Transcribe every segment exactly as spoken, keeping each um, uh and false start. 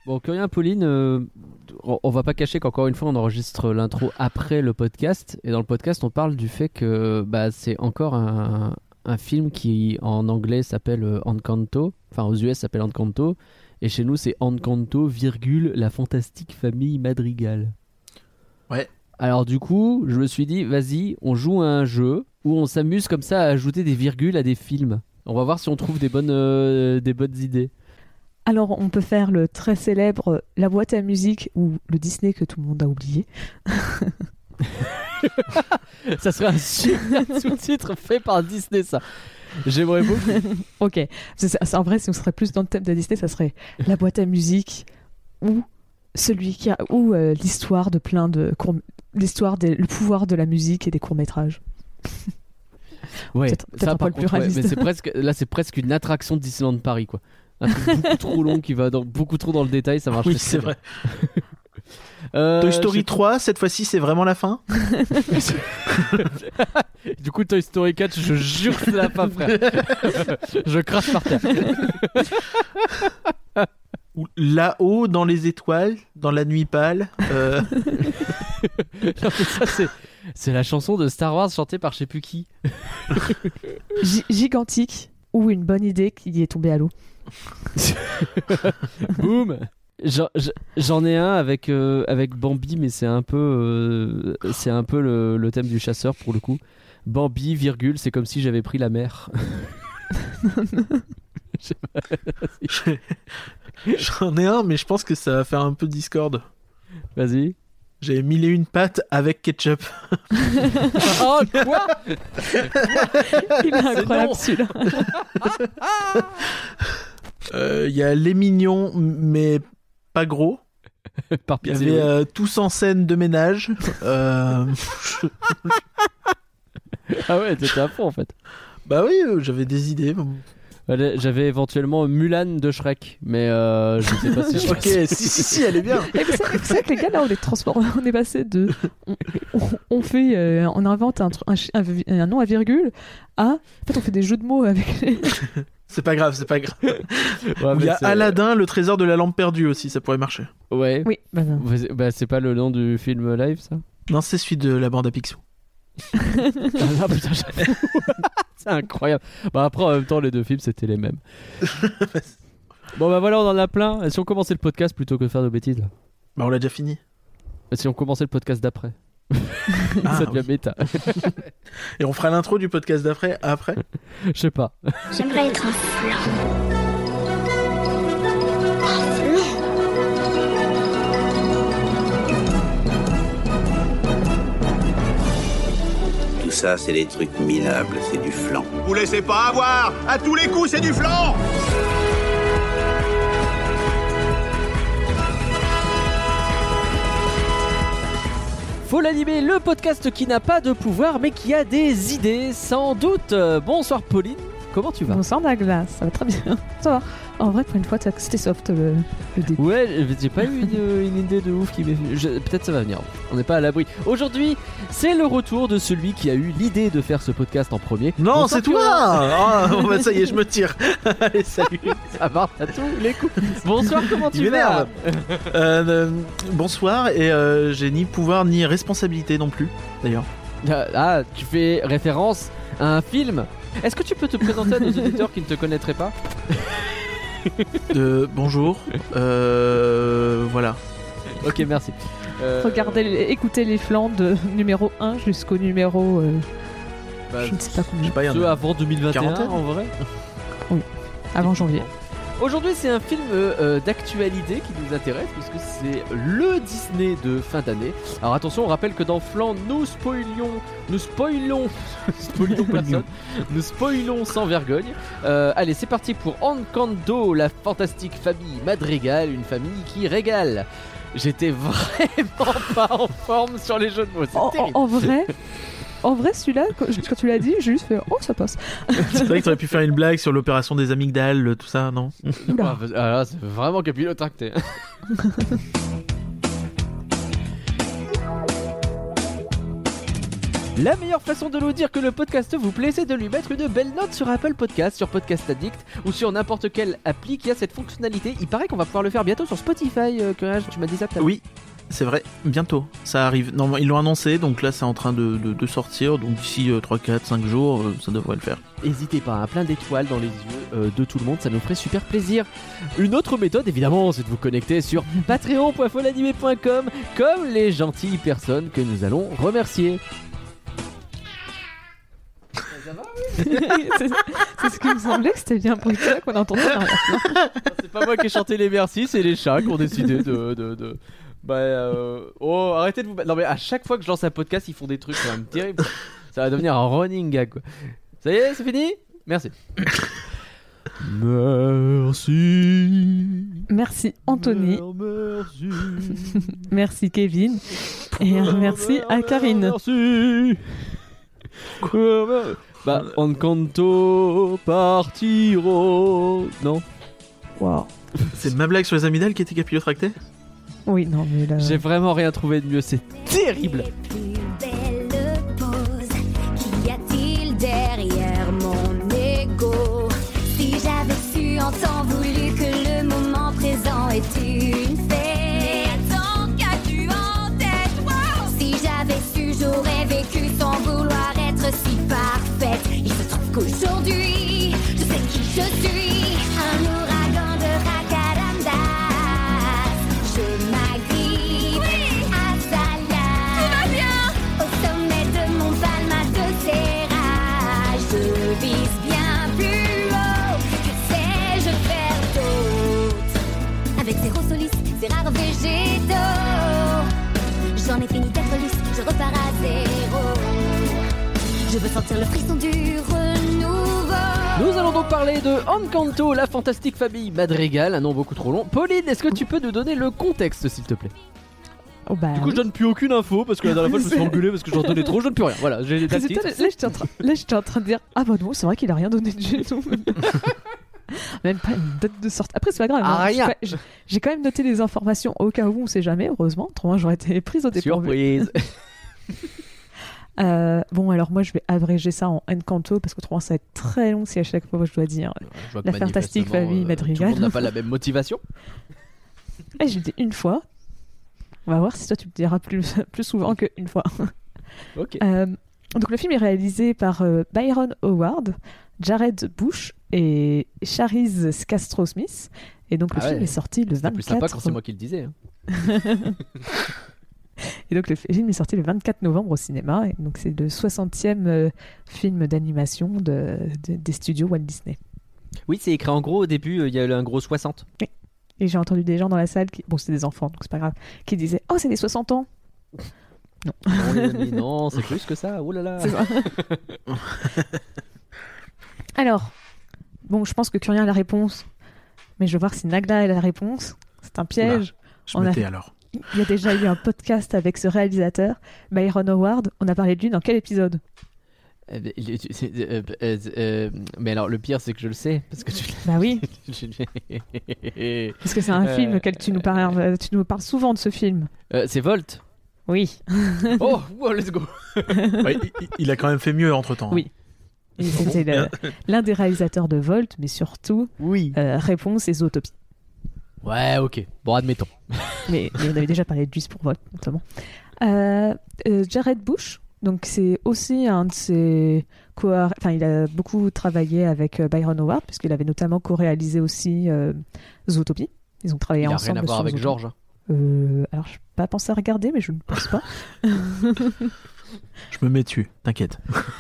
Bon, Curien, Pauline, euh, on va pas cacher qu'encore une fois, on enregistre l'intro après le podcast. Et dans le podcast, on parle du fait que bah, c'est encore un, un film qui, en anglais, s'appelle Encanto. Enfin, aux U S, s'appelle Encanto. Et chez nous, c'est Encanto, virgule, la fantastique famille Madrigal. Ouais. Alors du coup, je me suis dit, vas-y, on joue à un jeu où on s'amuse comme ça à ajouter des virgules à des films. On va voir si on trouve des bonnes, euh, des bonnes idées. Alors, on peut faire le très célèbre La boîte à musique ou le Disney que tout le monde a oublié. Ça serait un super sous-titre fait par Disney, ça. J'aimerais beaucoup. Ok. C'est, c'est, en vrai, si on serait plus dans le thème de Disney, ça serait La boîte à musique ou celui qui a ou euh, l'histoire de plein de courts, l'histoire des, le pouvoir de la musique et des courts métrages. Ouais. Peut-être, peut-être ça, un par peu le plus contre, ouais, réaliste. mais c'est presque, là, c'est presque une attraction de Disneyland Paris, quoi. Un truc beaucoup trop long qui va dans, beaucoup trop dans le détail, ça marche. Oui, c'est vrai. euh, Toy Story trois, cette fois-ci, c'est vraiment la fin. Du coup, Toy Story quatre, je jure que c'est la fin, frère. Je crache par terre. Ou Là-haut, dans les étoiles, dans la nuit pâle. Euh... Non, mais ça, c'est, c'est la chanson de Star Wars chantée par je sais plus qui. G- gigantique ou une bonne idée qui est tombée à l'eau. Boum. J'en, j'en ai un avec, euh, avec Bambi, mais c'est un peu, euh, c'est un peu le, le thème du chasseur pour le coup. Bambi, virgule, c'est comme si j'avais pris la mer. J'en ai un, mais je pense que ça va faire un peu discorde. Vas-y. J'ai mille et une pâtes avec ketchup. Oh, quoi? Il est incroyable celui-là. Il euh, y a les mignons, mais pas gros. Par Il y pitié, avait oui. euh, tous en scène de ménage. euh... Ah ouais, t'étais à fond en fait. Bah oui, euh, j'avais des idées. Allez, j'avais éventuellement Mulan de Shrek, mais euh, je sais pas si je Ok, si, si, si, elle est bien. Et vous savez, vous savez que les gars, là, on est transformés. On est passé de. On, on, on fait. Euh, on invente un, un, un, un nom à virgule à. En fait, on fait des jeux de mots avec les. C'est pas grave, c'est pas grave. Ouais, Il y a c'est... Aladdin, le trésor de la lampe perdue aussi, ça pourrait marcher. Ouais. Oui, bah non. Bah, c'est pas le nom du film live, ça? Non, c'est celui de la bande à Picsou. Ah putain, j'avoue. C'est incroyable. Bah après, en même temps, les deux films, c'était les mêmes. Bon bah voilà, on en a plein. Et si on commençait le podcast plutôt que de faire de bêtises là? Bah on l'a déjà fini. Et si on commençait le podcast d'après? Ah, Ça devient oui. méta. Et on fera l'intro du podcast d'après, après. Je sais pas. J'aimerais être un flan. Un flan. Tout ça, c'est des trucs minables, c'est du flan. Vous laissez pas avoir. À tous les coups, c'est du flan. Faut l'animer, le podcast qui n'a pas de pouvoir mais qui a des idées, sans doute. Euh, Bonsoir Pauline, comment tu vas? Bonsoir Douglas, ça va très bien. Ça va. En vrai, pour une fois, c'était soft le, le début. Ouais, j'ai pas eu une, une idée de ouf qui m'est venue. Je- Peut-être ça va venir. On n'est pas à l'abri. Aujourd'hui, c'est le retour de celui qui a eu l'idée de faire ce podcast en premier. Non, Bonsoir, c'est toi. Ah, oh, bah ça y est, je me tire. Allez, salut. Ça marche à tous les coups. Bonsoir, comment Il tu vas? m'énerve. Euh, euh, bonsoir, et euh, j'ai ni pouvoir ni responsabilité non plus, d'ailleurs. Ah, ah, tu fais référence à un film. Est-ce que tu peux te présenter à nos auditeurs qui ne te connaîtraient pas? De bonjour. Euh, voilà. Ok, merci. Euh, Regardez, les- écoutez les flancs de numéro un jusqu'au numéro. Euh, bah, je ne sais pas Je combien. sais pas, il y en ceux a. avant deux mille vingt et un Quarantaine. en vrai. Avant janvier. Aujourd'hui, c'est un film euh, euh, d'actualité qui nous intéresse puisque c'est le Disney de fin d'année. Alors attention, on rappelle que dans Flan, nous spoilions, nous spoilons, spoilons personne, nous spoilons sans vergogne. Euh, allez, c'est parti pour Encanto, la fantastique famille Madrigal, une famille qui régale. J'étais vraiment pas en forme sur les jeux de mots, c'est En, en- terrible. en vrai, en vrai, celui-là, quand, quand tu l'as dit, j'ai juste fait oh ça passe. C'est vrai que t'aurais pu faire une blague sur l'opération des amygdales, tout ça, non? Oula. Ah, ah, là, c'est vraiment capillotracté. La meilleure façon de nous dire que le podcast vous plaît, c'est de lui mettre une belle note sur Apple Podcast, sur Podcast Addict ou sur n'importe quelle appli qui a cette fonctionnalité. Il paraît qu'on va pouvoir le faire bientôt sur Spotify, euh, Courage, tu m'as dit ça tout à l'heure. Oui, c'est vrai, bientôt, ça arrive. Normalement, ils l'ont annoncé, donc là c'est en train de, de, de sortir, donc d'ici euh, trois, quatre, cinq jours, euh, ça devrait le faire. N'hésitez pas, hein, plein d'étoiles dans les yeux euh, de tout le monde, ça nous ferait super plaisir. Une autre méthode, évidemment, c'est de vous connecter sur patreon point folanimé point com, comme les gentilles personnes que nous allons remercier. Ça va, oui. c'est, c'est ce qui me semblait, que c'était bien un bruit de chat qu'on entendait en arrière-plan. C'est pas moi qui ai chanté les merci, c'est les chats qui ont décidé de... de, de... Bah euh... Oh, arrêtez de vous battre. Non mais à chaque fois que je lance un podcast, ils font des trucs quand même terribles. Ça va devenir un running gag, quoi. Ça y est, c'est fini ? Merci. Merci. Merci Anthony. Merci. Merci Kevin. Et un merci à Karine. Merci. Bah, Encanto partiro. Non. Wow. C'est ma blague sur les amygdales qui était capillotractée ? Oui, non, mais là. J'ai vraiment rien trouvé de mieux, c'est terrible. Qu'y a-t-il derrière mon ego? Si j'avais su en temps voulu que le moment présent est une fête. Mais attends, qu'as-tu en tête? Wow. Si j'avais su, j'aurais vécu sans vouloir être si parfaite. Il se trouve qu'aujourd'hui, je sais qui je suis. Un ouragan de racarandas. Je m'agrippe oui. à Zala. Tout va bien. Au sommet de mon palma de terra. Je vise bien plus haut. Que sais-je faire d'autre? Avec zéro soliste, ces rares végétaux. J'en ai fini d'être lisse, je repars à zéro. Je veux sentir le frisson du renouveau. Nous allons donc parler de Encanto, la fantastique famille Madrigal, un nom beaucoup trop long. Pauline, est-ce que tu peux nous donner le contexte, s'il te plaît? Oh bah, Du coup, oui. je donne plus aucune info parce que la dernière fois, je me suis engueulé parce que j'en donnais trop, je donne plus rien. Voilà, j'ai les dates C'est titres. toi, là, j'étais en train, là, j'étais en train de dire ah bah non, c'est vrai qu'il a rien donné de géno. Même pas une date de sortie. Après, c'est pas grave. Ah, hein. rien. J'ai, j'ai quand même noté les informations au cas où, on sait jamais, heureusement. Autrement, j'aurais été prise au dépourvu. Surprise. Euh, bon, alors moi, je vais abréger ça en Encanto parce qu'autrement, ça va être très long si à chaque fois je dois dire. Je vois que La fantastique manifestement, famille euh, Madrigal. Tout le monde n'a pas la même motivation. Et j'ai dit une fois. On va voir si toi tu le diras plus, plus souvent qu'une fois. Ok. Euh, donc le film est réalisé par euh, Byron Howard, Jared Bush et Charisse Castro-Smith. Et donc le Ah film ouais. est sorti le C'était plus sympa vingt-quatre. quand c'est moi qui le disais. hein. Et donc le film est sorti le vingt-quatre novembre au cinéma. Et donc c'est le soixantième euh, film d'animation de, de- des studios Walt Disney. Oui, c'est écrit en gros au début, euh, il y a eu un gros soixante. Et j'ai entendu des gens dans la salle, qui... bon c'est des enfants donc c'est pas grave, qui disaient oh c'est des soixante ans. Non, les amis, non, c'est plus que ça. Oh là là. C'est ça. Alors, bon, je pense que Curien a la réponse, mais je veux voir si Nagla a la réponse. C'est un piège. Je On me a- tais alors. Il y a déjà eu un podcast avec ce réalisateur, Byron Howard. On a parlé de lui dans quel épisode? Euh, euh, euh, euh, euh, mais alors, le pire, c'est que je le sais. Parce que tu Bah oui, l'as. parce que c'est un Euh, film auquel tu nous parles, tu nous parles souvent de ce film. Euh, c'est Volt. Oui. Oh, wow, let's go. Ouais, il, il a quand même fait mieux entre temps. Oui. Et c'était le- l'un des réalisateurs de Volt, mais surtout Oui. euh, Réponse et Zootopie. Ouais, ok. Bon, admettons. Mais, mais on avait déjà parlé de Juice pour Volt, notamment. Euh, euh, Jared Bush, donc c'est aussi un de ses co enfin il a beaucoup travaillé avec euh, Byron Howard puisqu'il avait notamment co-réalisé aussi euh, Zootopie. Ils ont travaillé Il a ensemble. rien à voir sur avec Zootopie. Georges. Euh, alors je n'ai pas pensé à regarder, mais je ne pense pas. Je me mets dessus, t'inquiète.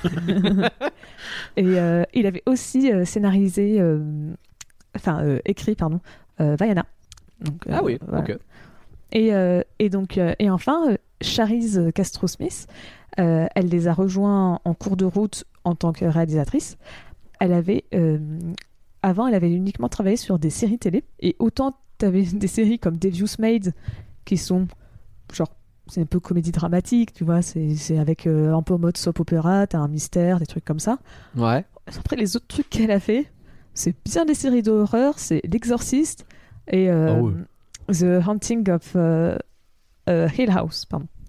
Et euh, il avait aussi euh, scénarisé, euh, enfin euh, écrit pardon, euh, Vaiana. Donc, euh, Ah oui, voilà. ok. Et, euh, et donc euh, et enfin euh, Charisse Castro-Smith, euh, elle les a rejoints en cours de route en tant que réalisatrice. Elle avait euh, avant, elle avait uniquement travaillé sur des séries télé, et autant t'avais des séries comme Devious Maids qui sont genre c'est un peu comédie dramatique, tu vois, c'est, c'est avec euh, un peu en mode soap opéra, t'as un mystère, des trucs comme ça. Ouais. Après, les autres trucs qu'elle a fait, c'est bien des séries d'horreur, c'est L'Exorciste et euh, Ah ouais. The Haunting of euh, euh, Hill House, pardon.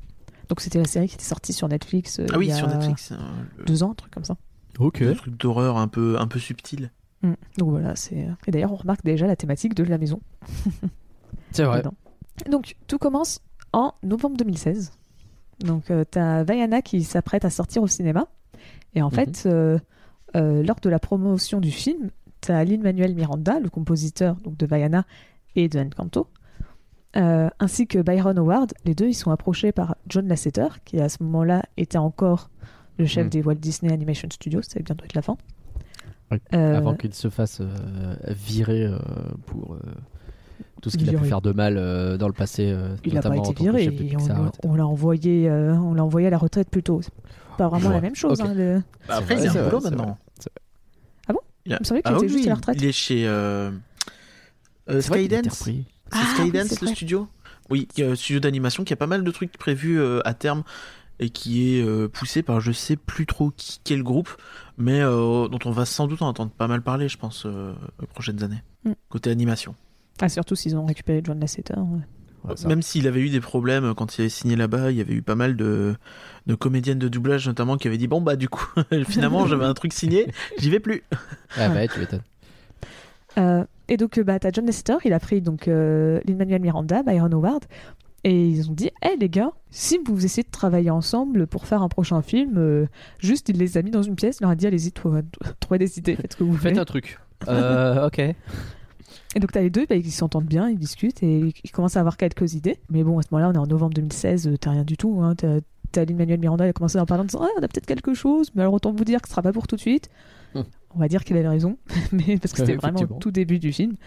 Donc c'était la série qui était sortie sur Netflix. euh, Ah oui, il y a sur Netflix. hein, le- Deux ans, un truc comme ça. Ok. Un truc d'horreur un peu, un peu subtil. Mm. Donc voilà, c'est. Et d'ailleurs, on remarque déjà la thématique de la maison. C'est vrai. dedans. Donc tout commence en novembre deux mille seize. Donc euh, t'as Vaiana qui s'apprête à sortir au cinéma. Et en Mhm. fait, euh, euh, lors de la promotion du film, t'as Lin-Manuel Miranda, le compositeur donc, de Vaiana et de Encanto, euh, ainsi que Byron Howard. Les deux, ils sont approchés par John Lasseter, qui à ce moment-là était encore le chef Mhm. des Walt Disney Animation Studios. Ça va bientôt être la fin. Oui. Euh, Avant qu'il se fasse euh, virer euh, pour euh, tout ce qu'il a pu Viré. faire de mal euh, dans le passé. euh, Il n'a pas notamment en été tant que viré, chef de et on, Pixar, et cetera. on l'a envoyé, euh, on l'a envoyé à la retraite plus tôt. C'est pas vraiment Ouais. la même chose. Ok. hein, le- Bah, après, vrai, il a c'est un vrai, boulot c'est maintenant. vrai, c'est vrai. Ah bon Il a- Il me semblait qu'il Ah était oui, juste oui, à la retraite. Il est chez euh, euh, C'est vrai qu'il a été Skydance. repris. C'est Ah, oui, Skydance, c'est le vrai. studio. Oui, il y a un studio d'animation qui a pas mal de trucs prévus euh, à terme et qui est euh, poussé par je sais plus trop qui, quel groupe, mais euh, dont on va sans doute en entendre pas mal parler, je pense, euh, les prochaines années. Mm. Côté animation. Ah, surtout s'ils ont récupéré John Lasseter. ouais. Ouais, ça. Même s'il avait eu des problèmes quand il avait signé là-bas, il y avait eu pas mal de, de comédiennes de doublage notamment qui avaient dit bon bah du coup finalement j'avais un truc signé, j'y vais plus. Ah bah, tu m'étonnes. Euh, et donc, euh, bah, t'as John Lasseter, il a pris donc euh, Lin-Manuel Miranda, Byron Howard, et ils ont dit hé les gars, si vous essayez de travailler ensemble pour faire un prochain film, euh, juste il les a mis dans une pièce, il leur a dit allez-y, trou- trouvez des idées, faites ce que vous Faites voulez. un truc. Euh, ok. Et donc, t'as les deux, bah, ils s'entendent bien, ils discutent et ils commencent à avoir quelques idées. Mais bon, à ce moment-là, on est en novembre deux mille seize, euh, t'as rien du tout. Hein. T'as, t'as Lin-Manuel Miranda, il a commencé à en parler en disant ah, on a peut-être quelque chose, mais alors autant vous dire que ce sera pas pour tout de suite. Hmm. On va dire qu'il avait raison, mais parce que c'était vraiment au Effectivement. tout début du film.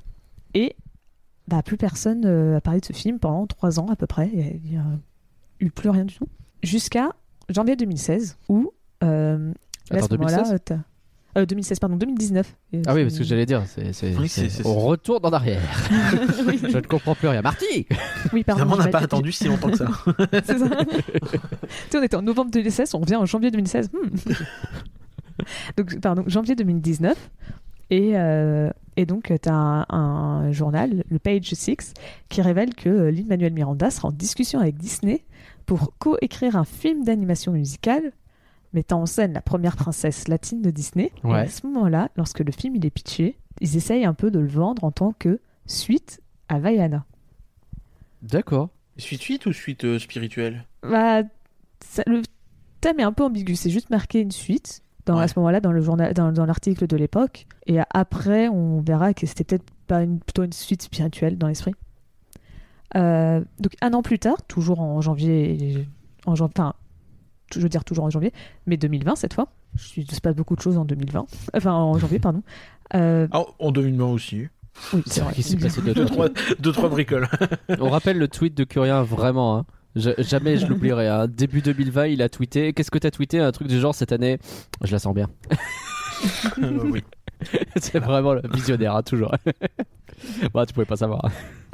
Et bah, plus personne euh, a parlé de ce film pendant trois ans à peu près. Il n'y a, eu plus rien du tout. Jusqu'à janvier deux mille seize, où euh, là, à Attends, ce moment-là, deux mille seize t'as- euh, deux mille seize, pardon, deux mille dix-neuf. Ah oui, parce que j'allais dire, c'est, c'est, Oui, c'est- c'est- c'est- on retourne en arrière. oui, Je ne comprends plus rien. Marty oui, pardon. Finalement on j'ai n'a pas mal- attendu si longtemps que ça. C'est ça. Tu sais, on était en novembre deux mille seize, on revient en janvier deux mille seize. Hmm. Donc, pardon, janvier deux mille dix-neuf. Et, euh, et donc, tu as un, un journal, le Page six, qui révèle que euh, Lin-Manuel Miranda sera en discussion avec Disney pour co-écrire un film d'animation musicale mettant en scène la première princesse latine de Disney. Et Ouais. à ce moment-là, lorsque le film il est pitché, ils essayent un peu de le vendre en tant que suite à Vaiana. D'accord. Suite suite ou suite euh, spirituelle? Bah, ça- le thème est un peu ambigu. C'est juste marqué une suite dans, Ouais. à ce moment-là dans le journal, dans, dans l'article de l'époque. Et après, on verra que c'était peut-être pas une, plutôt une suite spirituelle dans l'esprit. Euh, donc un an plus tard, toujours en janvier, en janvier, enfin, je veux dire toujours en janvier, mais deux mille vingt cette fois. Je ne sais pas beaucoup de choses en deux mille vingt, enfin en janvier pardon. Euh, Ah, en deux mille vingt aussi. oui, C'est c'est vrai vrai. qu'il s'est passé deux, Deux trois trois, deux, trois bricoles. On rappelle le tweet de Curien, vraiment. Hein. Je- jamais je l'oublierai. Hein. Début deux mille vingt, il a tweeté. Qu'est-ce que t'as tweeté? Un truc du genre cette année. Je la sens bien. Euh, oui. C'est vraiment le visionnaire, hein, toujours. Bon, tu pouvais pas savoir.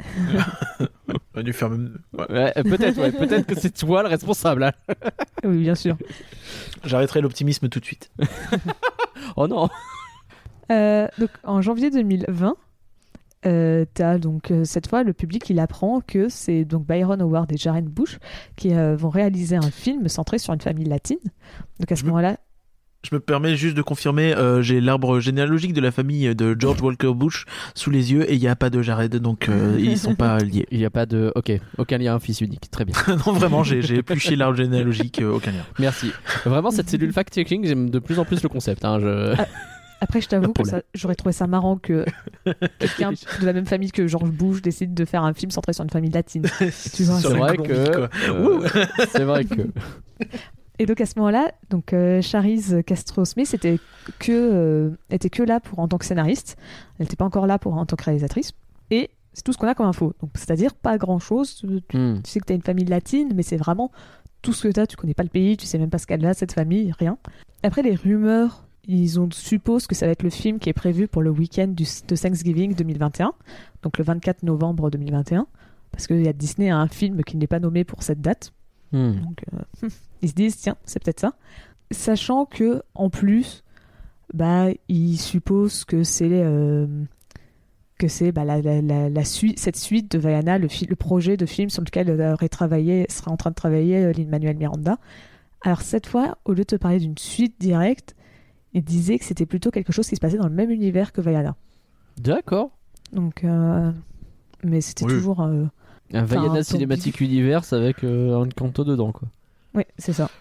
On a dû faire même. Ouais. Ouais, peut-être, ouais, peut-être que c'est toi le responsable. Hein. Oui, bien sûr. J'arrêterai l'optimisme tout de suite. Oh non. Euh, donc en janvier deux mille vingt, euh, t'as donc euh, cette fois le public il apprend que c'est donc Byron Howard et Jaren Bush qui euh, vont réaliser un film centré sur une famille latine. Donc à ce Je me- moment-là, Je me permets juste de confirmer, euh, j'ai l'arbre généalogique de la famille de George Walker Bush sous les yeux et il n'y a pas de Jared, donc euh, ils sont pas liés. Il n'y a pas de. Ok, aucun lien, fils unique. Très bien. Non, vraiment, j'ai, j'ai épluché l'arbre généalogique, euh, aucun lien. Merci. Vraiment, cette cellule fact-checking, j'aime de plus en plus le concept. Hein, je... après je t'avoue que problème. ça- j'aurais trouvé ça marrant que quelqu'un de la même famille que George Bush décide de faire un film centré sur une famille latine. Tu vois, Sur C'est la vrai Colombie, que. quoi. euh, c'est vrai que. Et donc à ce moment-là, donc euh, Charisse Castro-Smith était que euh, était que là pour en tant que scénariste. Elle n'était pas encore là pour en tant que réalisatrice. Et c'est tout ce qu'on a comme info. Donc c'est-à-dire pas grand-chose. Tu, Hmm. tu sais que tu as une famille latine, mais c'est vraiment tout ce que tu as. Tu connais pas le pays, tu sais même pas ce qu'elle a cette famille, rien. Après les rumeurs, ils ont suppose que ça va être le film qui est prévu pour le week-end du, de Thanksgiving deux mille vingt et un, donc le vingt-quatre novembre deux mille vingt et un, parce que y a Disney a un film qui n'est pas nommé pour cette date. Hmm. Donc, euh, ils se disent, tiens, c'est peut-être ça. Sachant que, en plus, bah, ils supposent que c'est euh, que c'est bah, la, la, la, la suite, cette suite de Vaiana, le, fi- le projet de film sur lequel aurait travaillé, sera en train de travailler euh, Lin-Manuel Miranda. Alors cette fois, au lieu de te parler d'une suite directe, il disait que c'était plutôt quelque chose qui se passait dans le même univers que Vaiana. D'accord. Donc, euh, mais c'était Oui. toujours... euh, Un Enfin, Vaiana un Cinematic Universe avec euh, un Encanto dedans, quoi. Oui, c'est ça.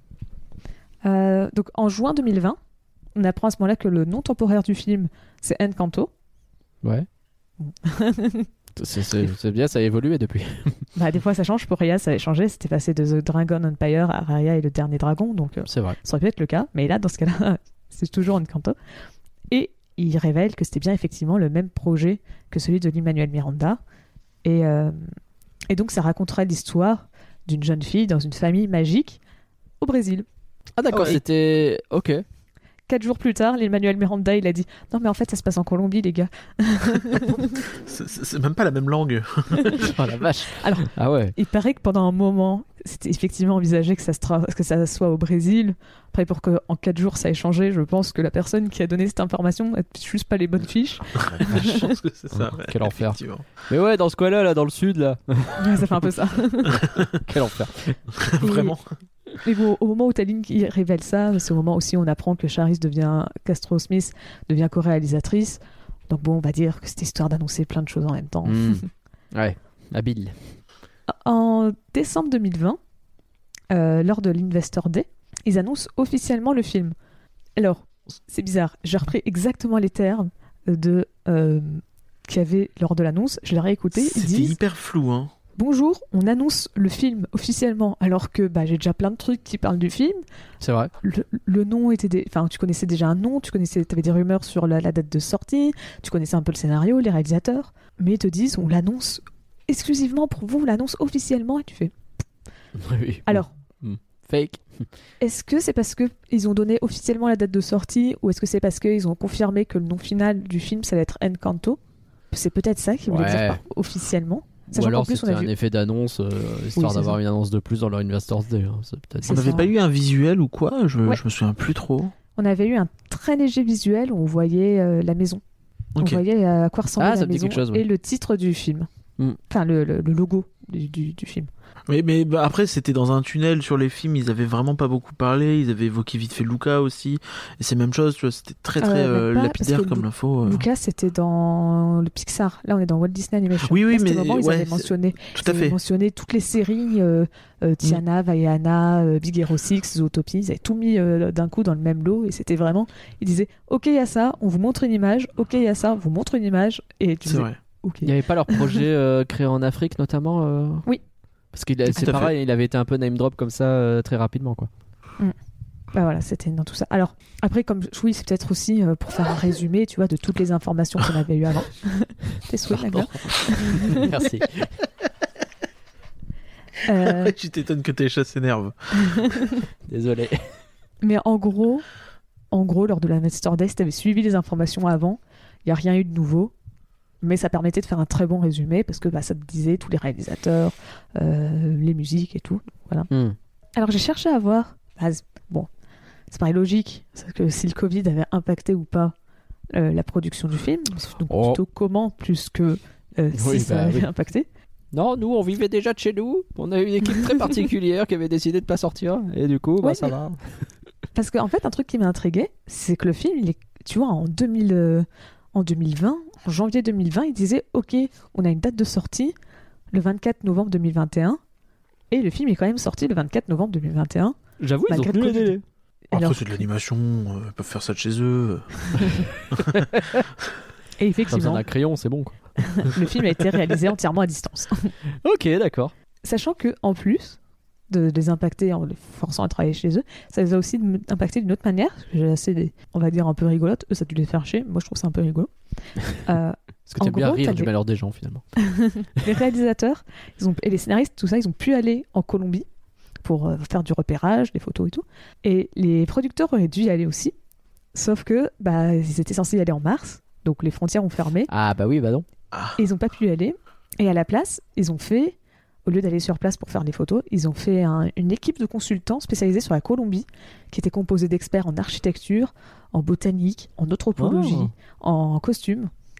Euh, donc en juin deux mille vingt, on apprend à ce moment-là que le nom temporaire du film, c'est Encanto. Ouais. c'est, c'est, c'est bien, ça a évolué depuis. Bah, des fois ça change, pour Raya ça avait changé, c'était passé de The Dragon Empire à Raya et le dernier dragon, donc euh, C'est vrai. ça aurait pu être le cas, mais là dans ce cas-là, c'est toujours Encanto. Et il révèle que c'était bien effectivement le même projet que celui de Lin-Manuel Miranda. Et, euh, et donc ça raconterait l'histoire d'une jeune fille dans une famille magique au Brésil. Ah d'accord, Ouais. c'était... Ok. Quatre jours plus tard, Lin-Manuel Miranda, il a dit « Non mais en fait ça se passe en Colombie les gars ». C'est, c'est- c'est même pas la même langue. Oh la vache. Alors, Ah ouais. il paraît que pendant un moment, c'était effectivement envisagé que ça, se tra- que ça soit au Brésil. Après, pour qu'en quatre jours ça ait changé, je pense que la personne qui a donné cette information n'a juste pas les bonnes fiches. Je pense que c'est ça. Oh, ouais, quel enfer. effectivement. Mais ouais, dans ce coin-là, là, dans le sud, là. Ouais, ça fait un peu ça. Quel enfer. Vraiment. Mais bon, au moment où Taline qui révèle ça, c'est au moment aussi où on apprend que Charis devient, Castro Smith devient co-réalisatrice. Donc bon, on va dire que c'était histoire d'annoncer plein de choses en même temps. Hmm. Ouais, habile. En décembre deux mille vingt, euh, lors de l'Investor Day, ils annoncent officiellement le film. Alors, c'est bizarre, j'ai repris exactement les termes de, euh, qu'il y avait lors de l'annonce, je l'ai réécouté, ils C'était disent hyper flou, hein. « Bonjour, on annonce le film officiellement », alors que bah, j'ai déjà plein de trucs qui parlent du film. C'est vrai. Le, le nom était... Des... Enfin, tu connaissais déjà un nom, tu connaissais, avais des rumeurs sur la, la date de sortie, tu connaissais un peu le scénario, les réalisateurs, mais ils te disent « On l'annonce exclusivement pour vous, on l'annonce officiellement », et tu fais Oui. « Alors, Fake. est-ce que c'est parce qu'ils ont donné officiellement la date de sortie ou est-ce que c'est parce qu'ils ont confirmé que le nom final du film, ça va être Encanto ? C'est peut-être ça qu'ils voulaient Ouais. dire par officiellement. Ou Sachant alors qu'en plus, c'était on a un vu... effet d'annonce, euh, histoire Oui, c'est d'avoir ça. une annonce de plus dans leur Investors Day. Hein. C'est peut-être... C'est On n'avait ça. pas eu un visuel ou quoi je, Ouais. je me souviens plus trop. on avait eu un très léger visuel où on voyait euh, la maison. Ok. On voyait euh, à quoi ressemblait Ah, ça la me dit maison quelque chose, oui. et le titre du film. Mm. Enfin, le, le- le logo du, du- du film. Mais, mais bah, après, c'était dans un tunnel sur les films, ils avaient vraiment pas beaucoup parlé, ils avaient évoqué vite fait Luca aussi, et c'est même chose, tu vois, c'était très très Euh, euh, même pas, lapidaire parce que comme Lu- l'info. euh. Lucas, c'était dans le Pixar. Là, on est dans Walt Disney Animation. Oui, oui, Là, c'était mais le moment où ils ouais, avaient c'est- mentionné, Tout ils à avaient fait. mentionné toutes les séries euh, euh, Tiana, Vaiana, euh, Big Hero six, Zootopia. Ils avaient tout mis euh, d'un coup dans le même lot et c'était vraiment. Ils disaient OK, il y a ça, on vous montre une image. OK, il y a ça, on vous montre une image. Et tu C'est disais vrai. OK. Il n'y avait pas leur projet euh, créé en Afrique notamment euh Oui. Parce que c'est Tout à pareil, il avait été un peu name drop comme ça euh, très rapidement, quoi. Bah voilà, c'était dans tout ça. Alors, après, comme oui, c'est peut-être aussi euh, pour faire un résumé, tu vois, de toutes les informations qu'on avait eues avant. Tes souhaits, Nagla. Merci. Euh, Tu t'étonnes que tes chats s'énervent. Désolé. mais en gros, en gros, lors de la Master Day, si tu avais suivi les informations avant, il n'y a rien eu de nouveau. Mais ça permettait de faire un très bon résumé parce que bah, ça te disait tous les réalisateurs, euh, les musiques et tout. Voilà. Hmm. Alors j'ai cherché à voir. Bah, c- bon, c'est pareil logique, c'est que si le Covid avait impacté ou pas euh, la production du film, donc Oh. plutôt comment plus que euh, si Oui, ça bah, avait oui. impacté. Non, nous, on vivait déjà de chez nous. On a eu une équipe très particulière qui avait décidé de pas sortir. Et du coup, bah, Ouais, ça mais- va. Parce qu'en fait, un truc qui m'a intrigué, c'est que le film, il est, tu vois, en, deux mille, euh, en deux mille vingt, en janvier deux mille vingt, il disait ok, on a une date de sortie le vingt-quatre novembre deux mille vingt et un, et le film est quand même sorti le vingt-quatre novembre deux mille vingt et un. J'avoue, ils ont Malgré tenu le les Covid. délais. Après, Alors- c'est de l'animation, euh, ils peuvent faire ça de chez eux. Et Pas besoin effectivement, d'un crayon, c'est bon, quoi. le film a été réalisé entièrement à distance. Ok, d'accord. Sachant que en plus de les impacter en les forçant à travailler chez eux, ça les a aussi m- impactés d'une autre manière. J'ai assez, des- on va dire, un peu rigolote. Eux, ça a dû les faire chier. Moi, je trouve ça un peu rigolo. Euh, Parce que En tu aimes bien gros, rire t'as du des- malheur des gens, finalement. les réalisateurs ils ont, et les scénaristes, tout ça, ils ont pu aller en Colombie pour euh, faire du repérage, des photos et tout. Et les producteurs auraient dû y aller aussi. Sauf que bah, ils étaient censés y aller en mars. Donc les frontières ont fermé. Ah, bah oui, bah non. Et ils n'ont pas pu y aller. Et à la place, ils ont fait, au lieu d'aller sur place pour faire les photos, ils ont fait un- une équipe de consultants spécialisés sur la Colombie, qui était composée d'experts en architecture, en botanique, en anthropologie, Oh. en costume,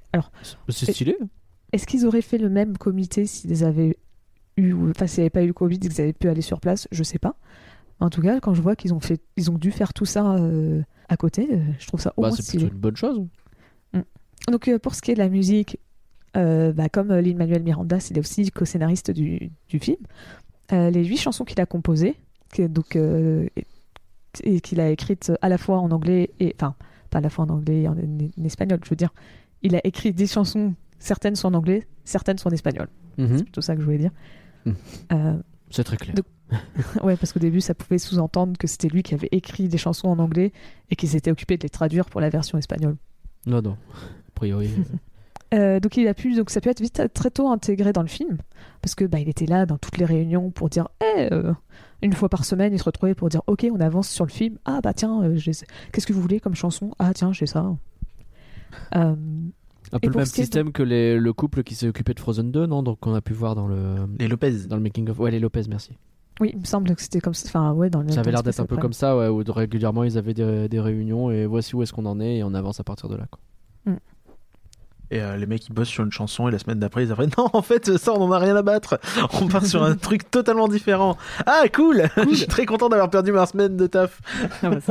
C'est stylé. Est-ce qu'ils auraient fait le même comité s'ils avaient eu, enfin s'il n'y avait pas eu le Covid, qu'ils avaient pu aller sur place, je sais pas. En tout cas, quand je vois qu'ils ont fait, ils ont dû faire tout ça euh, à côté, euh, je trouve ça au Bah, moins c'est stylé. plutôt une bonne chose. Donc euh, pour ce qui est de la musique, euh, bah, comme euh, Lin-Manuel Miranda, c'est aussi co-scénariste du, du film. Euh, les huit chansons qu'il a composées, que, donc euh, et, et qu'il a écrites à la fois en anglais et enfin pas à la fois en anglais et en, en espagnol, je veux dire, il a écrit des chansons, certaines sont en anglais, certaines sont en espagnol. Mhm. C'est plutôt ça que je voulais dire. Mhm. Euh, C'est très clair. Donc, ouais, parce qu'au début, ça pouvait sous-entendre que c'était lui qui avait écrit des chansons en anglais et qu'il s'était occupé de les traduire pour la version espagnole. Non, non. A priori. Euh, donc, il a pu, donc ça peut être vite très tôt intégré dans le film parce que bah, il était là dans toutes les réunions pour dire, hey, euh, une fois par semaine, il se retrouvait pour dire, ok, on avance sur le film. Ah bah tiens, euh, j'ai... qu'est-ce que vous voulez comme chanson? Ah tiens, j'ai ça. Euh, Un Et peu le pour même ce qui est système que les, le couple qui s'est occupé de Frozen deux, non? Donc on a pu voir dans le Les Lopez. dans le making of. Ouais, les Lopez, merci. oui, il me semble que c'était comme ça. Enfin, ouais, dans le. Ça avait dans l'air le d'être un peu spécial comme ça, ouais, où régulièrement ils avaient des, des réunions et voici où est-ce qu'on en est et on avance à partir de là, quoi. Et euh, les mecs ils bossent sur une chanson et la semaine d'après ils arrivent non en fait ça on en a rien à battre, on part sur un truc totalement différent. Ah cool, je suis très content d'avoir perdu ma semaine de taf. Ah bah ça.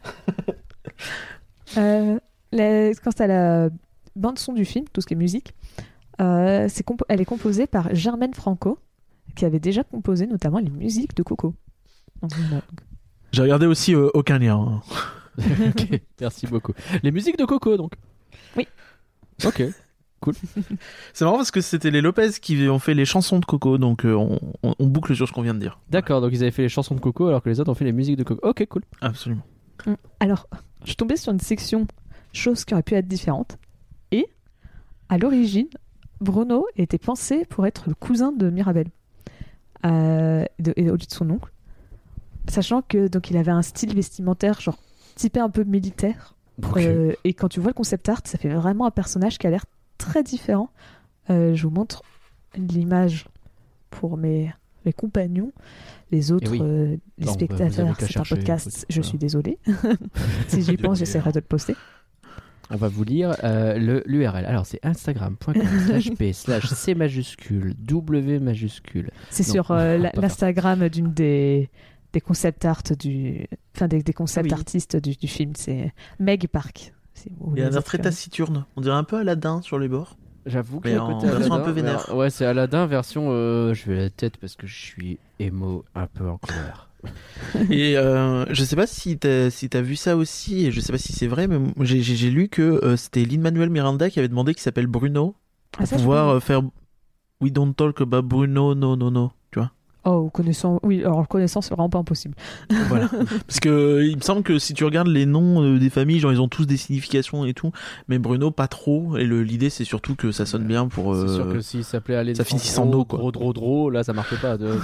euh, la- Quand c'est à la bande son du film, tout ce qui est musique, euh, c'est compo- elle est composée par Germaine Franco, qui avait déjà composé notamment les musiques de Coco. Donc, voilà. J'ai regardé aussi euh, aucun lien. hein. Ok, merci beaucoup. Les musiques de Coco, donc. Oui. Ok. C'est marrant parce que c'était les Lopez qui ont fait les chansons de Coco, donc euh, on, on- on boucle sur ce qu'on vient de dire. D'accord, donc ils avaient fait les chansons de Coco alors que les autres ont fait les musiques de Coco. Ok, cool. Absolument. Mm. Alors, je suis tombée sur une section choses qui auraient pu être différentes. Et, à l'origine, Bruno était pensé pour être le cousin de Mirabel. Euh, de- et au lieu de son oncle. Sachant que donc il avait un style vestimentaire genre typé un peu militaire. Ok. Euh, et quand tu vois le concept art, ça fait vraiment un personnage qui a l'air très différent. Euh, je vous montre l'image pour mes, mes compagnons. Les autres, Eh oui. euh, les Non, bah, vous avez spectateurs, qu'à c'est un chercher, podcast, écoute, je voilà. suis désolée. Si j'y pense, j'essaierai de le poster. On va vous lire euh, le, l'U R L. Alors c'est instagram.com slash p slash c majuscule w majuscule. C'est Non, sur euh, la- pas l'Instagram d'une des, des concept art du... Enfin, des, des concept Ah oui. artistes du, du film. C'est Meg Park. Si vous Il voulez a l'air dire très que- taciturne. On dirait un peu Aladdin sur les bords. J'avoue que Mais le en côté version un Aladdin, peu vénère. mais, ouais, c'est Aladdin version. Euh, je vais la tête parce que je suis émo un peu en colère. Et euh, je sais pas si t'as si t'as vu ça aussi, et je sais pas si c'est vrai, mais j'ai j'ai- j'ai lu que euh, c'était Lin-Manuel Miranda qui avait demandé qu'il s'appelle Bruno Ah, pour ça, je pouvoir connais. euh, faire We don't talk about Bruno, no, no, no, tu vois. Oh, connaissant... Oui, alors le connaissant, c'est vraiment pas impossible. Voilà. Parce que euh, il me semble que si tu regardes les noms euh, des familles, genre ils ont tous des significations et tout, mais Bruno pas trop. Et le- l'idée c'est surtout que ça sonne bien pour. C'est sûr euh, que s'il s'appelait aller ça finit sans no, quoi. Gros, gros, gros, là ça marchait pas. De...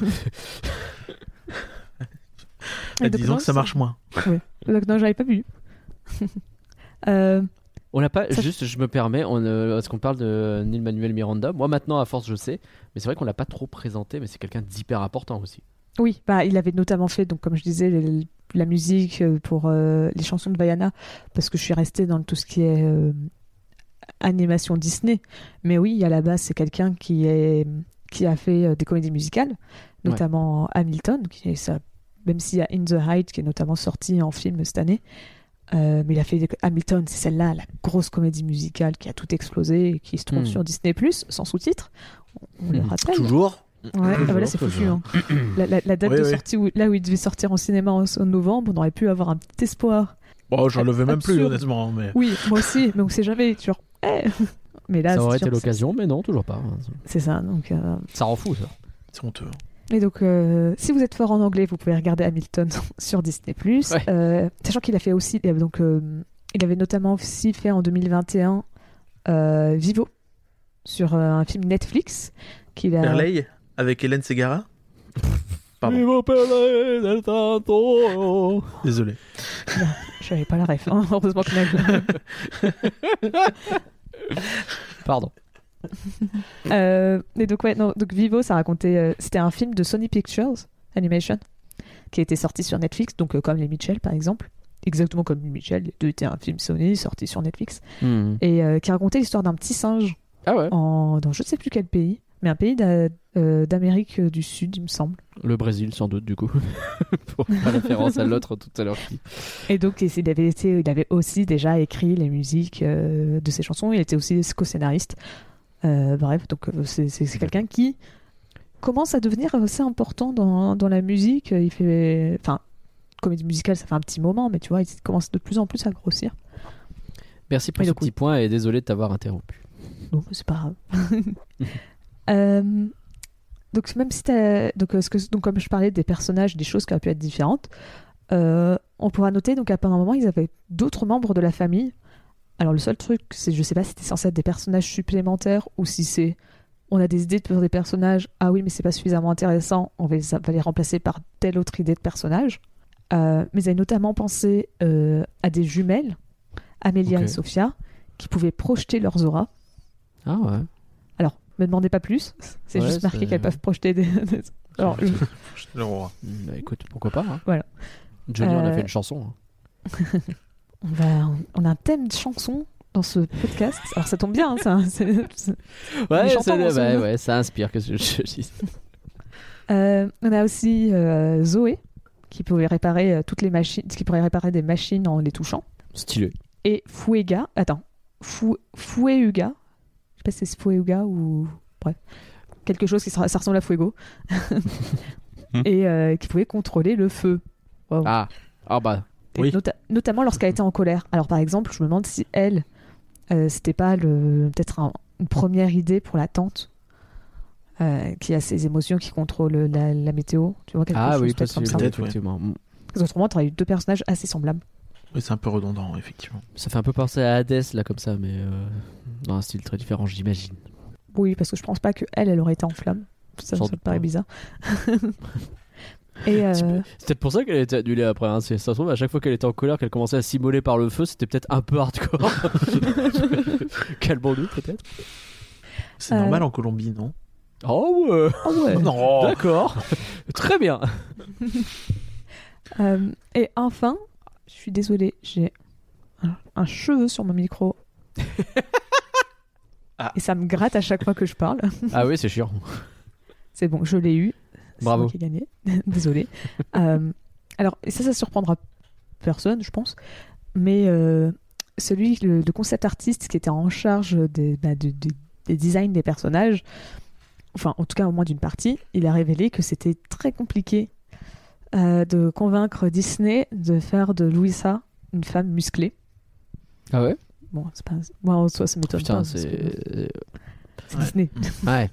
bah, Et donc, disons non, que ça marche moins. Donc, non, j'avais pas vu. euh, On l'a pas, Ça- juste je me permets, on, euh, parce qu'on parle de Neil Manuel Miranda. Moi maintenant à force je sais, mais c'est vrai qu'on l'a pas trop présenté, mais c'est quelqu'un d'hyper important aussi. oui, bah, il avait notamment fait, donc, comme je disais, les- la musique euh, pour euh, les chansons de Vaiana, parce que je suis restée dans tout ce qui est euh, animation Disney. Mais oui, à la base, c'est quelqu'un qui, est, qui a fait euh, des comédies musicales, notamment Hamilton, qui est ça, même s'il y a In the Heights, qui est notamment sorti en film cette année. Euh, mais il a fait des- Hamilton, c'est celle-là, la grosse comédie musicale qui a tout explosé et qui se trouve Mm. sur Disney plus, sans sous-titres. On, on le Mm. rappelle. Toujours. Ouais, ah bah là c'est Toujours, foutu. Hein. La, la- la date Oui, de oui. sortie, où, là où il devait sortir en cinéma en, en novembre, on aurait pu avoir un petit espoir. Bon, j'en levais même plus Absurde. honnêtement, mais. Oui, moi aussi, mais on sait jamais. Genre, eh. Mais là, ça aurait c'est été sûr, l'occasion, mais non, toujours pas. C'est ça. Donc, euh, Ça rend fou ça. C'est honteux. Et donc, euh, si vous êtes fort en anglais, vous pouvez regarder Hamilton sur Disney plus. Ouais. Euh, sachant qu'il a fait aussi, euh, donc, euh, il avait notamment aussi fait en deux mille vingt et un euh, Vivo sur euh, un film Netflix qu'il a. Perley avec Hélène Segara. Pardon. Vivo Pelé del Tanto. Désolé. Je n'avais pas la ref. Hein. Heureusement qu'on a vu. Pardon. Euh, et donc, ouais, non, donc Vivo, ça racontait. euh, c'était un film de Sony Pictures Animation qui a été sorti sur Netflix, donc euh, comme Les Mitchell par exemple. exactement comme Michel, les deux étaient un film Sony sorti sur Netflix, Hmm. et euh, qui racontait l'histoire d'un petit singe Ah ouais. en, dans je ne sais plus quel pays, mais un pays d'a- euh, d'Amérique du Sud, il me semble. Le Brésil, sans doute, du coup. Pour faire référence à l'autre tout à l'heure. qui- Et donc, il avait, été, il avait aussi déjà écrit les musiques euh, de ses chansons. Il était aussi co-scénariste. Euh, bref, donc euh, c'est, c'est, c'est quelqu'un qui commence à devenir assez important dans, dans la musique. Il fait, enfin, comédie musicale, ça fait un petit moment, mais tu vois, il commence de plus en plus à grossir. Merci pour Oui, ce donc, petit oui. point et désolé de t'avoir interrompu. Bon, c'est pas grave. Euh, donc même si t'as- donc, euh, ce que, donc comme je parlais des personnages, des choses qui auraient pu être différentes, euh, on pourra noter donc à un moment ils avaient d'autres membres de la famille. Alors le seul truc, c'est je sais pas si c'était censé être des personnages supplémentaires ou si c'est on a des idées pour des personnages. Ah oui, mais c'est pas suffisamment intéressant. On va les, va les remplacer par telle autre idée de personnage. Euh, mais ils avaient notamment pensé euh, à des jumelles, Amélia Ok. et Sophia, qui pouvaient projeter leurs auras. Ah ouais. Alors, me demandez pas plus. C'est Ouais, juste marqué c'est- qu'elles peuvent projeter des. des- Alors, je- Le roi. Hmm, Bah écoute, pourquoi pas. Hein. Voilà. Johnny, on a Euh, fait une chanson. hein. on, va, on a un thème de chanson dans ce podcast. Alors, ça tombe bien. Hein, ça, c'est- c'est- Ouais, chantons ça, ensemble. ouais, ouais, ça inspire que je, je dise. Euh, on a aussi euh, Zoé qui pouvait réparer euh, toutes les machines, qui pourrait réparer des machines en les touchant. Stylé. Et Fuega. Attends. Fu, Fuehuga. Je sais pas si c'est Fuehuga ou bref quelque chose qui sera, ça ressemble à Fuego. Et euh, qui pouvait contrôler le feu. Wow. Ah, ah bah. Et Oui. nota- notamment lorsqu'elle était en colère. Alors par exemple, je me demande si elle, euh, c'était pas le, peut-être un- une première idée pour la tante euh, qui a ses émotions, qui contrôle la, la météo. Tu vois quelque Ah chose oui, peut-être comme ça. Peut-être, ouais. effectivement. Hmm. Parce qu'autrement, tu as eu deux personnages assez semblables. Oui, c'est un peu redondant, effectivement. Ça fait un peu penser à Hades, là, comme ça, mais euh, dans un style très différent, j'imagine. Oui, parce que je pense pas que elle, elle aurait été en flamme. Ça, Sans ça me doute paraît pas. bizarre. Et euh, C'est peut-être pour ça qu'elle a été annulée après. Hein. C'est- Ça se trouve, à chaque fois qu'elle était en colère, qu'elle commençait à s'immoler par le feu, c'était peut-être un peu hardcore. Calmons-nous, peut-être. C'est Euh. normal en Colombie, non? Oh ouais. oh ouais. Non. D'accord. Très bien. Euh, et enfin, je suis désolée, j'ai un, un cheveu sur mon micro. Ah. Et ça me gratte à chaque fois que je parle. Ah oui, c'est chiant. C'est bon, je l'ai eu. C'est Bravo. moi qui ai gagné. Désolée. Euh, alors, et ça, ça surprendra personne, je pense. Mais euh, celui, le, le concept artiste qui était en charge des, bah, de- de- des designs des personnages, enfin, en tout cas, au moins d'une partie, il a révélé que c'était très compliqué euh, de convaincre Disney de faire de Louisa une femme musclée. Ah ouais. Bon, c'est pas. Moi, en soi, ça m'étonne Putain, pas. parce que c'est. c'est Ouais. Disney. Ouais.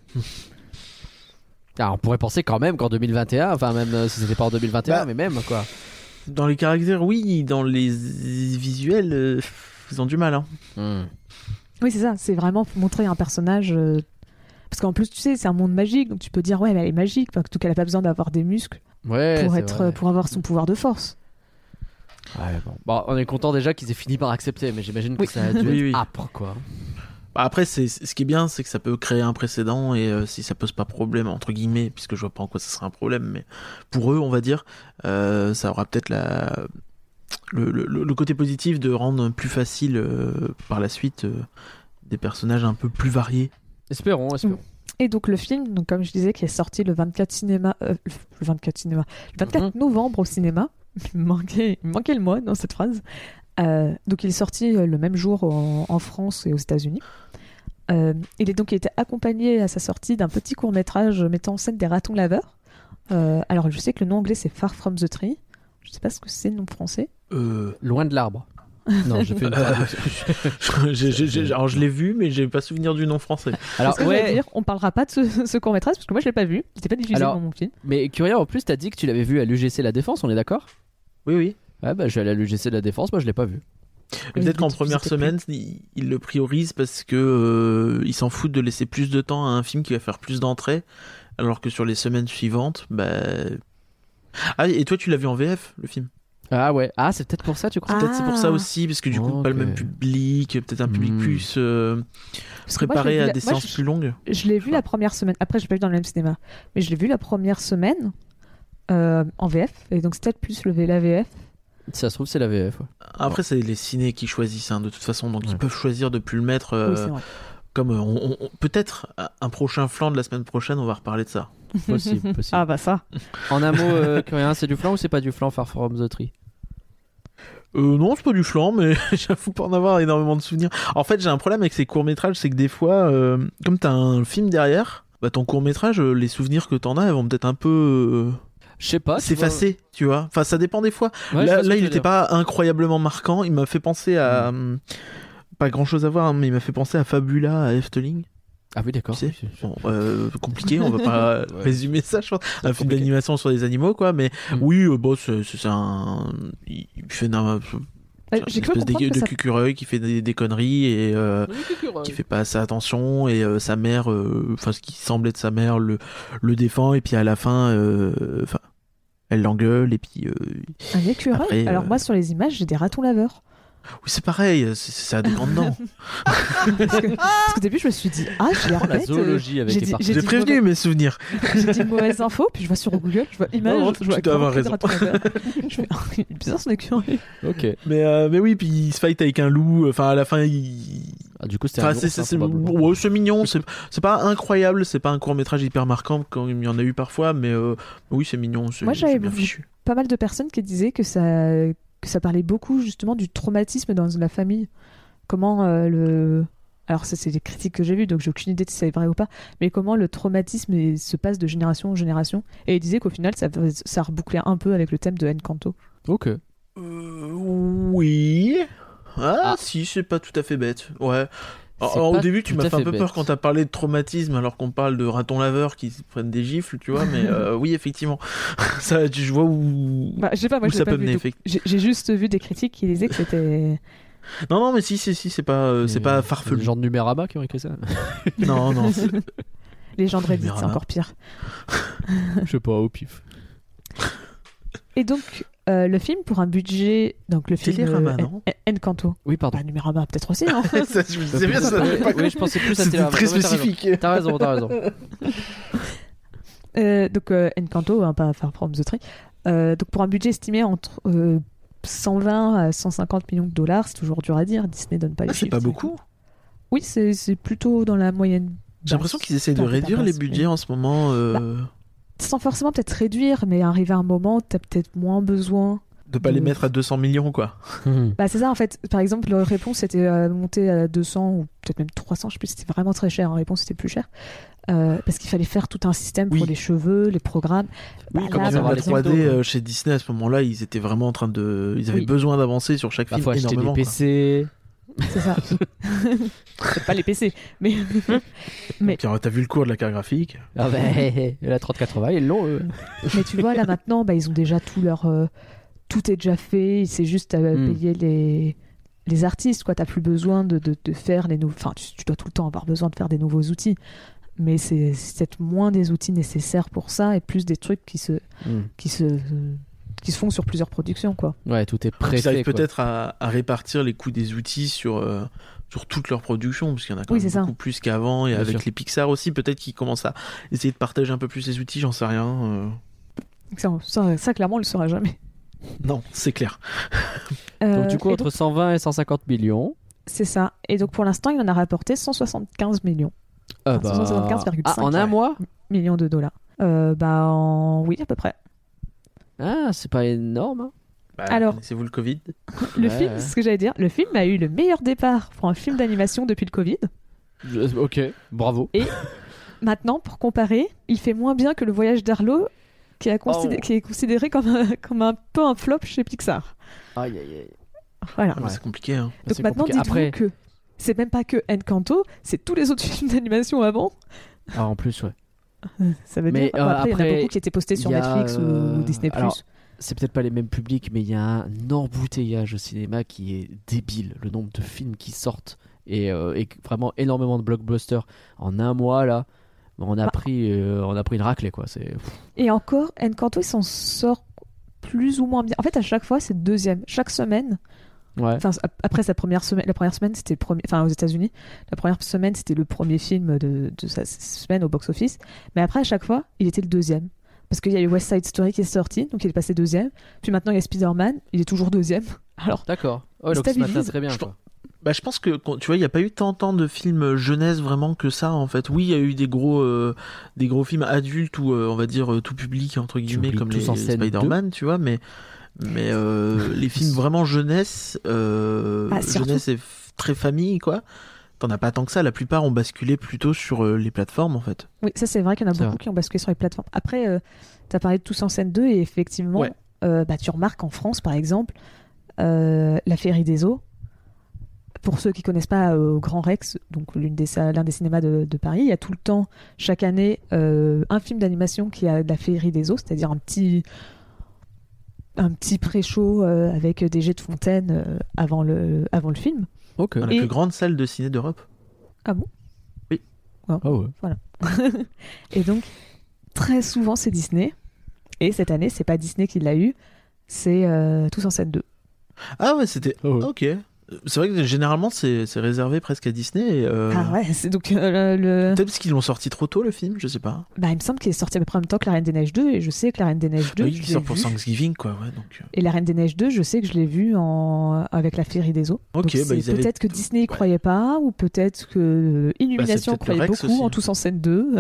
Alors, on pourrait penser quand même qu'en deux mille vingt et un, enfin, même euh, si c'était pas en deux mille vingt et un, Bah. mais même quoi. Dans les caractères, oui. Dans les visuels, euh, ils ont du mal. Hein. Hmm. Oui, c'est ça. C'est vraiment montrer un personnage. euh, Parce qu'en plus, tu sais, c'est un monde magique, donc tu peux dire, ouais, mais elle est magique, enfin, en tout cas, elle n'a pas besoin d'avoir des muscles Ouais. pour, c'est être, vrai. pour avoir son pouvoir de force. Ouais, bon. Bon, on est content déjà qu'ils aient fini par accepter, mais j'imagine que Oui. ça a dû Oui, être oui. âpre, quoi. Bah, après, c'est, c'est- ce qui est bien, c'est que ça peut créer un précédent et euh, si ça pose pas problème, entre guillemets, puisque je vois pas en quoi ça serait un problème, mais pour eux, on va dire, euh, ça aura peut-être la, le, le, le côté positif de rendre plus facile euh, par la suite euh, des personnages un peu plus variés. Espérons, espérons. Et donc, le film, donc, comme je disais, qui est sorti le vingt-quatre cinéma, euh, le vingt-quatre cinéma, le vingt-quatre novembre au cinéma. Il me manquait, il me manquait le mois dans cette phrase. Euh, donc, il est sorti euh, le même jour en, en France et aux États-Unis. Euh, il est donc il était accompagné à sa sortie d'un petit court métrage mettant en scène des ratons laveurs. Euh, alors, je sais que le nom anglais c'est Far From the Tree. Je sais pas ce que c'est le nom français. Euh... Loin de l'arbre. Non, j'ai fait une traduction. j'ai- j'ai- j'ai- alors, je l'ai vu, mais j'ai pas souvenir du nom français. Alors, C'est ce que j'allais ouais, dire, on parlera pas de ce, ce court métrage parce que moi je l'ai pas vu. Il n'était pas diffusé Alors- dans mon film. mais curieux, en plus, t'as dit que tu l'avais vu à l'U G C La Défense, on est d'accord? Oui, oui. Ouais, bah, je suis allé à l'U G C La Défense, moi je l'ai pas vu. Et Oui, peut-être qu'en peut-être première que c'était semaine, ils, ils le priorisent parce que euh, ils s'en foutent de laisser plus de temps à un film qui va faire plus d'entrées, alors que sur les semaines suivantes, bah. Ah, et toi, tu l'as vu en V F, le film? Ah ouais, ah, c'est peut-être pour ça, tu crois? Peut-être c'est pour ça Ah. aussi, parce que du coup, Ok. pas le même public, peut-être un public Hmm. plus euh, Parce que moi, je l'ai préparé vu à la- des moi, séances je- plus longues. Je l'ai vu la première semaine. Après, je l'ai pas vu dans le même cinéma. Mais je l'ai vu la première semaine euh, en V F. Et donc, c'est peut-être plus le V- la V F. Si ça se trouve, c'est la V F. Ouais. Après, c'est les ciné qui choisissent, hein, de toute façon, donc Ouais. ils peuvent choisir de plus le mettre. euh, Oui, c'est vrai. comme euh, on, on- peut-être un prochain flanc de la semaine prochaine, on va reparler de ça. Possible, possible. Ah bah ça. En un mot, euh, Curien, c'est du flan ou c'est pas du flan Far From the Tree? Euh, non, c'est pas du flan, mais j'avoue pas en avoir énormément de souvenirs. En fait, j'ai un problème avec ces courts-métrages, c'est que des fois, euh, comme t'as un film derrière, bah, ton court-métrage, euh, les souvenirs que t'en as, elles vont peut-être un peu euh, Je sais pas. tu s'effacer, tu vois. Enfin, ça dépend des fois. vois. Ouais, je là, vois ce là que il tu veux était dire. pas incroyablement marquant. Il m'a fait penser à... hum, pas grand-chose à voir, hein, mais il m'a fait penser à Fabula, à Efteling. Ah oui, d'accord. Tu sais, bon, euh, compliqué, on va pas Ouais. résumer ça, je pense. Un film compliqué. d'animation sur des animaux, quoi. Mais Mm. oui, euh, bon, c'est c'est un... Il il fait un... Euh, C'est J'ai une cru espèce comprendre de, que de ça... cucureuil qui fait des, des conneries et euh, Oui, c'est sûr, qui ouais. fait pas assez attention et euh, sa mère, euh, enfin ce qui semblait de sa mère, le, le défend et puis à la fin, euh, enfin elle l'engueule et puis euh, Un écureuil. Après, Alors euh, moi sur les images j'ai des ratons laveurs. oui c'est pareil, c'est, c'est à des grandes dents. Parce que- parce qu'au début je me suis dit ah j'ai l'air Oh, la bête. euh, zoologie avec j'ai les dit- parties. j'ai J'ai dit prévenu mauvais- mes souvenirs. J'ai dit mauvaise info, puis je vois sur Google, je vois image, Non, je vois tu dois avoir grand-prix de raison. ratons laveurs. Je fais, oh, il est bizarre son écureuil. Ok. Mais euh, mais oui, puis il se fight avec un loup. Enfin à la fin, il... Ah, du coup, c'était Enfin, un c'est, ours, c'est, hein, c'est, probablement. ouais, c'est mignon, c'est, c'est pas incroyable, c'est pas un court métrage hyper marquant comme il y en a eu parfois, mais euh, oui c'est mignon, c'est, Moi, j'avais c'est bien vu- fichu. Pas mal de personnes qui disaient que ça, que ça parlait beaucoup justement du traumatisme dans la famille. Comment euh, le... Alors ça c'est des critiques que j'ai vues, donc j'ai aucune idée de si c'est vrai ou pas, mais comment le traumatisme est- se passe de génération en génération. Et ils disaient qu'au final ça, ça rebouclait un peu avec le thème de Encanto. Ok. Euh, oui. Ah, Ah. si, c'est pas tout à fait bête. Ouais. C'est Alors, au pas début, tu tout m'as à fait un fait peu bête. peur quand t'as parlé de traumatisme alors qu'on parle de ratons laveurs qui se prennent des gifles, tu vois, mais euh, oui, effectivement. Ça, tu- je vois où, Bah, je sais pas, moi où je l'ai ça pas peut vu. mener. donc effect- J'ai j'ai juste vu des critiques qui disaient que c'était... Non, non, mais si, si, si, c'est pas, euh, c'est Et, pas euh, farfelu. Les gens de Numérama qui ont écrit ça. Non, non. c'est- Les gens de Reddit, c'est Numérama. encore pire. Je sais pas, au pif. Et donc, euh, le film, pour un budget... Donc le film Télérama, euh, non En- Encanto. Oui, pardon. Bah, Numérama peut-être aussi, hein. Ça, je me disais bien, ça Ouais, n'avait pas oui, je pensais plus à C'était Télérama. très Non, mais t'as raison. spécifique. T'as raison, t'as raison. Euh, donc euh, Encanto, hein, pas Far From the Tree. Euh, donc pour un budget estimé entre euh, cent vingt à cent cinquante millions de dollars, c'est toujours dur à dire. Disney donne pas les Ah, c'est chiffres. pas beaucoup. Oui, c'est c'est plutôt dans la moyenne. J'ai l'impression qu'ils essayent de Enfin, réduire pas les basse, budgets en ce moment. euh, Sans forcément peut-être réduire, mais arriver à un moment, t'as peut-être moins besoin. De pas les de- mettre à deux cents millions, quoi. Bah c'est ça en fait. Par exemple, leur réponse c'était euh, monter à deux cents ou peut-être même trois cents. Je sais plus. C'était vraiment très cher. En réponse, c'était plus cher. Euh, parce qu'il fallait faire tout un système pour Oui. les cheveux, les programmes. Oui, Bah, comment là, ça Même va, par la les exemple, trois D symptômes. euh, chez Disney à ce moment-là, ils étaient vraiment en train de, ils avaient Oui. besoin d'avancer sur chaque Bah, film faut acheter des énormément. P quoi. C. c'est ça. C'est pas les P C, mais Mais- Tiens, t'as vu le cours de la carte graphique? Ah bah, la trente quatre-vingts, ils l'ont, eux. Mais tu vois, là maintenant, bah, ils ont déjà tout leur. euh, tout est déjà fait, c'est juste à Mm. payer les, les artistes, quoi. T'as plus besoin de, de, de faire les nouveaux. Enfin, tu, tu dois tout le temps avoir besoin de faire des nouveaux outils. Mais c'est c'est peut-être moins des outils nécessaires pour ça et plus des trucs qui se, Hmm. qui se, qui se font sur plusieurs productions, quoi. Ouais, tout est Ils préfet. arrivent quoi. peut-être à, à répartir les coûts des outils sur, euh, sur toute leur production, parce qu'il y en a quand Oui, même c'est ça. beaucoup plus qu'avant, et Bien avec sûr. les Pixar aussi, peut-être qu'ils commencent à essayer de partager un peu plus les outils, j'en sais rien. euh. Ça, ça, ça, clairement, on le saura jamais. Non, c'est clair. Euh, Donc, du coup, et entre donc, cent vingt et cent cinquante millions. c'est ça. Et donc, pour l'instant, il en a rapporté cent soixante-quinze millions. Euh, Enfin, cent soixante-quinze virgule cinq, ah, en un ouais. mois Millions de dollars. Euh, bah, en... oui, à peu près. Ah, c'est pas énorme. hein. Bah, Alors- connaissez-vous le Covid? Le Ouais, film, ouais. c'est ce que j'allais dire, le film a eu le meilleur départ pour un film d'animation depuis le Covid. Je- Ok, bravo. Maintenant, pour comparer, il fait moins bien que Le Voyage d'Arlo, qui, a considé- Oh. qui est considéré comme un, comme un peu un flop chez Pixar. Aïe, aïe, aïe. Voilà. Ah, mais Ouais. c'est compliqué, hein. Donc C'est maintenant, compliqué. dites-vous Après, que c'est même pas que Encanto, c'est tous les autres films d'animation avant. ah, en plus, ouais. Ça veut Mais, dire. euh, Bon, après, il y en a après, beaucoup qui étaient postés sur il y a, Netflix ou- euh, ou Disney+. alors, C'est peut-être pas les mêmes publics, mais il y a un embouteillage au cinéma qui est débile. Le nombre de films qui sortent et, euh, et vraiment énormément de blockbusters en un mois là. On a Bah. pris, euh, on a pris une raclée quoi. C'est Et encore, Encanto, il s'en sort plus ou moins bien. En fait, à chaque fois, c'est le deuxième. Chaque semaine, ouais. enfin, ap- après sa première semaine, la première semaine, c'était le premier, enfin, aux États-Unis, la première semaine, c'était le premier film de, de sa semaine au box-office. Mais après, à chaque fois, il était le deuxième. Parce qu'il y a eu West Side Story qui est sorti, donc il est passé deuxième. Puis maintenant il y a Spider-Man, il est toujours deuxième. Alors, D'accord. Oh, donc ce matin, très bien. Je Quoi. Bah, je pense que tu vois, il n'y a pas eu tant, tant de films jeunesse vraiment que ça en fait. Oui, il y a eu des gros, euh, des gros films adultes ou euh, on va dire euh, tout public entre guillemets comme les, en les scène Spider-Man, tu vois, mais mais euh, les films vraiment jeunesse, euh, Ah, surtout- jeunesse et f- très famille quoi. T'en as pas tant que ça. La plupart ont basculé plutôt sur euh, les plateformes en fait. oui, ça c'est vrai qu'il y en a C'est beaucoup vrai. qui ont basculé sur les plateformes. Après, euh, tu as parlé de Tous en scène deux, et effectivement, Ouais. euh, bah, tu remarques en France, par exemple, euh, La Féerie des Eaux. Pour ceux qui connaissent pas, euh, au Grand Rex, donc l'une des salles- l'un des cinémas de, de Paris, il y a tout le temps, chaque année, euh, un film d'animation qui a de la Féerie des Eaux, c'est-à-dire un petit, un petit pré-show euh, avec des jets de fontaine euh, avant, le, avant le film. Ok. Dans la Et- plus grande salle de ciné d'Europe. Ah bon? Ah ouais. Et donc, très souvent, c'est Disney. Et cette année, c'est pas Disney qui l'a eu, c'est euh, Tous en scène deux. Ah ouais, c'était. Ah ouais. Ok. C'est vrai que généralement c'est c'est réservé presque à Disney. Et, euh, Ah ouais, c'est donc euh, le... le- Peut-être parce qu'ils l'ont sorti trop tôt le film, je sais pas. Bah, il me semble qu'il est sorti à peu près en même temps que La Reine des Neiges deux, et je sais que La Reine des Neiges deux, Oui, je il l'ai sort pour vu- Thanksgiving quoi, ouais. Donc. euh, Et La Reine des Neiges deux, je sais que je l'ai vu en... avec La Féerie des Eaux. Ok, Donc bah, c'est ils avaient- peut-être que Disney y Ouais. croyait pas, ou peut-être que euh, Illumination Bah, c'est peut-être le croyait Rex beaucoup aussi, en hein. Tous en scène deux.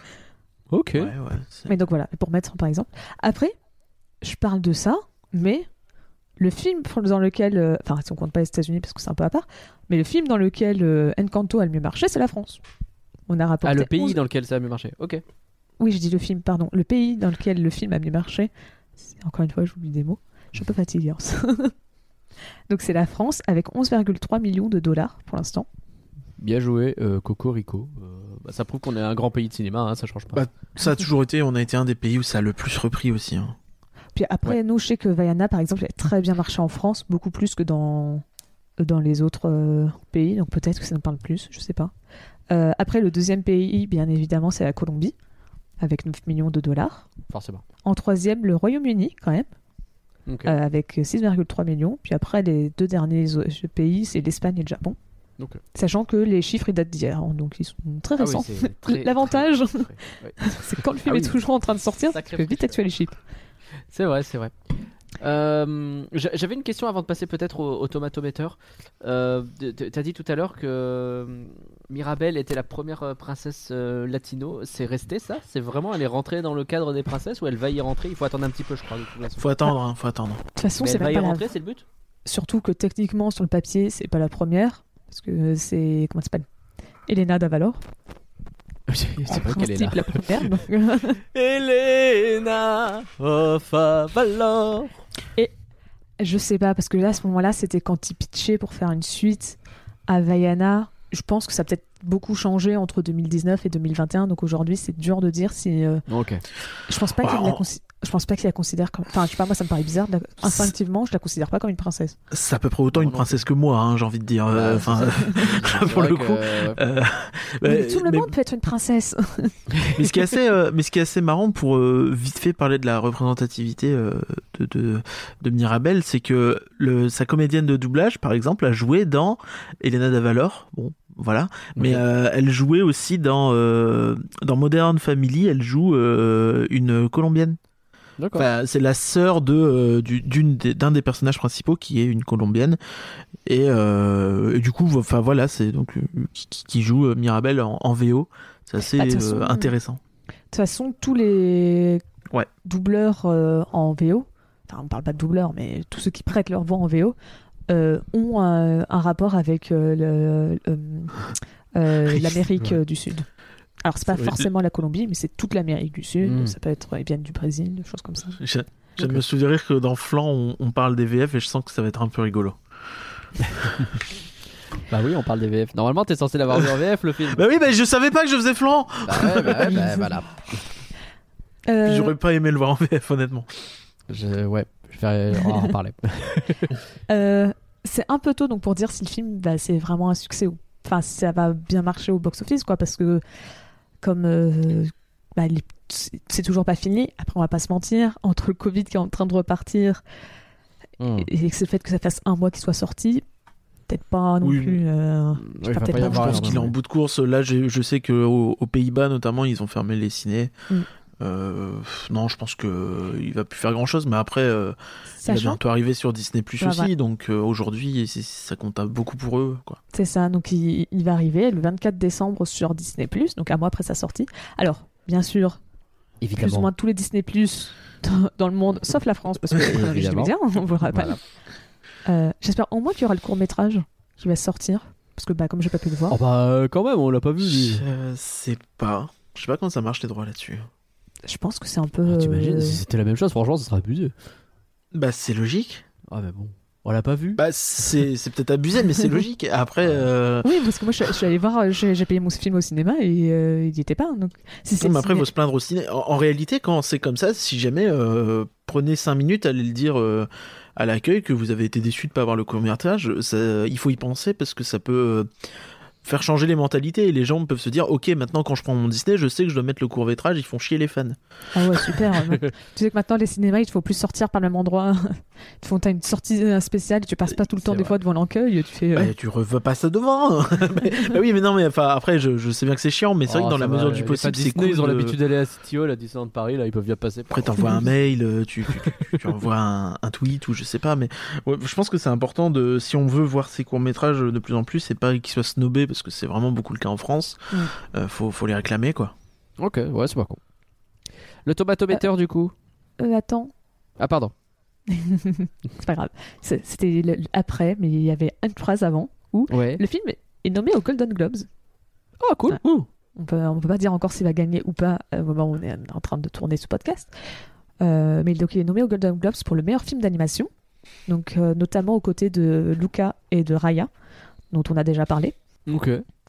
Ok. Ouais, ouais. c'est- Mais donc voilà, pour mettre par exemple. Après, je parle de ça, mais le film dans lequel, euh, enfin si on compte pas les États-Unis parce que c'est un peu à part, mais le film dans lequel euh, Encanto a le mieux marché, c'est la France. On a rapporté Ah, le pays onze dans lequel ça a mieux marché. Ok. Oui, je dis le film, pardon. Le pays dans lequel le film a mieux marché. C'est- Encore une fois, j'oublie des mots. Je suis un peu fatiguée. en ce- Donc c'est la France avec onze virgule trois millions de dollars pour l'instant. Bien joué, euh, Cocorico. Euh, bah, ça prouve qu'on est un grand pays de cinéma, hein, ça change pas. Bah, ça a toujours été, on a été un des pays où ça a le plus repris aussi. Hein. Puis après, Ouais. nous, je sais que Vaiana, par exemple, a très bien marché en France, beaucoup plus que dans, dans les autres euh, pays. Donc peut-être que ça nous parle plus, je sais pas. Euh, après, le deuxième pays, bien évidemment, c'est la Colombie, avec neuf millions de dollars. Forcément. En troisième, le Royaume-Uni, quand même, Ok. euh, avec six virgule trois millions. Puis après, les deux derniers euh, pays, c'est l'Espagne et le Japon. Ok. Sachant que les chiffres, ils datent d'hier, hein, donc ils sont très Ah oui, récents. c'est très- L'avantage, très- très- ouais. c'est quand le film Ah est oui. toujours en train de sortir, Sacré tu peux vite fraîcheur. actualiser les chiffres. C'est vrai, c'est vrai. Euh, j'a- J'avais une question avant de passer peut-être au, au tomatomètre. Euh, t- t- T'as dit tout à l'heure que euh, Mirabelle était la première euh, princesse euh, latino. C'est resté ça? C'est vraiment, elle est rentrée dans le cadre des princesses ou elle va y rentrer? Il faut attendre un petit peu, je crois. De toute façon. Faut attendre, hein, faut attendre. De toute façon, Mais c'est elle va même y pas la... rentrer, c'est le but? Surtout que techniquement, sur le papier, c'est pas la première. Parce que c'est. Comment ça s'appelle? Elena Davalor. C'est En vrai qu'elle est principe, là. la première. donc- Elena of Avalor. Je sais pas, parce que là, à ce moment-là, c'était quand ils pitchaient pour faire une suite à Vaiana. Je pense que ça a peut-être beaucoup changé entre deux mille dix-neuf et deux mille vingt et un. Donc aujourd'hui, c'est dur de dire si. euh, Ok. Je pense pas Bah, qu'il la en- consi- Je pense pas qu'il la considère comme. Enfin, je sais pas, moi, ça me paraît bizarre. de la- Instinctivement, je la considère pas comme une princesse. C'est à peu près autant Non, une non. princesse que moi, hein, j'ai envie de dire. euh, Bah, Enfin, C'est pour vrai le que, coup. euh, euh, Mais mais- tout le mais- monde peut être une princesse. mais ce qui est assez, euh, mais ce qui est assez marrant pour euh, vite fait parler de la représentativité euh, de, de de Mirabelle, c'est que le sa comédienne de doublage, par exemple, a joué dans Elena Davalor. Bon, voilà. Mais Ok. euh, elle jouait aussi dans euh, dans Modern Family. Elle joue euh, une colombienne. D'accord. Enfin, c'est la sœur de euh, du- d'une des- d'un des personnages principaux qui est une colombienne et, euh, et du coup enfin voilà c'est donc euh, qui, qui- qui joue euh, Mirabelle en, en V O. C'est assez Bah, de toute euh, façon, intéressant. De toute façon, tous les Ouais. doubleurs euh, en V O, enfin on parle pas de doubleurs, mais tous ceux qui prêtent leur voix en V O, euh, ont un, un rapport avec euh, le- euh, euh, l'Amérique Ouais. euh, du Sud. Alors c'est pas Ouais. forcément la Colombie, mais c'est toute l'Amérique du Sud. Mm. Ça peut être, ils viennent du Brésil, des choses comme ça. Je, je Ok. me souviens que dans Flan on, on parle des V F et je sens que ça va être un peu rigolo. Bah oui, on parle des V F. Normalement, t'es censé l'avoir vu en V F le film. Bah oui, bah je savais pas que je faisais Flan. Bah ouais, bah ouais, bah voilà. Euh, Puis j'aurais pas aimé le voir en V F honnêtement. Je, ouais, je vais on va en parler. euh, c'est un peu tôt donc pour dire si le film bah, c'est vraiment un succès ou enfin si ça va bien marcher au box-office quoi, parce que comme euh, bah, les- c'est c'est toujours pas fini. Après, on va pas se mentir, entre le Covid qui est en train de repartir Hmm. et que c'est le fait que ça fasse un mois qu'il soit sorti, peut-être pas non Oui. plus. euh, Ouais, il va peut-être pas y pas Je avoir pense Ouais, qu'il est en énormément. bout de course. Là, j'ai- je sais que aux, aux Pays-Bas notamment, ils ont fermé les cinés. Mm. Euh, non, je pense que euh, il va plus faire grand chose, mais après, euh, il va Sachant, bientôt arriver sur Disney Plus Bah, aussi, ouais. donc euh, aujourd'hui, c'est- ça compte beaucoup pour eux, quoi. c'est ça, donc il, il va arriver le vingt-quatre décembre sur Disney plus, donc un mois après sa sortie. Alors, bien sûr, plus ou Évidemment. moins tous les Disney plus dans, dans le monde, sauf la France, parce que c'est un régime Évidemment. média, on vous le rappelle. Voilà. Euh, J'espère au moins qu'il y aura le court-métrage qui va sortir, parce que bah, comme j'ai pas pu le voir, Oh bah euh, quand même, on l'a pas vu. lui. Je sais pas. Je sais pas comment ça marche les droits là-dessus. je pense que c'est un peu. Ah, T'imagines, euh, si c'était la même chose, franchement, ça serait abusé. Bah, c'est logique. Ah mais bon, on l'a pas vu. Bah, c'est c'est peut-être abusé, mais c'est logique. Après, euh... Oui, parce que moi je, je suis allée voir, euh, j'ai j'ai payé mon film au cinéma et euh, il n'y était pas. Donc, si c'est non, mais le après, ciné- faut se plaindre au ciné. En, en réalité, quand c'est comme ça, si jamais euh, prenez cinq minutes, allez le dire euh, à l'accueil que vous avez été déçu de pas avoir le court-métrage. Ça- Il faut y penser parce que ça peut euh, faire changer les mentalités et les gens peuvent se dire, ok, maintenant quand je prends mon Disney, je sais que je dois mettre le court-métrage. Ils font chier les fans. Ah ouais, super. Donc, tu sais que maintenant les cinémas, il ne faut plus sortir par le même endroit. Ils font t'as une sortie euh, spéciale, tu passes pas tout le temps C'est des vrai. fois devant l'accueil, tu fais. euh, Bah, tu revois pas ça devant. mais, bah oui, mais non, mais enfin après, je, je sais bien que c'est chiant, mais c'est vrai Oh, que dans ça la va, mesure les du fans possible, c'est Disney, cool. ils ont de- l'habitude d'aller à City Hall, à Disneyland Paris, là, ils peuvent bien passer. Après, t'envoies un mail, euh, tu, tu, tu, tu envoies un, un tweet ou je sais pas, mais ouais, je pense que c'est important de, si on veut voir ces courts-métrages de plus en plus, c'est pas qu'ils soient snobés parce que c'est vraiment beaucoup le cas en France. Mm. Euh, faut, faut les réclamer, quoi. Ok, ouais, c'est pas con. Le tomatomètre du coup. euh, attends, Ah pardon. c'est pas grave. C'est- C'était le- après, mais il y avait une phrase avant où Ouais. le film est nommé aux Golden Globes. Oh cool. Ah. On peut, on peut pas dire encore s'il va gagner ou pas euh, au moment où on est en train de tourner ce podcast. Euh, mais donc il est nommé aux Golden Globes pour le meilleur film d'animation, donc euh, notamment aux côtés de Luca et de Raya, dont on a déjà parlé. Ok.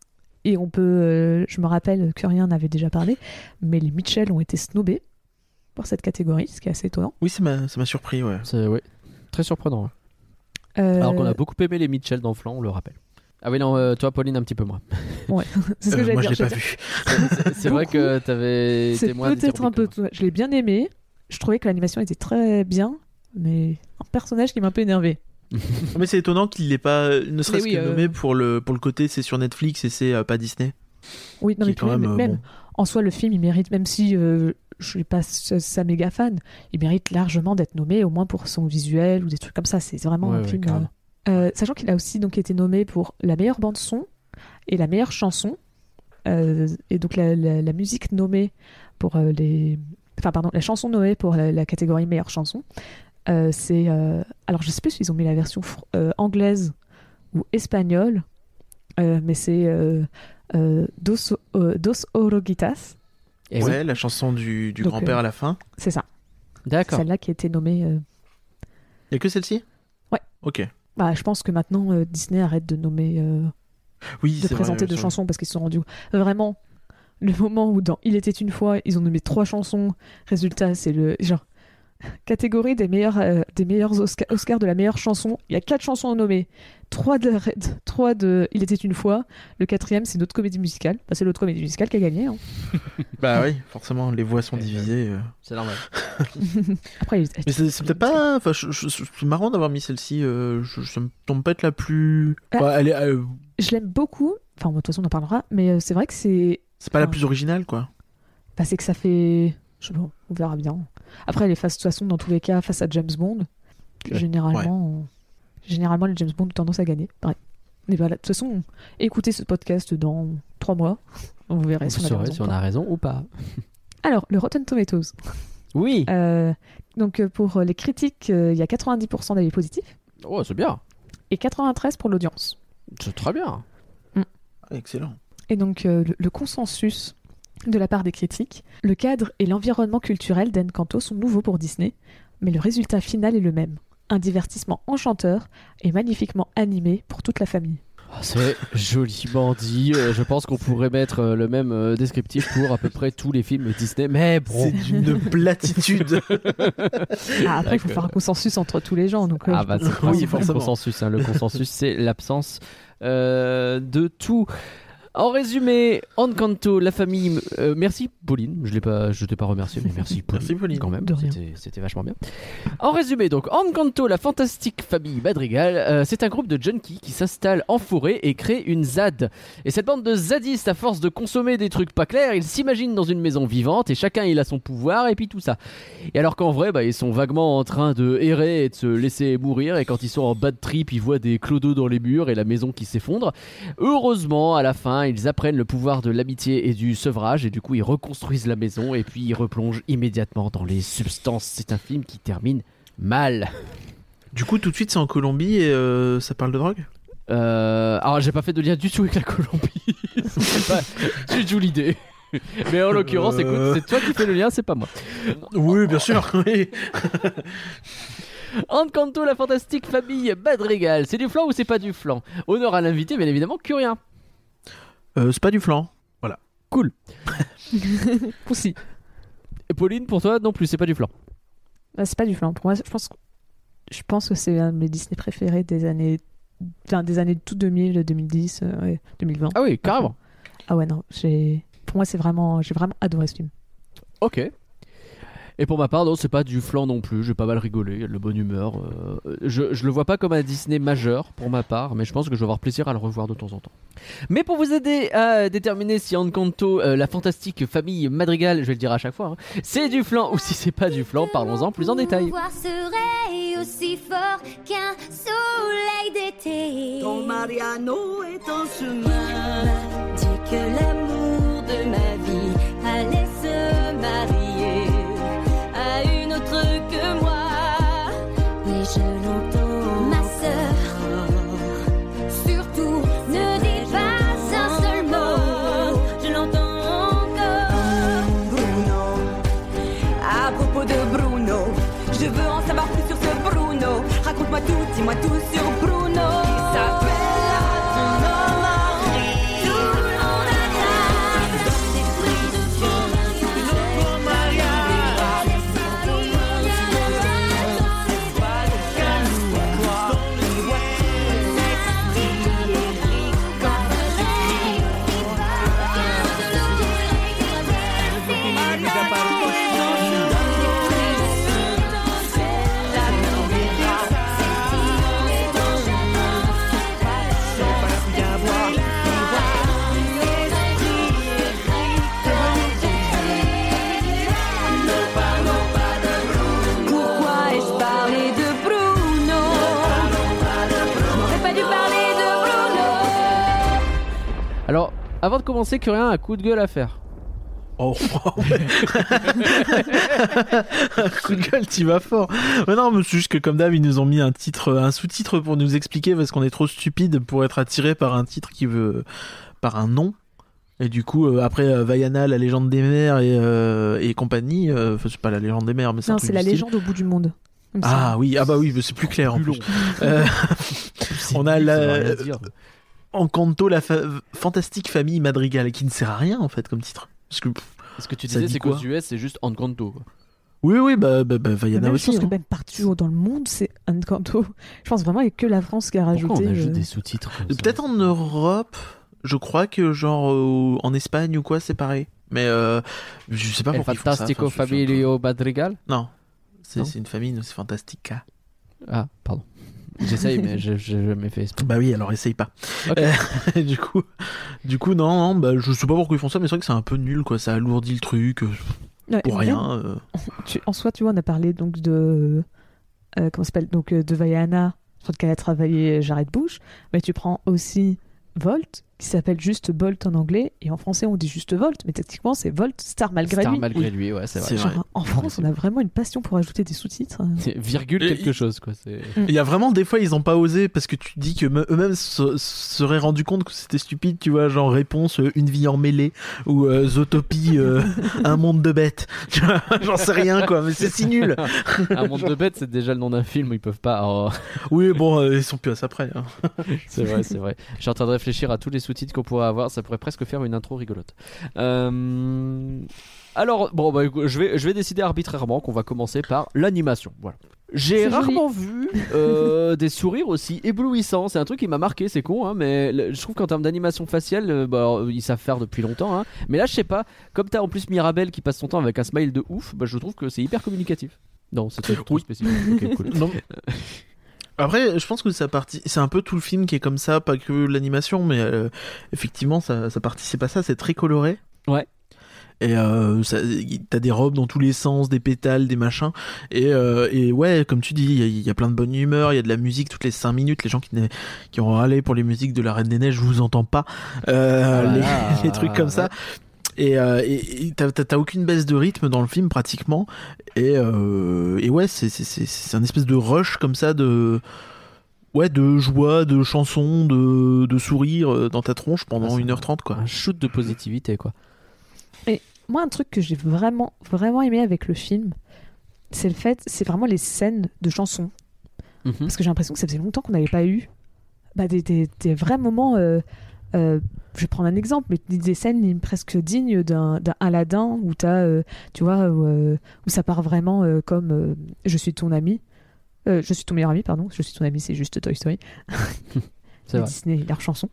Et on peut, euh, je me rappelle que rien n'avait déjà parlé, mais les Mitchell ont été snobés pour cette catégorie, ce qui est assez étonnant. Oui, ça m'a, ça m'a surpris, ouais. C'est ouais. Très surprenant. ouais. Euh, Alors qu'on a beaucoup aimé les Mitchell dans Flan, on le rappelle. Ah oui non, euh, toi Pauline un petit peu moins. c'est ce que Euh, j'allais moi, dire. je l'ai pas J'ai- vu. C'est- C'est vrai Beaucoup. que t'avais C'est été moins peut-être un peu. dithyrambique, Je l'ai bien aimé. Je trouvais que l'animation était très bien, mais un personnage qui m'a un peu énervé. Mais c'est étonnant qu'il l'ait pas, ne serait-ce oui, que euh, nommé pour le, pour le côté c'est sur Netflix et c'est euh, pas Disney. Oui, non, Qui mais est quand puis même, même, euh, même bon. en soi, le film, il mérite, même si euh, je suis pas sa, sa méga fan, il mérite largement d'être nommé, au moins pour son visuel ou des trucs comme ça. C'est vraiment Ouais, un ouais, film. carrément. euh, euh, sachant qu'il a aussi donc été nommé pour la meilleure bande son et la meilleure chanson, euh, et donc la, la- la musique nommée pour euh, les, enfin pardon, la chanson nommée pour la, la catégorie meilleure chanson. Euh, c'est euh, alors je sais plus s'ils ont mis la version fr- euh, anglaise ou espagnole, euh, mais c'est euh, euh, Dos, euh, Dos Oroguitas, Et oui. ouais, la chanson du, du Donc, grand-père euh, à la fin. c'est ça. D'accord. Celle-là qui a été nommée. euh, Il y a que celle-ci. Ouais. Ok. Bah, je pense que maintenant euh, Disney arrête de nommer, euh, Oui, de c'est présenter vrai, de sur- chansons parce qu'ils se sont rendus vraiment le moment où dans Il était une fois ils ont nommé trois chansons. Résultat, c'est le genre catégorie des meilleurs euh, des meilleurs Oscars Oscar de la meilleure chanson. Il y a quatre chansons nommées, trois de Red, trois de Il était une fois. Le quatrième, c'est notre comédie musicale. Bah, c'est l'autre comédie musicale qui a gagné. Hein. Bah oui, forcément, les voix sont Ouais, divisées. euh. C'est normal. Après, il- Mais c'est, c'est peut-être pas. Enfin, je- je- je- c'est marrant d'avoir mis celle-ci. Euh, je, ça me tombe pas être la plus. Ah. Enfin, elle est, euh, Je l'aime beaucoup. Enfin, de toute façon, on en parlera. Mais euh, c'est vrai que c'est c'est pas la Ah. plus originale, quoi. bah, c'est que ça fait. Je sais pas, on verra bien. Après, les face, de toute façon, dans tous les cas, face à James Bond, Ouais. généralement, on- généralement, les James Bond ont tendance à gagner. Ouais. Mais voilà, de toute façon, écoutez ce podcast dans trois mois. Vous verrez Vous si on a saurez raison si ou on pas. a raison ou pas. Alors, le Rotten Tomatoes. Oui. Euh, donc, euh, pour les critiques, euh, il y a quatre-vingt-dix pour cent d'avis positifs Oh, c'est bien. et quatre-vingt-treize pour l'audience. C'est très bien. Excellent. Et donc, euh, le, le consensus de la part des critiques, le cadre et l'environnement culturel d'Encanto sont nouveaux pour Disney, mais le résultat final est le même. Un divertissement enchanteur et magnifiquement animé pour toute la famille. Ah, c'est joliment dit. Euh, Je pense qu'on pourrait mettre euh, le même euh, descriptif pour à peu près tous les films Disney. Mais bon. C'est d'une platitude. Ah, après, il faut faire un consensus entre tous les gens. Donc, euh, Ah je bah peux c'est comprendre. principe le forcément. consensus. hein. Le consensus, c'est l'absence euh, de tout. En résumé, Encanto, la famille. Euh, merci Pauline, je l'ai pas, je t'ai pas remercié, mais merci Pauline. Merci, Pauline. Quand même, De rien. c'était, c'était vachement bien. En résumé, donc Encanto, la fantastique famille Madrigal, euh, c'est un groupe de junkies qui s'installe en forêt et crée une Z A D. Et cette bande de zadistes, à force de consommer des trucs pas clairs, ils s'imaginent dans une maison vivante et chacun il a son pouvoir et puis tout ça. Et alors qu'en vrai, bah, ils sont vaguement en train de errer et de se laisser mourir. Et quand ils sont en bad trip, ils voient des clodos dans les murs et la maison qui s'effondre. Heureusement, à la fin, ils apprennent le pouvoir de l'amitié et du sevrage et du coup ils reconstruisent la maison et puis ils replongent immédiatement dans les substances. C'est un film qui termine mal. Du coup, tout de suite, c'est en Colombie et euh, ça parle de drogue. Euh, alors j'ai pas fait de lien du tout avec la Colombie. C'est pas du tout l'idée. Mais en l'occurrence, Euh. écoute, c'est toi qui fais le lien, c'est pas moi. Oui, bien sûr. Oui. Encanto, la fantastique famille Madrigal. C'est du flan ou c'est pas du flan? Honneur à l'invité, bien évidemment, Curien. Euh, c'est pas du flan. Cool. Aussi. Et Pauline, pour toi, non plus, c'est pas du flan. Bah, c'est pas du flan. Pour moi, je pense, que- je pense que c'est un de mes Disney préférés des années, enfin, des années tout deux mille, deux mille dix, euh, ouais, deux mille vingt. Ah oui, carrément. Ah ouais, non, j'ai, pour moi, c'est vraiment, j'ai vraiment adoré ce film. Ok. Et pour ma part, non, c'est pas du flan non plus. J'ai pas mal rigolé, il y a de la bonne humeur. euh, je, je le vois pas comme un Disney majeur pour ma part, mais je pense que je vais avoir plaisir à le revoir de temps en temps. Mais pour vous aider à déterminer si Encanto, euh, la fantastique famille Madrigal, je vais le dire à chaque fois, hein, c'est du flan ou si c'est pas du flan, parlons-en plus en détail. Voir serait aussi fort qu'un soleil d'été. Ton Mariano est en chemin. Dis que l'amour de ma vie allait se marier à une autre que moi. Oui, je l'entends, ma sœur. Surtout, ne dis pas un seul mot. Je l'entends encore. Bruno, à propos de Bruno, je veux en savoir plus sur ce Bruno. Raconte-moi tout, dis-moi tout sur Bruno. Il s'appelle Bruno Mari. Tout le monde attend. Donne des fruits de fond. Bruno Maria. C'est pas le cas, quoi. Pourquoi ai-je parlé de Bruno? Je n'aurais pas dû parler de Bruno. Alors, avant de commencer, Curien a un coup de gueule à faire. Oh, ouais. Coup de gueule, t'y vas fort. Mais non, mais c'est juste que comme d'hab, ils nous ont mis un titre, un sous-titre pour nous expliquer parce qu'on est trop stupide pour être attiré par un titre qui veut, par un nom. Et du coup, euh, après euh, Vaiana, la légende des mers et, euh, et compagnie, euh, enfin, c'est pas la légende des mers, mais c'est un Non, truc c'est du la style. légende au bout du monde. il me Ah semble. oui, ah bah oui, mais c'est plus clair en Plus plus. long. Euh, C'est on a nul, ça la- veut rien dire. Encanto, la fa- fantastique famille Madrigal, qui ne sert à rien en fait comme titre. Parce que pff, Ce que tu Ça disais, dit c'est quoi qu'aux U S, c'est juste Encanto. Quoi. oui, oui, bah, bah, bah Vaiana Même, aussi. je pense hein. que même partout dans le monde, c'est Encanto. Je pense vraiment qu'il n'y a que la France qui a rajouté. Pourquoi on ajoute euh, des sous-titres comme ça Peut-être en Europe, je crois que genre euh, en Espagne ou quoi, c'est pareil. Mais euh, je sais pas El pourquoi ils font ça. Fantastico Enfin, je- je- Familio Madrigal. Non, c'est Non. c'est une famille, c'est Fantastica. Ah, pardon. J'essaye, mais je j'ai jamais fait exprès. Bah oui, alors essaye pas. Ok. Euh, du coup, du coup, non, non, bah je sais pas pourquoi ils font ça, mais c'est vrai que c'est un peu nul, quoi. Ça alourdit le truc euh, ouais, pour et même, rien. euh. tu- en soi, tu vois, on a parlé donc de. Euh, comment ça s'appelle Donc euh, de Vaiana, sur lequel a travaillé Jared Bush. Mais tu prends aussi Volt, qui s'appelle juste Bolt en anglais. Et en français, on dit juste Volt. Mais techniquement, c'est Volt Star malgré Star lui. malgré Oui. lui, ouais, c'est vrai. C'est vrai. Genre, en France, on a vraiment une passion pour ajouter des sous-titres. C'est virgule Et- quelque chose, quoi. C'est... Il y a vraiment des fois ils ont pas osé parce que tu te dis que me- eux-mêmes se se seraient rendu compte que c'était stupide, tu vois, genre réponse euh, une vie en mêlée ou euh, Zootopie euh, un monde de bêtes. Tu vois, j'en sais rien quoi, mais c'est si nul. Un monde de bêtes, c'est déjà le nom d'un film, ils peuvent pas. Oh, Oui, bon, euh, ils sont plus à ça près. Hein. c'est vrai, c'est vrai. Je suis en train de réfléchir à tous les sous-titres qu'on pourrait avoir, ça pourrait presque faire une intro rigolote. Euh... Alors, bon, bah, je vais, je vais décider arbitrairement qu'on va commencer par l'animation. Voilà. J'ai C'est rarement vu euh, des sourires aussi éblouissants. C'est un truc qui m'a marqué, c'est con, hein, mais le- je trouve qu'en termes d'animation faciale, euh, bah, alors, ils savent faire depuis longtemps. Hein, mais là, je sais pas, comme t'as en plus Mirabel qui passe son temps avec un smile de ouf, bah, je trouve que c'est hyper communicatif. Non, c'est trop Oui. spécifique. Ok, cool. Non. Après, je pense que ça partie, c'est un peu tout le film qui est comme ça, pas que l'animation, mais euh, effectivement, ça, ça participe à ça. C'est très coloré. Ouais. Et euh, ça- t'as des robes dans tous les sens, des pétales, des machins. Et, euh, et ouais, comme tu dis, il y, a- il y a plein de bonne humeur, il y a de la musique toutes les cinq minutes. Les gens qui, n'a- qui ont râlé pour les musiques de la Reine des Neiges, je vous entends pas. Euh, Ah, les, voilà. les trucs comme ça. Et, euh, et, et t'as, t'as, t'as aucune baisse de rythme dans le film pratiquement. Et, euh, et ouais, c'est, c'est, c'est, c'est un espèce de rush comme ça de. Ouais, de joie, de chansons, de, de sourire dans ta tronche pendant Ah, c'est une heure trente, quoi. Un shoot de positivité, quoi. Moi, un truc que j'ai vraiment, vraiment aimé avec le film, c'est le fait, c'est vraiment les scènes de chansons. Mhm. Parce que j'ai l'impression que ça faisait longtemps qu'on n'avait pas eu bah, des, des, des vrais moments. euh, euh, je vais prendre un exemple, mais des- des scènes presque dignes d'un, d'un Aladdin où t'as, euh, tu vois, où, euh, où ça part vraiment euh, comme euh, je suis ton ami. Euh, je suis ton meilleur ami, pardon. Je suis ton ami, c'est juste Toy Story. C'est Et vrai. Disney, leur chanson.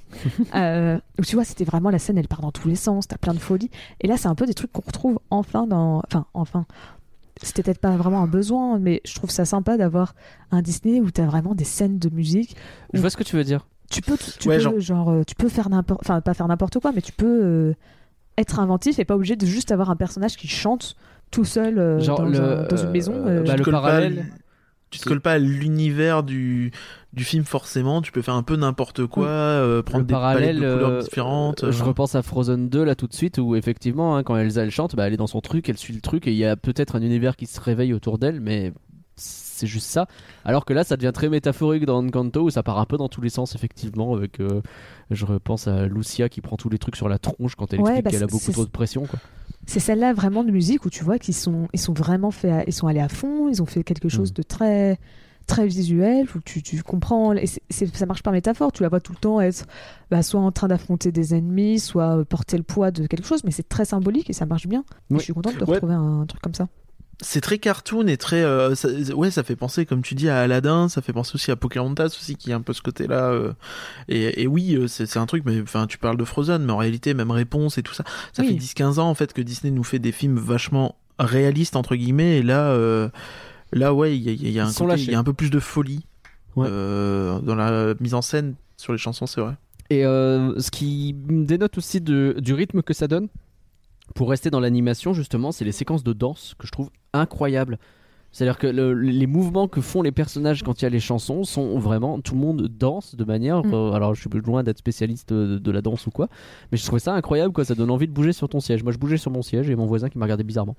euh, où tu vois, c'était vraiment la scène, elle part dans tous les sens, t'as plein de folie. Et là, c'est un peu des trucs qu'on retrouve enfin dans. Enfin, enfin. C'était peut-être pas vraiment un besoin, mais je trouve ça sympa d'avoir un Disney où t'as vraiment des scènes de musique. Je vois ce que tu veux dire. Tu peux, tu Ouais, peux genre- genre, euh, tu peux faire n'importe, enfin pas faire n'importe quoi, mais tu peux euh, être inventif et pas obligé de juste avoir un personnage qui chante tout seul euh, Genre dans, le- un- dans une maison. euh, euh, bah, Tu te le colles pas à parallèle, l- tu te colles pas à l'univers du, du film forcément, tu peux faire un peu n'importe quoi, euh, prendre le des palettes parallèle, de couleurs euh, différentes. euh, je euh, repense à Frozen deux là tout de suite où effectivement hein, quand Elsa elle chante, bah, elle est dans son truc, elle suit le truc et il y a peut-être un univers qui se réveille autour d'elle, mais c'est juste ça. Alors que là ça devient très métaphorique dans Encanto où ça part un peu dans tous les sens effectivement. Avec, euh, je repense à Lucia qui prend tous les trucs sur la tronche quand elle Ouais, explique bah, qu'elle a c'est- beaucoup c'est- trop de pression quoi. C'est celle-là vraiment de musique où tu vois qu'ils sont, ils sont vraiment fait, à- ils sont allés à fond, ils ont fait quelque chose Mm. de très, très visuel où tu, tu comprends. Et c'est- c'est- ça marche par métaphore. Tu la vois tout le temps être, bah, soit en train d'affronter des ennemis, soit euh, porter le poids de quelque chose, mais c'est très symbolique et ça marche bien. Et Ouais. je suis contente de Ouais. retrouver un, truc comme ça. C'est très cartoon et très. euh, ça, ouais, ça fait penser, comme tu dis, à Aladdin, ça fait penser aussi à Pocahontas aussi, qui a un peu ce côté-là. euh, et, et oui, euh, c'est, c'est un truc, mais enfin, tu parles de Frozen, mais en réalité, même Réponse et tout ça, ça Oui. fait dix quinze ans en fait que Disney nous fait des films vachement réalistes, entre guillemets, et là, euh, là ouais, il y a, il y a un Ils sont côté- lâchés. il y a un peu plus de folie Ouais. euh, dans la mise en scène sur les chansons, c'est vrai. Et euh, ce qui me dénote aussi de, du rythme que ça donne, pour rester dans l'animation justement, c'est les séquences de danse que je trouve incroyables. C'est-à-dire que le- les mouvements que font les personnages quand il y a les chansons sont vraiment... Tout le monde danse de manière... Mm. euh, alors je suis loin d'être spécialiste de, de la danse ou quoi, mais je trouvais ça incroyable quoi, ça donne envie de bouger sur ton siège. Moi je bougeais sur mon siège et mon voisin qui m'a regardé bizarrement.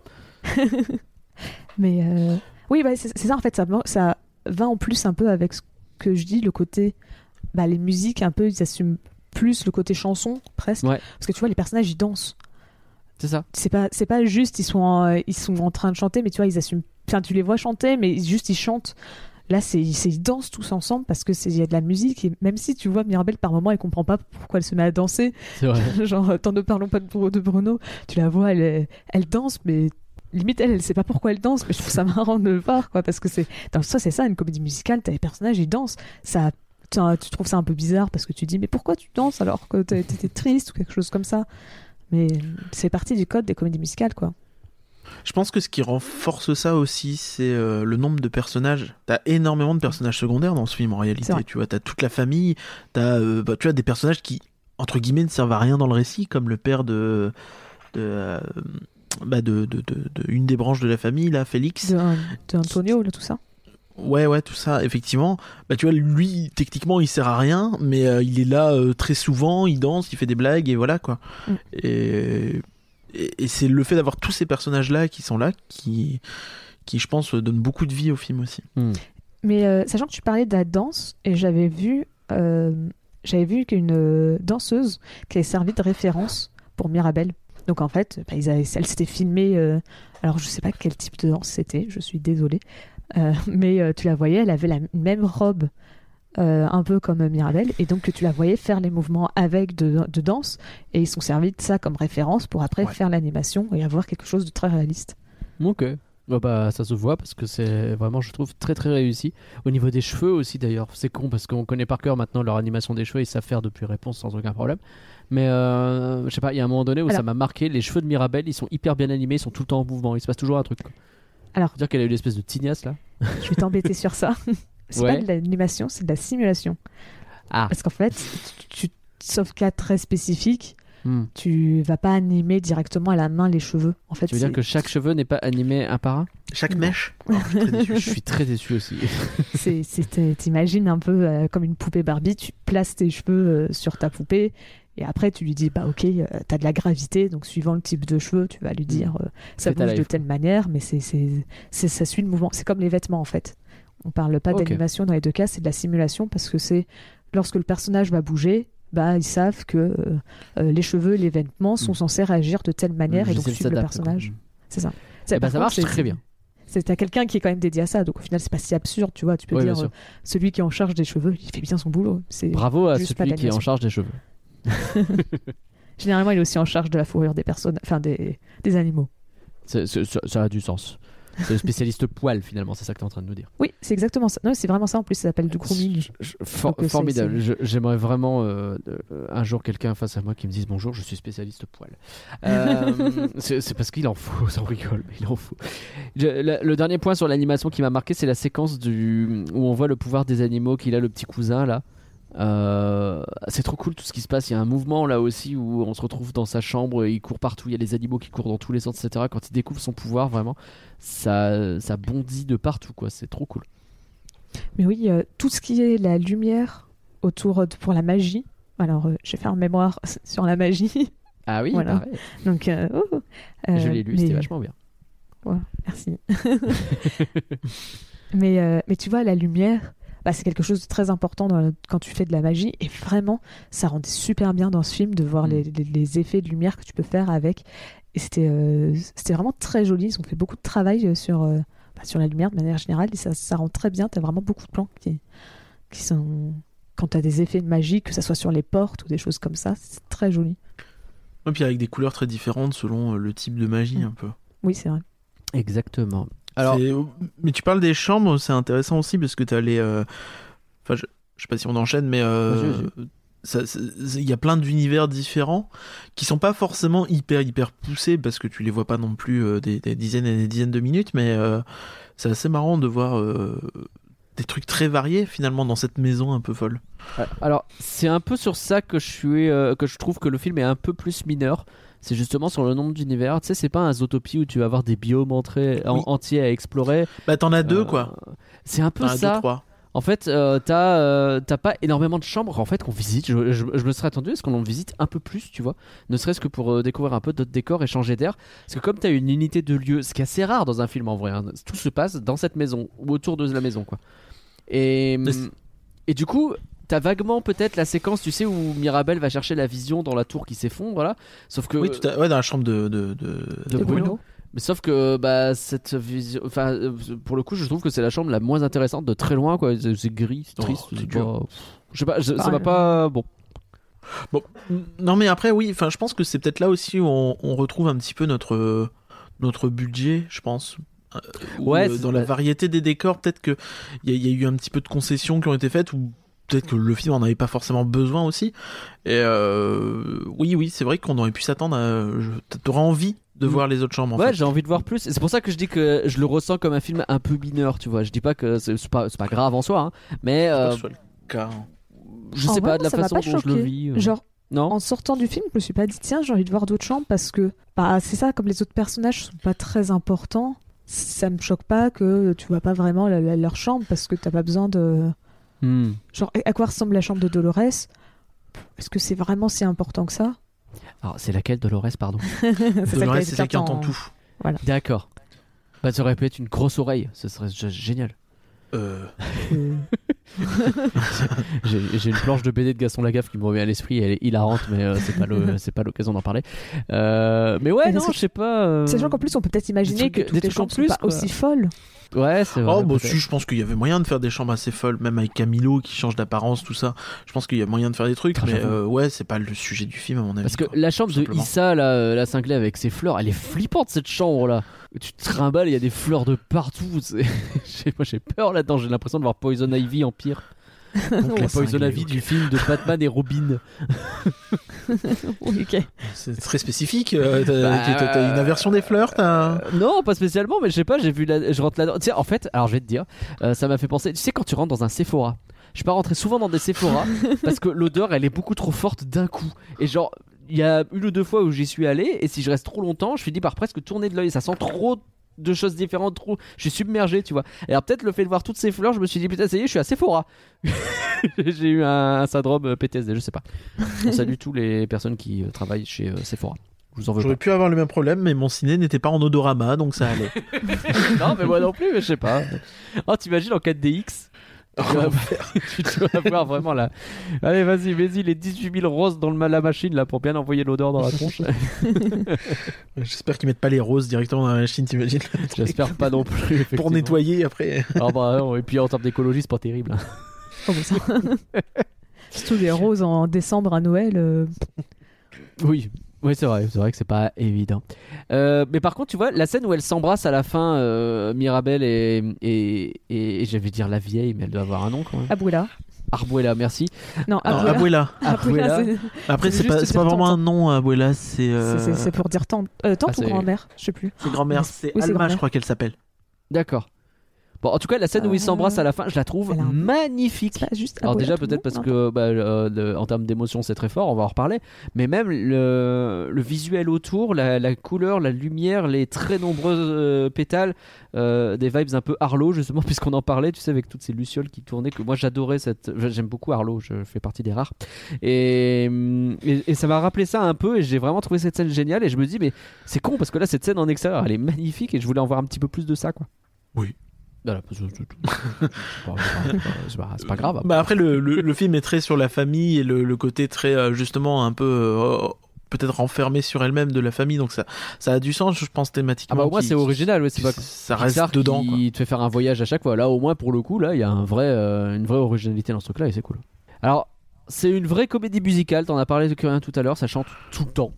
Mais euh, oui, bah, c'est, c'est ça en fait. Ça, ça va en plus un peu avec ce que je dis, le côté, bah, les musiques un peu, ils assument plus le côté chanson presque. Ouais. Parce que tu vois, les personnages ils dansent. C'est ça. C'est pas, c'est pas juste ils sont, en, ils sont en train de chanter, mais tu vois, ils assument. Enfin, tu les vois chanter, mais juste ils chantent. Là, c'est, c'est ils dansent tous ensemble parce que c'est il y a de la musique et même si tu vois Mirabel par moment, elle comprend pas pourquoi elle se met à danser. C'est vrai. Genre, tant ne parlons pas de, Bru- de Bruno. Tu la vois, elle, elle danse, mais limite elle, elle sait pas pourquoi elle danse. Mais je trouve ça marrant de le voir, quoi, parce que c'est dans ça, c'est ça une comédie musicale. T'as les personnages, ils dansent. Ça, tu, tu trouves ça un peu bizarre parce que tu dis mais pourquoi tu danses alors que t'es- t'étais triste ou quelque chose comme ça. Mais c'est partie du code des comédies musicales, quoi. Je pense que ce qui renforce ça aussi, c'est euh, le nombre de personnages. T'as énormément de personnages secondaires dans ce film en C'est réalité. vrai. Tu vois, t'as toute la famille, t'as, euh, bah, tu as des personnages qui, entre guillemets, ne servent à rien dans le récit, comme le père de, de, euh, bah, de, de, de, de une des branches de la famille, là, Félix. De, de Antonio, là, tout ça. Ouais, ouais, tout ça, effectivement. Bah, tu vois, lui, techniquement, il sert à rien, mais euh, il est là euh, très souvent, il danse, il fait des blagues, et voilà, quoi. Mm. Et, et, et c'est le fait d'avoir tous ces personnages-là qui sont là qui, qui, je pense, donne beaucoup de vie au film aussi. Mais euh, sachant que tu parlais de la danse, et j'avais vu, euh, j'avais vu qu'une euh, danseuse qui avait servi de référence pour Mirabel. Donc en fait, bah, ils avaient, elle s'était filmée. euh, alors je sais pas quel type de danse c'était, je suis désolée. Euh, mais euh, tu la voyais, elle avait la même robe, euh, un peu comme Mirabel, et donc tu la voyais faire les mouvements avec de, de danse, et ils sont servis de ça comme référence pour après Ouais. faire l'animation et avoir quelque chose de très réaliste. Ok. Oh bah ça se voit parce que c'est vraiment, je trouve, très très réussi. Au niveau des cheveux aussi d'ailleurs, c'est con parce qu'on connaît par cœur maintenant leur animation des cheveux, ils savent faire depuis Réponse sans aucun problème. Mais euh, je sais pas, il y a un moment donné où Alors... ça m'a marqué, les cheveux de Mirabel ils sont hyper bien animés, ils sont tout le temps en mouvement, il se passe toujours un truc. Quoi. Alors, faut dire qu'elle a eu l'espèce de tignasse là. Je vais t'embêter sur ça. C'est Ouais. pas de l'animation, c'est de la simulation. Ah. Parce qu'en fait, tu, tu, sauf cas très spécifique, Hmm. tu vas pas animer directement à la main les cheveux. En fait, Tu veux c'est- dire que chaque cheveu n'est pas animé un par un? Chaque Non. mèche. Alors, je suis très déçu. Je suis très déçu aussi. c'est, c'est, t'es- t'imagines un peu euh, comme une poupée Barbie, tu places tes cheveux euh, sur ta poupée et après tu lui dis bah ok, euh, t'as de la gravité, donc suivant le type de cheveux, tu vas lui dire euh, ça Fais ta bouge de life, telle manière, mais c'est, c'est, c'est, ça suit le mouvement. C'est comme les vêtements en fait. On parle pas Ok. d'animation dans les deux cas, c'est de la simulation parce que c'est lorsque le personnage va bouger, bah ils savent que euh, euh, les cheveux, les vêtements sont Mm. censés réagir de telle manière et donc Gisèle suivre le s'adapte, personnage. quoi. C'est ça. Eh ben, par ça contre, marche c'est- très bien. C'est à quelqu'un qui est quand même dédié à ça, donc au final c'est pas si absurde, tu vois. Tu peux Ouais, dire bien sûr. euh, celui qui est en charge des cheveux, il fait bien son boulot. C'est Bravo à juste pas celui qui est en d'animation. charge des cheveux. Généralement il est aussi en charge de la fourrure des personnes, enfin des, des animaux. C'est- c'est- ça, ça a du sens. C'est le spécialiste poil finalement, c'est ça que tu es en train de nous dire. Oui, c'est exactement ça. Non, c'est vraiment ça. En plus, ça s'appelle du grooming. Je- je- for- Donc, euh, c'est- formidable. Je- J'aimerais vraiment euh, euh, un jour quelqu'un face à moi qui me dise bonjour, je suis spécialiste poil. Euh, c'est c'est parce qu'il en faut, ça on rigole, mais il en faut. Je- le, le dernier point sur l'animation qui m'a marqué, c'est la séquence du, où on voit le pouvoir des animaux qu'il a le petit cousin là. Euh, c'est trop cool tout ce qui se passe. Il y a un mouvement là aussi où on se retrouve dans sa chambre, il court partout, il y a les animaux qui courent dans tous les sens, et cetera. Quand il découvre son pouvoir, vraiment, ça, ça bondit de partout, quoi. C'est trop cool. Mais oui, euh, tout ce qui est la lumière autour de, pour la magie. Alors, euh, j'ai fait un mémoire sur la magie. Ah oui, Voilà. pareil. Donc, euh, oh, euh, Je l'ai lu, mais- c'était vachement bien. Ouais, merci. mais, euh, mais tu vois, la lumière, bah, c'est quelque chose de très important dans le- quand tu fais de la magie. Et vraiment, ça rendait super bien dans ce film de voir Mm. les, les- les effets de lumière que tu peux faire avec. Et c'était euh, c'était vraiment très joli. Ils ont fait beaucoup de travail euh, sur, euh, bah, sur la lumière de manière générale. Et ça, ça rend très bien. Tu as vraiment beaucoup de plans qui, qui sont. Quand tu as des effets de magie, que ça soit sur les portes ou des choses comme ça, c'est très joli. Et puis avec des couleurs très différentes selon euh, le type de magie Mm. un peu. Oui, c'est vrai. Exactement. Alors, C'est- Mais tu parles des chambres, c'est intéressant aussi parce que tu as les. euh, Enfin, je... je sais pas si on enchaîne, mais euh, Vas-y, vas-y. ça- c'est- c'est- il y a plein d'univers différents qui sont pas forcément hyper hyper poussés parce que tu les vois pas non plus euh, des, des dizaines et des dizaines de minutes, mais euh, c'est assez marrant de voir euh, des trucs très variés finalement dans cette maison un peu folle. Euh, Alors, c'est un peu sur ça que je suis, euh, que je trouve que le film est un peu plus mineur. C'est justement sur le nombre d'univers. Tu sais, c'est pas un Zootopie où tu vas avoir des biomes entrés- en- Oui. entiers à explorer. Bah t'en as deux Euh, quoi. C'est un peu T'en as ça. deux, trois. En fait, euh, t'as euh, t'as pas énormément de chambres en fait qu'on visite. Je, je- je me serais attendu à ce qu'on en visite un peu plus, tu vois. Ne serait-ce que pour euh, découvrir un peu d'autres décors et changer d'air. Parce que comme t'as une unité de lieu, ce qui est assez rare dans un film en vrai, hein, tout se passe dans cette maison ou autour de la maison, quoi. Et Mais c'est- et du coup. T'as vaguement peut-être la séquence, tu sais, où Mirabel va chercher la vision dans la tour qui s'effondre, voilà. Sauf que Oui, tout à... ouais, dans la chambre de de, de... de De Bruno. Bruno. Mais sauf que bah cette vision, enfin euh, pour le coup, je trouve que c'est la chambre la moins intéressante de très loin, quoi. C'est, c'est gris, c'est Oh, triste, c'est c'est dur. pas- je sais pas, je- ça Bah, va pas bon. Bon, non mais après oui, enfin je pense que c'est peut-être là aussi où on, on retrouve un petit peu notre notre budget, je pense. Euh, où, Ouais, euh, c'est- dans la variété des décors, peut-être que il y, a- il y a eu un petit peu de concessions qui ont été faites ou peut-être que le film en avait pas forcément besoin aussi. Et euh, oui oui, c'est vrai qu'on aurait pu s'attendre à je- t'auras envie de Mm. voir les autres chambres en Ouais, fait. j'ai envie de voir plus. Et c'est pour ça que je dis que je le ressens comme un film un peu mineur, tu vois. Je dis pas que c'est, c'est pas c'est pas grave en soi, hein, mais C'est pas euh, que ce soit le cas, hein. je En sais vrai, pas de la ça m'a façon pas dont je le choqué. vis. euh. Genre, Non. en sortant du film, je me suis pas dit tiens, j'ai envie de voir d'autres chambres parce que bah c'est ça, comme les autres personnages sont pas très importants, ça me choque pas que tu vois pas vraiment la- la- leur chambre parce que t'as pas besoin de Hmm. genre à quoi ressemble la chambre de Dolores. Est-ce que c'est vraiment si important que ça? Alors c'est laquelle, Dolores, pardon? C'est ça Dolores, qui c'est avait celle qui fait entend en- tout. D'accord. Bah ça aurait pu être une grosse oreille, ce serait g- génial. Euh, Euh, j'ai, j'ai une planche de B D de Gaston Lagaffe qui me revient à l'esprit, elle est hilarante, mais euh, c'est, pas le, c'est pas l'occasion d'en parler. Euh, mais ouais, Mais non, c'est- je sais pas. Euh... Sachant qu'en plus, on peut peut-être imaginer des trucs- que toutes des les trucs en chambres plus, sont pas quoi. aussi folles. Ouais, c'est vrai. Oh, bah peut-être. si, je pense qu'il y avait moyen de faire des chambres assez folles, même avec Camilo qui change d'apparence, tout ça. Je pense qu'il y a moyen de faire des trucs, Putain, mais j'avoue. euh, ouais, c'est pas le sujet du film à mon avis. Parce que quoi. la chambre tout de simplement. Issa, là, euh, la cinglée avec ses fleurs, elle est flippante cette chambre là. Tu te trimbales, il y a des fleurs de partout. C'est... j'ai, moi j'ai peur là-dedans, j'ai l'impression de voir Poison Ivy en pire. Donc la Poison cinglée, Ivy ok. du film de Batman et Robin. Oui, ok. C'est très spécifique. euh, t'as, Bah, t'as- t'as une aversion des fleurs, t'as. Euh, non, pas spécialement, mais je sais pas, j'ai vu la... je rentre là-dedans. Tu sais, en fait, alors je vais te dire, euh, ça m'a fait penser. Tu sais, quand tu rentres dans un Sephora, je suis pas rentré souvent dans des Sephora parce que l'odeur elle est beaucoup trop forte d'un coup. Et genre, il y a une ou deux fois où j'y suis allé, et si je reste trop longtemps, je finis par presque tourner de l'œil. Ça sent trop de choses différentes, trop. Je suis submergé, tu vois. Et alors, peut-être le fait de voir toutes ces fleurs, je me suis dit, putain, ça y est, je suis à Sephora. J'ai eu un, un syndrome euh, P T S D, je sais pas. On salue tous les personnes qui euh, travaillent chez euh, Sephora. Je vous en veux J'aurais pas. pu avoir le même problème, mais mon ciné n'était pas en odorama, donc ça allait. Non, mais moi non plus, mais je sais pas. Oh, t'imagines en quatre D X tu dois, tu dois avoir vraiment là. Allez, vas-y, vas-y, les dix-huit mille roses dans le, la machine là pour bien envoyer l'odeur dans la tronche. J'espère qu'ils mettent pas les roses directement dans la machine, t'imagines. J'espère pas non plus. Pour effectivement. nettoyer après. Ah bah non, et puis en termes d'écologie, c'est pas terrible. hein. Oh, bah, ça. Surtout les roses en décembre à Noël. euh, Oui. Oui, c'est vrai, c'est vrai que c'est pas évident. Euh, mais par contre, tu vois, la scène où elle s'embrasse à la fin, euh, Mirabel et, et, et, et je vais dire la vieille, mais elle doit avoir un nom quand même. Abuela. Arbuela, merci. Non, Non, Abuela. Abuela. Abuela. c'est- Après, C'est c'est pas, juste c'est pas dire vraiment tante. un nom, Abuela, c'est. euh, c'est- c'est c'est pour dire tante, euh, tante Ah, c'est- ou grand-mère, je sais plus. C'est grand-mère, c'est Oui, c'est Alma, grand-mère. je crois qu'elle s'appelle. D'accord. Bon, en tout cas, la scène où Euh, ils s'embrassent à la fin, je la trouve elle a un- magnifique. C'est pas juste Alors Abuela déjà tout le peut-être long, parce non que bah, euh, le- en termes d'émotion c'est très fort, on va en reparler, mais même le, le visuel autour, la, la couleur, la lumière, les très nombreuses euh, pétales, euh, des vibes un peu Arlo justement puisqu'on en parlait, tu sais, avec toutes ces lucioles qui tournaient, que moi j'adorais cette, j'aime beaucoup Arlo, je fais partie des rares, et, et, et ça m'a rappelé ça un peu, et j'ai vraiment trouvé cette scène géniale, et je me dis mais c'est con parce que là cette scène en extérieur elle est magnifique et je voulais en voir un petit peu plus de ça quoi. Oui. Voilà, parce que- c'est pas- c'est pas- c'est pas- c'est pas grave. Bah après, le, le, le film est très sur la famille et le, le côté très, euh, justement, un peu. euh, peut-être renfermé sur elle-même de la famille, donc ça, ça a du sens, je pense, Ah thématiquement. bah au moins qui- c'est original, ouais, c'est pas ça reste Pixar dedans, qui quoi. te fait faire un voyage à chaque fois. Là au moins pour le coup là il y a un vrai, euh, une vraie originalité dans ce truc là et c'est cool. Alors c'est une vraie comédie musicale, t'en as parlé de Curien tout à l'heure, ça chante tout le temps.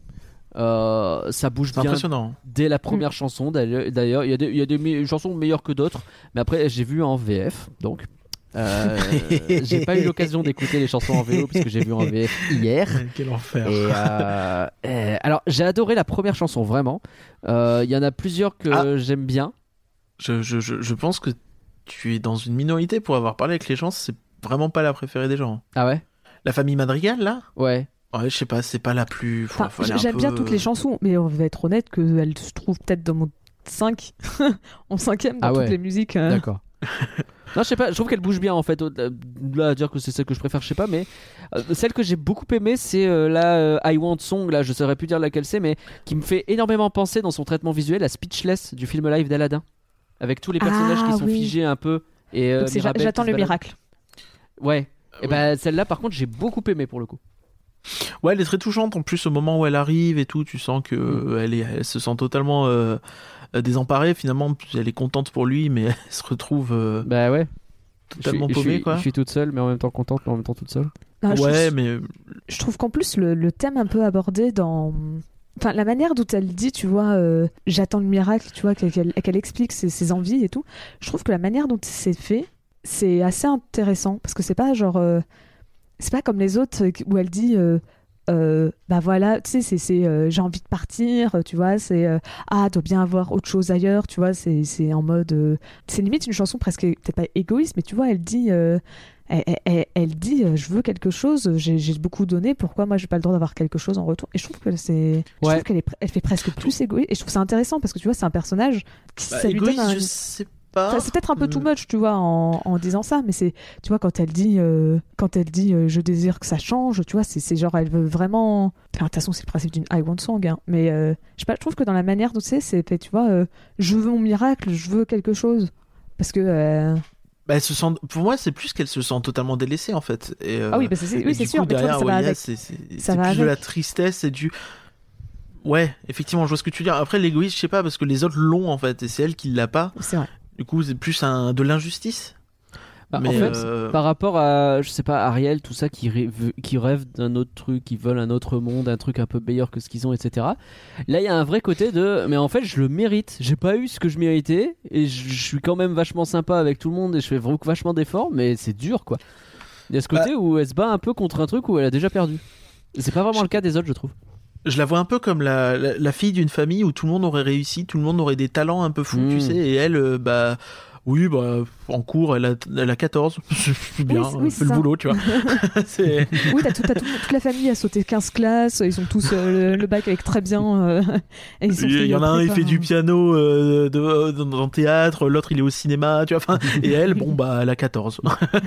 Euh, ça bouge C'est bien impressionnant. dès la première chanson d'ailleurs. D'ailleurs, il y a des, il y a des me- chansons meilleures que d'autres, mais après j'ai vu en V F donc. Euh, j'ai pas eu l'occasion d'écouter les chansons en V O parce que j'ai vu en V F hier. Quel enfer. Et euh, euh, alors j'ai adoré la première chanson vraiment. Euh, Il y en a plusieurs que Ah. j'aime bien. Je, je, je, je pense que tu es dans une minorité pour avoir parlé avec les gens, c'est vraiment pas la préférée des gens. Ah ouais. La famille Madrigal, là Ouais. Ouais, je sais pas, c'est pas la plus. faut- Enfin, faut aller un j'aime peu- bien toutes les chansons, mais on va être honnête qu'elles se trouvent peut-être dans mon cinq, en cinquième dans Ah ouais. toutes les musiques. euh. D'accord. Non, je sais pas, je trouve qu'elle bouge bien en fait. Au- Là, à dire que c'est celle que je préfère, je sais pas, mais euh, celle que j'ai beaucoup aimée, c'est euh, la euh, I Want Song, là, je saurais plus dire laquelle c'est, mais qui me fait énormément penser dans son traitement visuel à Speechless du film live d'Aladin. Avec tous les personnages Ah, qui sont oui. figés un peu. Et, euh, Donc c'est Mirabel J'attends qui se le balade. miracle. Ouais. Et oui. bah celle-là, par contre, j'ai beaucoup aimé pour le coup. Ouais, elle est très touchante. En plus, au moment où elle arrive et tout, tu sens que Mm. euh, elle, est, elle se sent totalement euh, euh, désemparée. Finalement, elle est contente pour lui, mais elle se retrouve euh, Bah ouais. totalement je suis, je paumée, suis- quoi. Je suis toute seule, mais en même temps contente, mais en même temps toute seule. Ah, je Ouais, trouve- mais Je trouve qu'en plus, le, le thème un peu abordé dans. Enfin, la manière dont elle dit, tu vois, euh, j'attends le miracle, tu vois, qu'elle, qu'elle- qu'elle explique ses, ses envies et tout, je trouve que la manière dont c'est fait, c'est assez intéressant. Parce que c'est pas genre. euh, c'est pas comme les autres euh, où elle dit. euh, euh, bah voilà, tu sais, c'est, c'est euh, j'ai envie de partir, tu vois, c'est euh, ah, doit bien avoir autre chose ailleurs, tu vois, c'est, c'est en mode. euh, c'est limite une chanson presque, peut-être pas égoïste, mais tu vois, elle dit. euh, Elle, elle- elle- elle dit euh, je veux quelque chose, j'ai j'ai beaucoup donné, pourquoi moi j'ai pas le droit d'avoir quelque chose en retour. Et je trouve que c'est je Ouais. trouve qu'elle est pre- elle fait presque plus égoïste, et je trouve ça intéressant parce que tu vois c'est un personnage qui bah, ça lui égoïste, donne un- je sais pas. Enfin, c'est peut-être un peu too Mm. much, tu vois, en, en disant ça, mais c'est, tu vois, quand elle dit, euh, quand elle dit, euh, je désire que ça change, tu vois, c'est, c'est genre, elle veut vraiment. Enfin, de toute façon, c'est le principe d'une I Want Song, hein, mais euh, je sais pas, je trouve que dans la manière dont c'est, c'est fait, tu vois, euh, je veux mon miracle, je veux quelque chose, parce que, euh, Bah, elle se sent... Pour moi, c'est plus qu'elle se sent totalement délaissée en fait. Et, euh, Ah oui, bah, c'est, et oui, du c'est coup, sûr. Mais derrière, toi, ça va ouais, avec. c'est, c'est, Ça c'est va plus de avec. la tristesse et du. Ouais, effectivement, je vois ce que tu veux dire. Après, l'égoïsme, je sais pas, parce que les autres l'ont en fait, et c'est elle qui l'a pas. C'est vrai. Du coup, c'est plus un... de l'injustice. Bah, Mais en fait, euh, par rapport à, je sais pas, Ariel, tout ça, qui, rêve, qui rêve d'un autre truc, qui veulent un autre monde, un truc un peu meilleur que ce qu'ils ont, et cetera. Là, il y a un vrai côté de, mais en fait, je le mérite. J'ai pas eu ce que je méritais, et je, je suis quand même vachement sympa avec tout le monde, et je fais vachement d'efforts, mais c'est dur, quoi. Il y a ce côté bah, où elle se bat un peu contre un truc où elle a déjà perdu. Et c'est pas vraiment je... le cas des autres, je trouve. Je la vois un peu comme la, la, la fille d'une famille où tout le monde aurait réussi, tout le monde aurait des talents un peu fous, Mmh. tu sais, et elle, euh, bah, oui, bah, en cours, elle a, elle a quatorze, c'est bien, Oui, c'est- oui, elle c'est fait le ça. boulot, tu vois. c'est... Oui, t'as, tout, t'as tout- toute la famille a sauté quinze classes, ils ont tous euh, le, le bac avec très bien. euh, et ils sont Il fait, y en a un, il prépa, fait du hein. piano euh, de, euh, dans, dans le théâtre, l'autre, il est au cinéma, tu vois, enfin, et elle, bon, bah, elle a quatorze.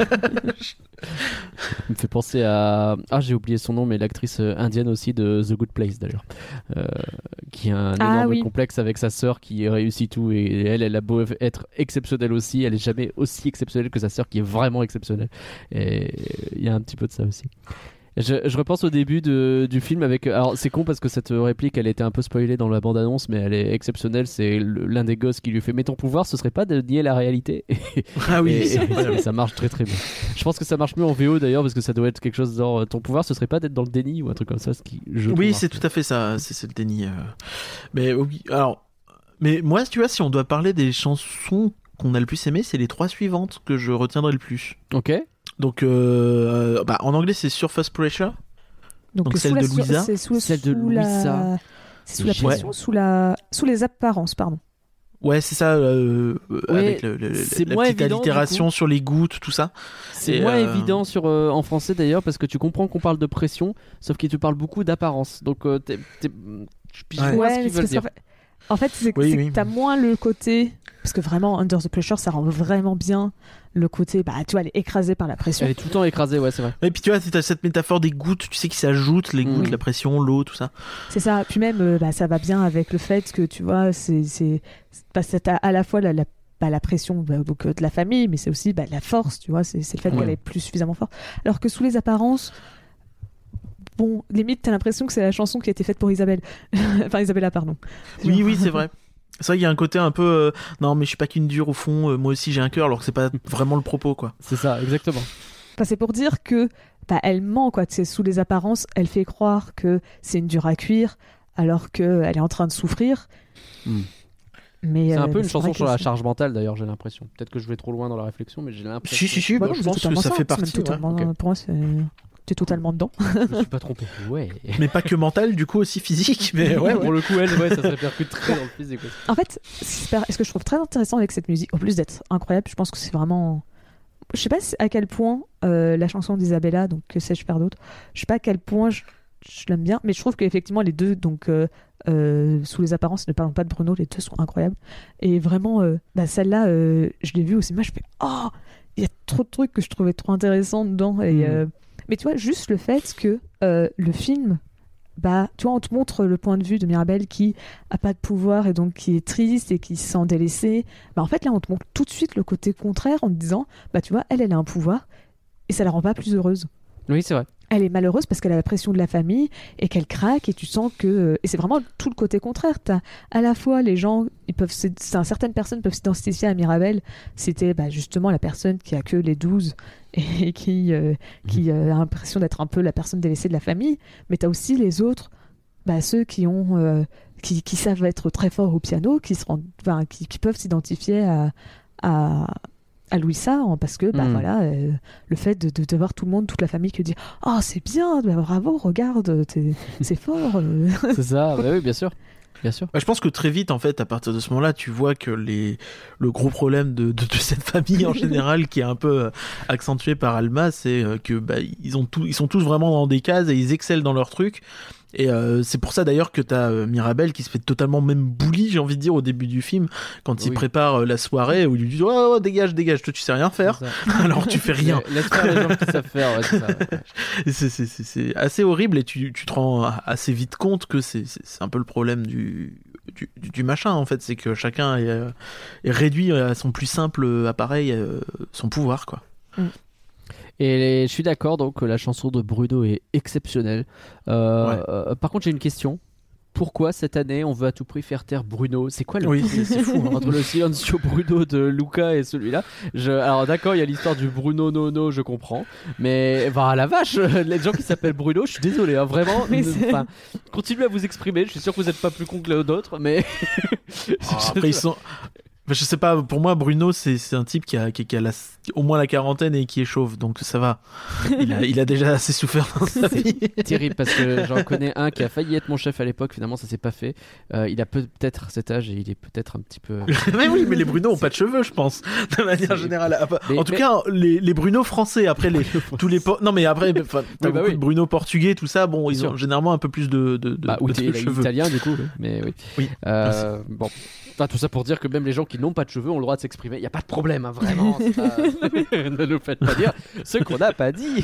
Ça me fait penser à. Ah, j'ai oublié son nom, mais l'actrice euh, indienne aussi de The Good Place d'ailleurs. Euh, qui a un Ah, énorme oui. complexe avec sa sœur qui réussit tout. Et elle, elle a beau être exceptionnelle aussi, elle est jamais aussi exceptionnelle que sa sœur qui est vraiment exceptionnelle. Et il y a un petit peu de ça aussi. Je, je repense au début de, du film avec. Alors c'est con parce que cette réplique elle était un peu spoilée dans la bande-annonce, mais elle est exceptionnelle. C'est le- l'un des gosses qui lui fait: mais ton pouvoir ce serait pas de nier la réalité. Ah oui, Et- c'est et- vrai. et ça marche très très bien. Je pense que ça marche mieux en V O d'ailleurs parce que ça doit être quelque chose genre ton pouvoir ce serait pas d'être dans le déni ou un truc comme ça. Ce qui, je trouve, Oui, marche c'est bien. tout à fait ça, c'est, c'est le déni. euh. Mais oui, alors, mais moi, tu vois, si on doit parler des chansons qu'on a le plus aimées, c'est les trois suivantes que je retiendrai le plus. Ok. Donc, euh, bah, en anglais, c'est Surface Pressure. Donc sous celle la- de Louisa. C'est sous, Celle de sous la- Louisa. C'est sous la Ouais. pression, sous, la... sous les apparences, pardon. Ouais, c'est ça, euh, euh, Ouais, avec le, le- c'est la moins petite évident, du allitération coup. sur les gouttes, tout ça. C'est Et, moins euh, évident sur, euh, en français d'ailleurs parce que tu comprends qu'on parle de pression, sauf qu'il te parle beaucoup d'apparence. Donc euh, t'es, t'es... je pige Ouais. moins ce mais qu'ils c'est veulent parce qu'en dire. fait- En fait, c'est, Oui, c'est oui. que t'as moins le côté. Parce que vraiment, Under the Pressure, ça rend vraiment bien le côté. Bah, tu vois, elle est écrasée par la pression. Elle est tout le temps écrasée, ouais, c'est vrai. Et puis tu vois, t'as cette métaphore des gouttes, tu sais, qui s'ajoutent, les gouttes, Mm. la pression, l'eau, tout ça. C'est ça. Puis même, euh, bah, ça va bien avec le fait que, tu vois, c'est, c'est, c'est, bah, c'est à, à la fois la, la, bah, la pression bah, donc, euh, de la famille, mais c'est aussi bah, la force, tu vois. C'est, c'est le fait Ouais. qu'elle est plus suffisamment forte. Alors que sous les apparences. Bon, limite, t'as l'impression que c'est la chanson qui a été faite pour Isabelle. Enfin, Isabella, pardon. Oui, oui, c'est vrai. C'est vrai qu'il y a un côté un peu euh, non, mais je suis pas qu'une dure au fond, euh, moi aussi j'ai un cœur, alors que c'est pas vraiment le propos, quoi. C'est ça, exactement. Enfin, c'est pour dire que bah, elle ment, quoi. C'est sous les apparences, elle fait croire que c'est une dure à cuire, alors qu'elle est en train de souffrir. Mm. Mais, C'est euh, un peu mais une c'est chanson vrai sur que la c'est- charge mentale d'ailleurs, j'ai l'impression. Peut-être que je vais trop loin dans la réflexion, mais j'ai l'impression. Si, si, si, Bah bah, non, je mais pense c'est que totalement ça fait c'est même partie. ouais. totalement- ok. Pour moi, c'est... t'es totalement dedans. Je me suis pas trompé. Ouais. Mais pas que mental, du coup aussi physique. Mais ouais, Pour le coup, elle, ouais, ça se répercute très dans le physique. aussi. En fait, ce ce que je trouve très intéressant avec cette musique, en plus d'être incroyable, je pense que c'est vraiment... Je sais pas si- à quel point euh, la chanson d'Isabella, donc Que sais-je faire d'autre, je sais pas à quel point je, je l'aime bien, mais je trouve qu'effectivement les deux, donc euh, euh, Sous les apparences, ne parlons pas de Bruno, les deux sont incroyables. Et vraiment, euh, bah, celle-là, euh, je l'ai vue au cinéma, je fais « Oh, il y a trop de trucs que je trouvais trop intéressants dedans. » Et, Mhm. euh, mais tu vois, juste le fait que euh, le film... Bah, tu vois, on te montre le point de vue de Mirabel qui a pas de pouvoir et donc qui est triste et qui se sent délaissée. Bah, en fait, là, on te montre tout de suite le côté contraire en te disant, bah, tu vois, elle, elle a un pouvoir et ça la rend pas plus heureuse. Oui, c'est vrai. Elle est malheureuse parce qu'elle a la pression de la famille et qu'elle craque et tu sens que... Et c'est vraiment tout le côté contraire. T'as à la fois les gens, ils peuvent, c'est, c'est- certaines personnes peuvent s'identifier à Mirabel. C'était bah, justement la personne qui a que les douze et qui, euh, qui euh, a l'impression d'être un peu la personne délaissée de la famille. Mais t'as aussi les autres, bah, ceux qui ont... euh, qui, qui savent être très forts au piano, qui, se rendent, enfin, qui, qui peuvent s'identifier à... à à Louisa, hein, parce que bah Mm. voilà euh, le fait de, de, de voir tout le monde, toute la famille qui dit oh c'est bien, bah, bravo, regarde, t'es- c'est fort euh. C'est ça, bah oui, bien sûr. Bien sûr. Bah, je pense que très vite, en fait, à partir de ce moment-là, tu vois que les... le gros problème de, de, de cette famille en général, qui est un peu euh, accentué par Alma, c'est euh, que bah, ils, ont tout... ils sont tous vraiment dans des cases et ils excellent dans leur truc. Et euh, c'est pour ça d'ailleurs que t'as euh, Mirabel qui se fait totalement même bully, j'ai envie de dire, au début du film, quand il Oui. prépare euh, la soirée, où il lui dit oh, oh, dégage, dégage, toi tu sais rien faire, C'est ça. alors tu fais rien. Laisse faire les gens qui savent faire, ouais, c'est ça. Et c'est, c'est, c'est, c'est assez horrible et tu, tu te rends assez vite compte que c'est, c'est, c'est un peu le problème du, du, du, du machin en fait, c'est que chacun est, euh, est réduit à son plus simple appareil, euh, son pouvoir quoi. Mm. Et les- je suis d'accord, donc la chanson de Bruno est exceptionnelle. Euh, Ouais. euh, par contre, j'ai une question. Pourquoi cette année on veut à tout prix faire taire Bruno? C'est quoi le Oui, lien c'est, c'est fou. Hein. entre le Silencio Bruno de Luca et celui-là? Je... Alors d'accord, il y a l'histoire du Bruno Nono, je comprends. Mais bah, la vache, les gens qui s'appellent Bruno, je suis désolé, hein, vraiment. Mais ne- c'est- enfin, continuez à vous exprimer. Je suis sûr que vous n'êtes pas plus con que les d'autres, mais Ah, après ils sont. Enfin, je sais pas, pour moi Bruno c'est, c'est un type qui a, qui, qui a la- au moins la quarantaine et qui est chauve, donc ça va. Il a, il a déjà assez souffert dans sa vie. terrible parce que j'en connais un qui a failli être mon chef à l'époque. Finalement, ça s'est pas fait. Euh, il a peut-être cet âge et il est peut-être un petit peu. Mais oui, mais les Bruno ont pas de cheveux, je pense, de manière C'est- générale. Ah, bah, Mais- en tout mais- cas, les, les Bruno français, après les tous les por- non mais après, enfin, t'as Oui, bah beaucoup oui. de Bruno portugais, tout ça. Bon, ils Bien ont sûr. généralement un peu plus de de, de, Bah, ou de t'es cheveux. italien du coup, oui. Mais oui. Oui. Euh, bon. Enfin, tout ça pour dire que même les gens qui n'ont pas de cheveux ont le droit de s'exprimer. Il y a pas de problème, hein, vraiment. c'est pas- ne nous faites pas dire ce qu'on n'a pas dit.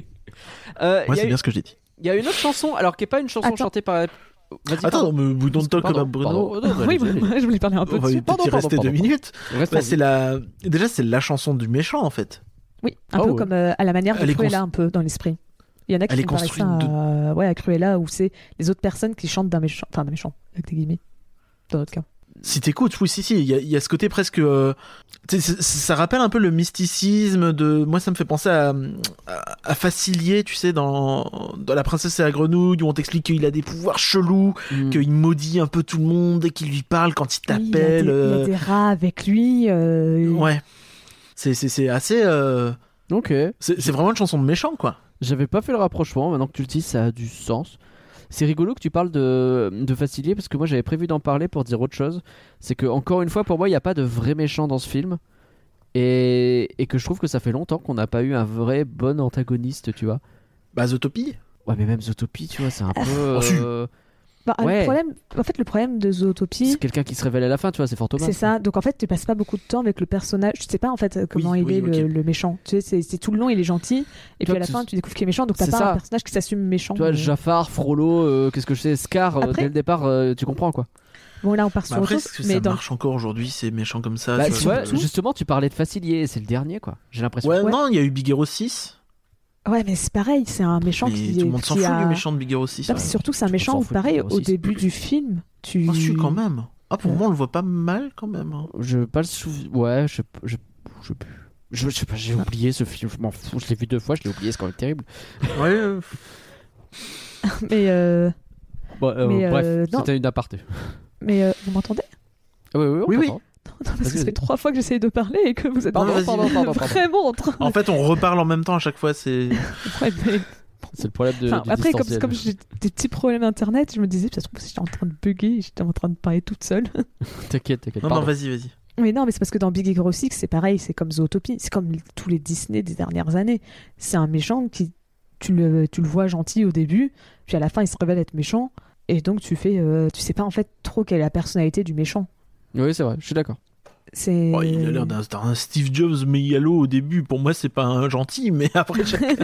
Euh, Moi, Il y, a c'est eu- bien ce que j'ai dit. il y a une autre chanson, alors qui est pas une chanson Attends. chantée par. Vas-y, Attends, pardon. mais we don't talk Pardon, about Bruno. pardon. Non, non, Oui, allez-y, allez-y. moi, je voulais parler un peu On va dessus. peut-être y Pardon, rester pardon, deux pardon. minutes. Restons-y. Bah, c'est la déjà c'est la chanson du méchant en fait. Oui, un Oh, peu ouais. comme euh, à la manière de Elle est Cruella, cons- un peu dans l'esprit. Il y en a qui Elle est font pareil construite ça de- à... Ouais, à Cruella, où c'est les autres personnes qui chantent d'un méchant, enfin d'un méchant, avec des guillemets, dans notre cas. Si t'écoutes, oui, si, si, il y, a- il y a ce côté presque. euh, tu sais, c'est- ça rappelle un peu le mysticisme de. Moi, ça me fait penser à, à, à Facilier, tu sais, dans, dans La Princesse et la Grenouille, où on t'explique qu'il a des pouvoirs chelous, Mm. qu'il maudit un peu tout le monde et qu'il lui parle quand il Oui, il y a t'appelle. des- il y a euh, des rats avec lui. euh, Ouais. C'est, c'est, c'est assez. euh, Ok. C'est, c'est vraiment une chanson de méchant, quoi. J'avais pas fait le rapprochement, maintenant que tu le dis, ça a du sens. C'est rigolo que tu parles de, de Facilier parce que moi j'avais prévu d'en parler pour dire autre chose. C'est que, encore une fois, pour moi, il n'y a pas de vrai méchant dans ce film. Et, et que je trouve que ça fait longtemps qu'on n'a pas eu un vrai bon antagoniste, tu vois. Bah, Zootopie. Ouais, mais même Zootopie, tu vois, c'est un peu. Oh, si. euh, bah, Ouais. le problème, en fait, le problème de Zootopie, c'est quelqu'un qui se révèle à la fin, tu vois, c'est Fort Thomas. c'est ça. Donc en fait, tu passes pas beaucoup de temps avec le personnage. Je sais pas en fait comment Oui, il oui, est ok. le, le méchant. Tu sais, c'est, c'est tout le long, il est gentil. Et Toi, puis à la tu- fin, tu découvres qu'il est méchant. Donc t'as c'est pas ça. un personnage qui s'assume méchant. Tu vois, mais- Jafar, Frollo, euh, qu'est-ce que je sais, Scar, euh, Après- dès le départ, euh, tu comprends quoi. Bon, là, on part Bah, sur après, autre est-ce chose. que Mais ça dans marche encore aujourd'hui, c'est méchant comme ça Bah, tu tu vois, vois, je- justement, tu parlais de Facilier, c'est le dernier quoi, j'ai l'impression. Ouais, Ouais. non, il y a eu Big Hero six. Ouais, mais c'est pareil, c'est un méchant Mais qui tout le monde s'en qui fout a- du méchant de Big Hero six. Non, ouais. mais c'est surtout que c'est un Tout le monde méchant s'en où fout de pareil Big Hero au six. début du film, tu. Ah, si, quand même. Ah, pour Ouais. moi, on le voit pas mal quand même. hein. Je veux pas le souvenir. Ouais, je, je, je, je, je sais pas, j'ai oublié ce film, je m'en fous, je l'ai vu deux fois, je l'ai oublié, c'est quand même terrible. Ouais, euh, Mais euh, Bon, euh, Mais, bref, euh, non. c'était une aparté. mais euh, vous m'entendez? Ah oui, oui, on Oui, oui. t'entend. Non, parce que Vas-y, ça fait vas-y. trois fois que j'essaye de parler et que vous êtes Pardon, vraiment, vas-y, pardon, pardon. vraiment en train. En fait, on reparle en même temps à chaque fois. C'est. Ouais, mais- C'est le problème de, Enfin, du après, comme, distanciel. comme j'ai des petits problèmes d'internet, je me disais, ça se trouve, si j'étais en train de bugger, j'étais en train de parler toute seule. T'inquiète, t'inquiète. Non, non, pardon. vas-y, vas-y. Mais non, mais c'est parce que dans Big Hero six, c'est pareil, c'est comme Zootopie, c'est comme tous les Disney des dernières années. C'est un méchant qui, tu le, tu le vois gentil au début, puis à la fin, il se révèle être méchant, et donc tu fais, euh, tu sais pas en fait trop quelle est la personnalité du méchant. Oui, c'est vrai, je suis d'accord. C'est. Oh, il a l'air d'un, d'un Steve Jobs mégalo au début. Pour moi, c'est pas un gentil, mais après, chaque...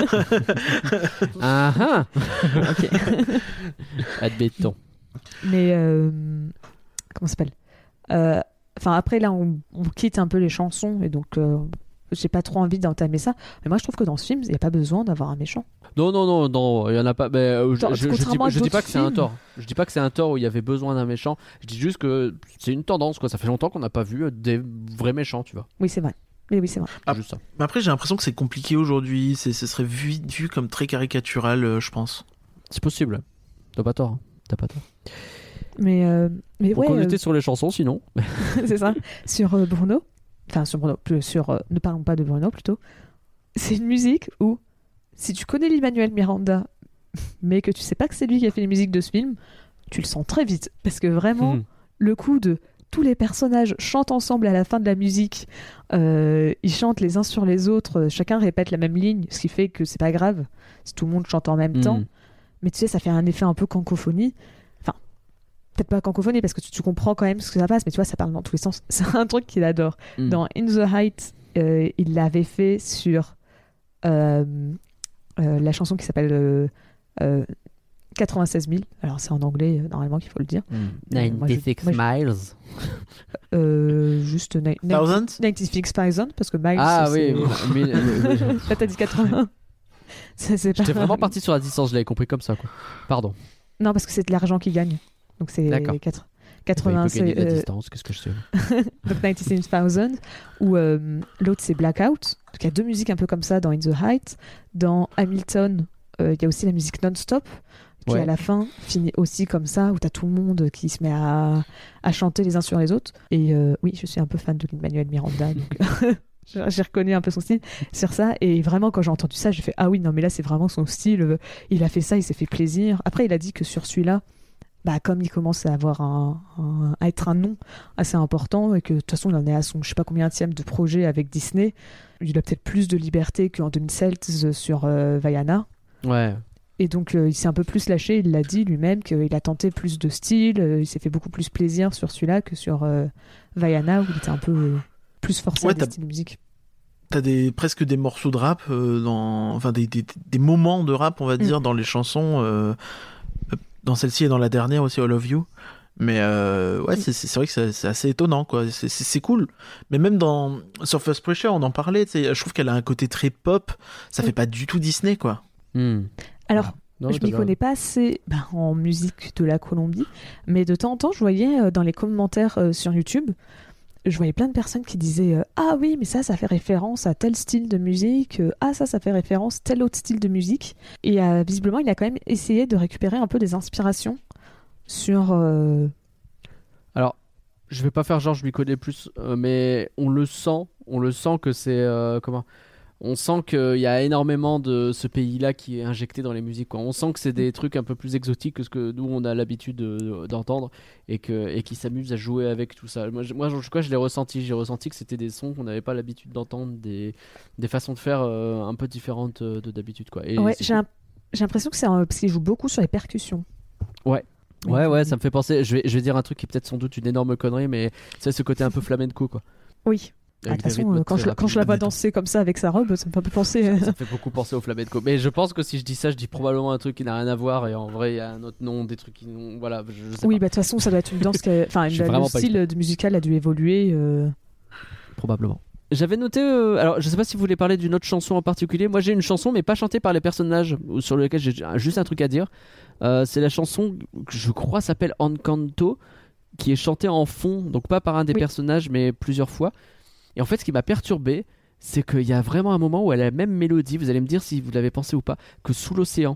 Ah ah Ok. Admettons. Mais euh, comment ça s'appelle Euh, Enfin après là on, on quitte un peu les chansons et donc euh, j'ai pas trop envie d'entamer ça. Mais moi je trouve que dans ce film il n'y a pas besoin d'avoir un méchant. Non, non, non, non, il y en a pas. Mais euh, je, Attends, je, je dis, contrairement à je dis pas d'autres que c'est un films. tort. Je dis pas que c'est un tort où il y avait besoin d'un méchant. Je dis juste que c'est une tendance, quoi. Ça fait longtemps qu'on n'a pas vu euh, des vrais méchants, tu vois. Oui c'est vrai. Mais oui c'est vrai. Ah. C'est juste ça. Mais après, j'ai l'impression que c'est compliqué aujourd'hui. C'est, ce serait vu, vu comme très caricatural, euh, je pense. C'est possible. T'as pas tort. hein. T'as pas tort. Mais euh, mais Donc ouais on euh, était sur les chansons, sinon. c'est ça. Sur euh, Bruno, enfin sur Bruno, plus sur euh, ne parlons pas de Bruno plutôt. C'est une musique où si tu connais Lin-Manuel Miranda, mais que tu sais pas que c'est lui qui a fait les musiques de ce film, tu le sens très vite parce que vraiment. Mhm. Le coup de tous les personnages chantent ensemble à la fin de la musique, euh, ils chantent les uns sur les autres, euh, chacun répète la même ligne, ce qui fait que c'est pas grave si tout le monde chante en même temps. Mhm. Mais tu sais, ça fait un effet un peu cacophonie. Enfin, peut-être pas cacophonie parce que tu, tu comprends quand même ce que ça passe, mais tu vois, ça parle dans tous les sens. C'est un truc qu'il adore. Mhm. Dans In the Heights, euh, il l'avait fait sur euh, euh, la chanson qui s'appelle euh, euh, quatre-vingt-seize mille. Alors c'est en anglais euh, normalement qu'il faut le dire. Mm. Euh, moi, je- quatre-vingt-seize moi, je- miles. Euh, juste ni- ni- Thousand quatre-vingt-six thousand parce que miles. Ah c'est- oui, mais- mais- Là t'as dit quatre-vingts. C'est, c'est pas... J'étais vraiment parti sur la distance, je l'avais compris comme ça, quoi. Pardon. Non, parce que c'est de l'argent qu'ils gagnent. Donc c'est D'accord. quatre- Bah, quatre-vingts. il peut gagner de la euh, distance, qu'est-ce que je sais. donc quatre-vingt-six mille. Ou euh, l'autre c'est Blackout. Donc il y a deux musiques un peu comme ça dans In the Heights. Dans Hamilton, euh, il y a aussi la musique Non-Stop qui Ouais. à la fin finit aussi comme ça, où t'as tout le monde qui se met à, à chanter les uns sur les autres. Et euh, oui, je suis un peu fan de Lin-Manuel Miranda, donc j'ai j'ai reconnu un peu son style sur ça. Et vraiment, quand j'ai entendu ça, j'ai fait ah oui, non mais là c'est vraiment son style. Il a fait ça, il s'est fait plaisir. Après, il a dit que sur celui-là, bah comme il commence à avoir un, un- à être un nom assez important et que de toute façon il en est à son je sais pas combienième de projet avec Disney, il a peut-être plus de liberté qu'en deux mille seize sur euh, Vaiana. Ouais. Et donc euh, il s'est un peu plus lâché, il l'a dit lui-même qu'il a tenté plus de style, euh, il s'est fait beaucoup plus plaisir sur celui-là que sur euh, Vaiana où il était un peu euh, plus forcé Ouais, à des t'as- styles de musique. T'as des, presque des morceaux de rap, euh, dans, enfin des, des, des moments de rap, on va dire, dans les chansons. euh, dans celle-ci et dans la dernière aussi, All of You. Mais euh, ouais, c'est, c'est c'est vrai que c'est, c'est assez étonnant, quoi. C'est, c'est, c'est cool. Mais même dans Surface Pressure, on en parlait. tu sais, Je trouve qu'elle a un côté très pop. Ça Oui. fait pas du tout Disney, quoi. Hmm. Alors Non, je t'as m'y bien- connais pas assez ben, en musique de la Colombie, mais de temps en temps, je voyais euh, dans les commentaires euh, sur YouTube, je voyais plein de personnes qui disaient euh, ah oui, mais ça, ça fait référence à tel style de musique, euh, ah ça, ça fait référence à tel autre style de musique. Et euh, visiblement, il a quand même essayé de récupérer un peu des inspirations sur. euh, Alors, je vais pas faire genre je m'y connais plus, euh, mais on le sent, on le sent que c'est euh, comment On sent qu'il y a énormément de ce pays-là qui est injecté dans les musiques, quoi. On sent que c'est des trucs un peu plus exotiques que ce que nous on a l'habitude de- d'entendre et que et qui s'amusent à jouer avec tout ça. Moi, je, moi, je, quoi, je l'ai ressenti, j'ai ressenti que c'était des sons qu'on n'avait pas l'habitude d'entendre, des des façons de faire euh, un peu différentes euh, de d'habitude, quoi. Et Ouais, c'est j'ai, un- j'ai l'impression que c'est un- parce qu'il joue beaucoup sur les percussions. Ouais. Ouais, ouais, ça me fait penser. Je vais, je vais dire un truc qui est peut-être sans doute une énorme connerie, mais c'est ce côté un peu flamenco, quoi. Oui. Ah, De Avec toute des façon, rythmes euh, quand, très je, la- quand je la rapides. vois danser comme ça avec sa robe, ça me fait un peu penser. euh, Ça me fait beaucoup penser au flamenco. Mais je pense que si je dis ça, je dis probablement un truc qui n'a rien à voir. Et en vrai, il y a un autre nom, des trucs qui n'ont. Voilà, je, je sais Oui, pas. bah de toute façon, ça doit être une danse qui a- Enfin, Je suis le vraiment pas style de musical a dû évoluer. euh, Probablement. J'avais noté. euh, alors, je sais pas si vous voulez parler d'une autre chanson en particulier. Moi, j'ai une chanson, mais pas chantée par les personnages, ou sur laquelle j'ai juste un truc à dire. Euh, c'est la chanson que je crois s'appelle Encanto, qui est chantée en fond, donc pas par un des Oui. personnages, mais plusieurs fois. Et en fait, ce qui m'a perturbé, c'est qu'il y a vraiment un moment où elle a la même mélodie. Vous allez me dire si vous l'avez pensé ou pas, que Sous l'océan.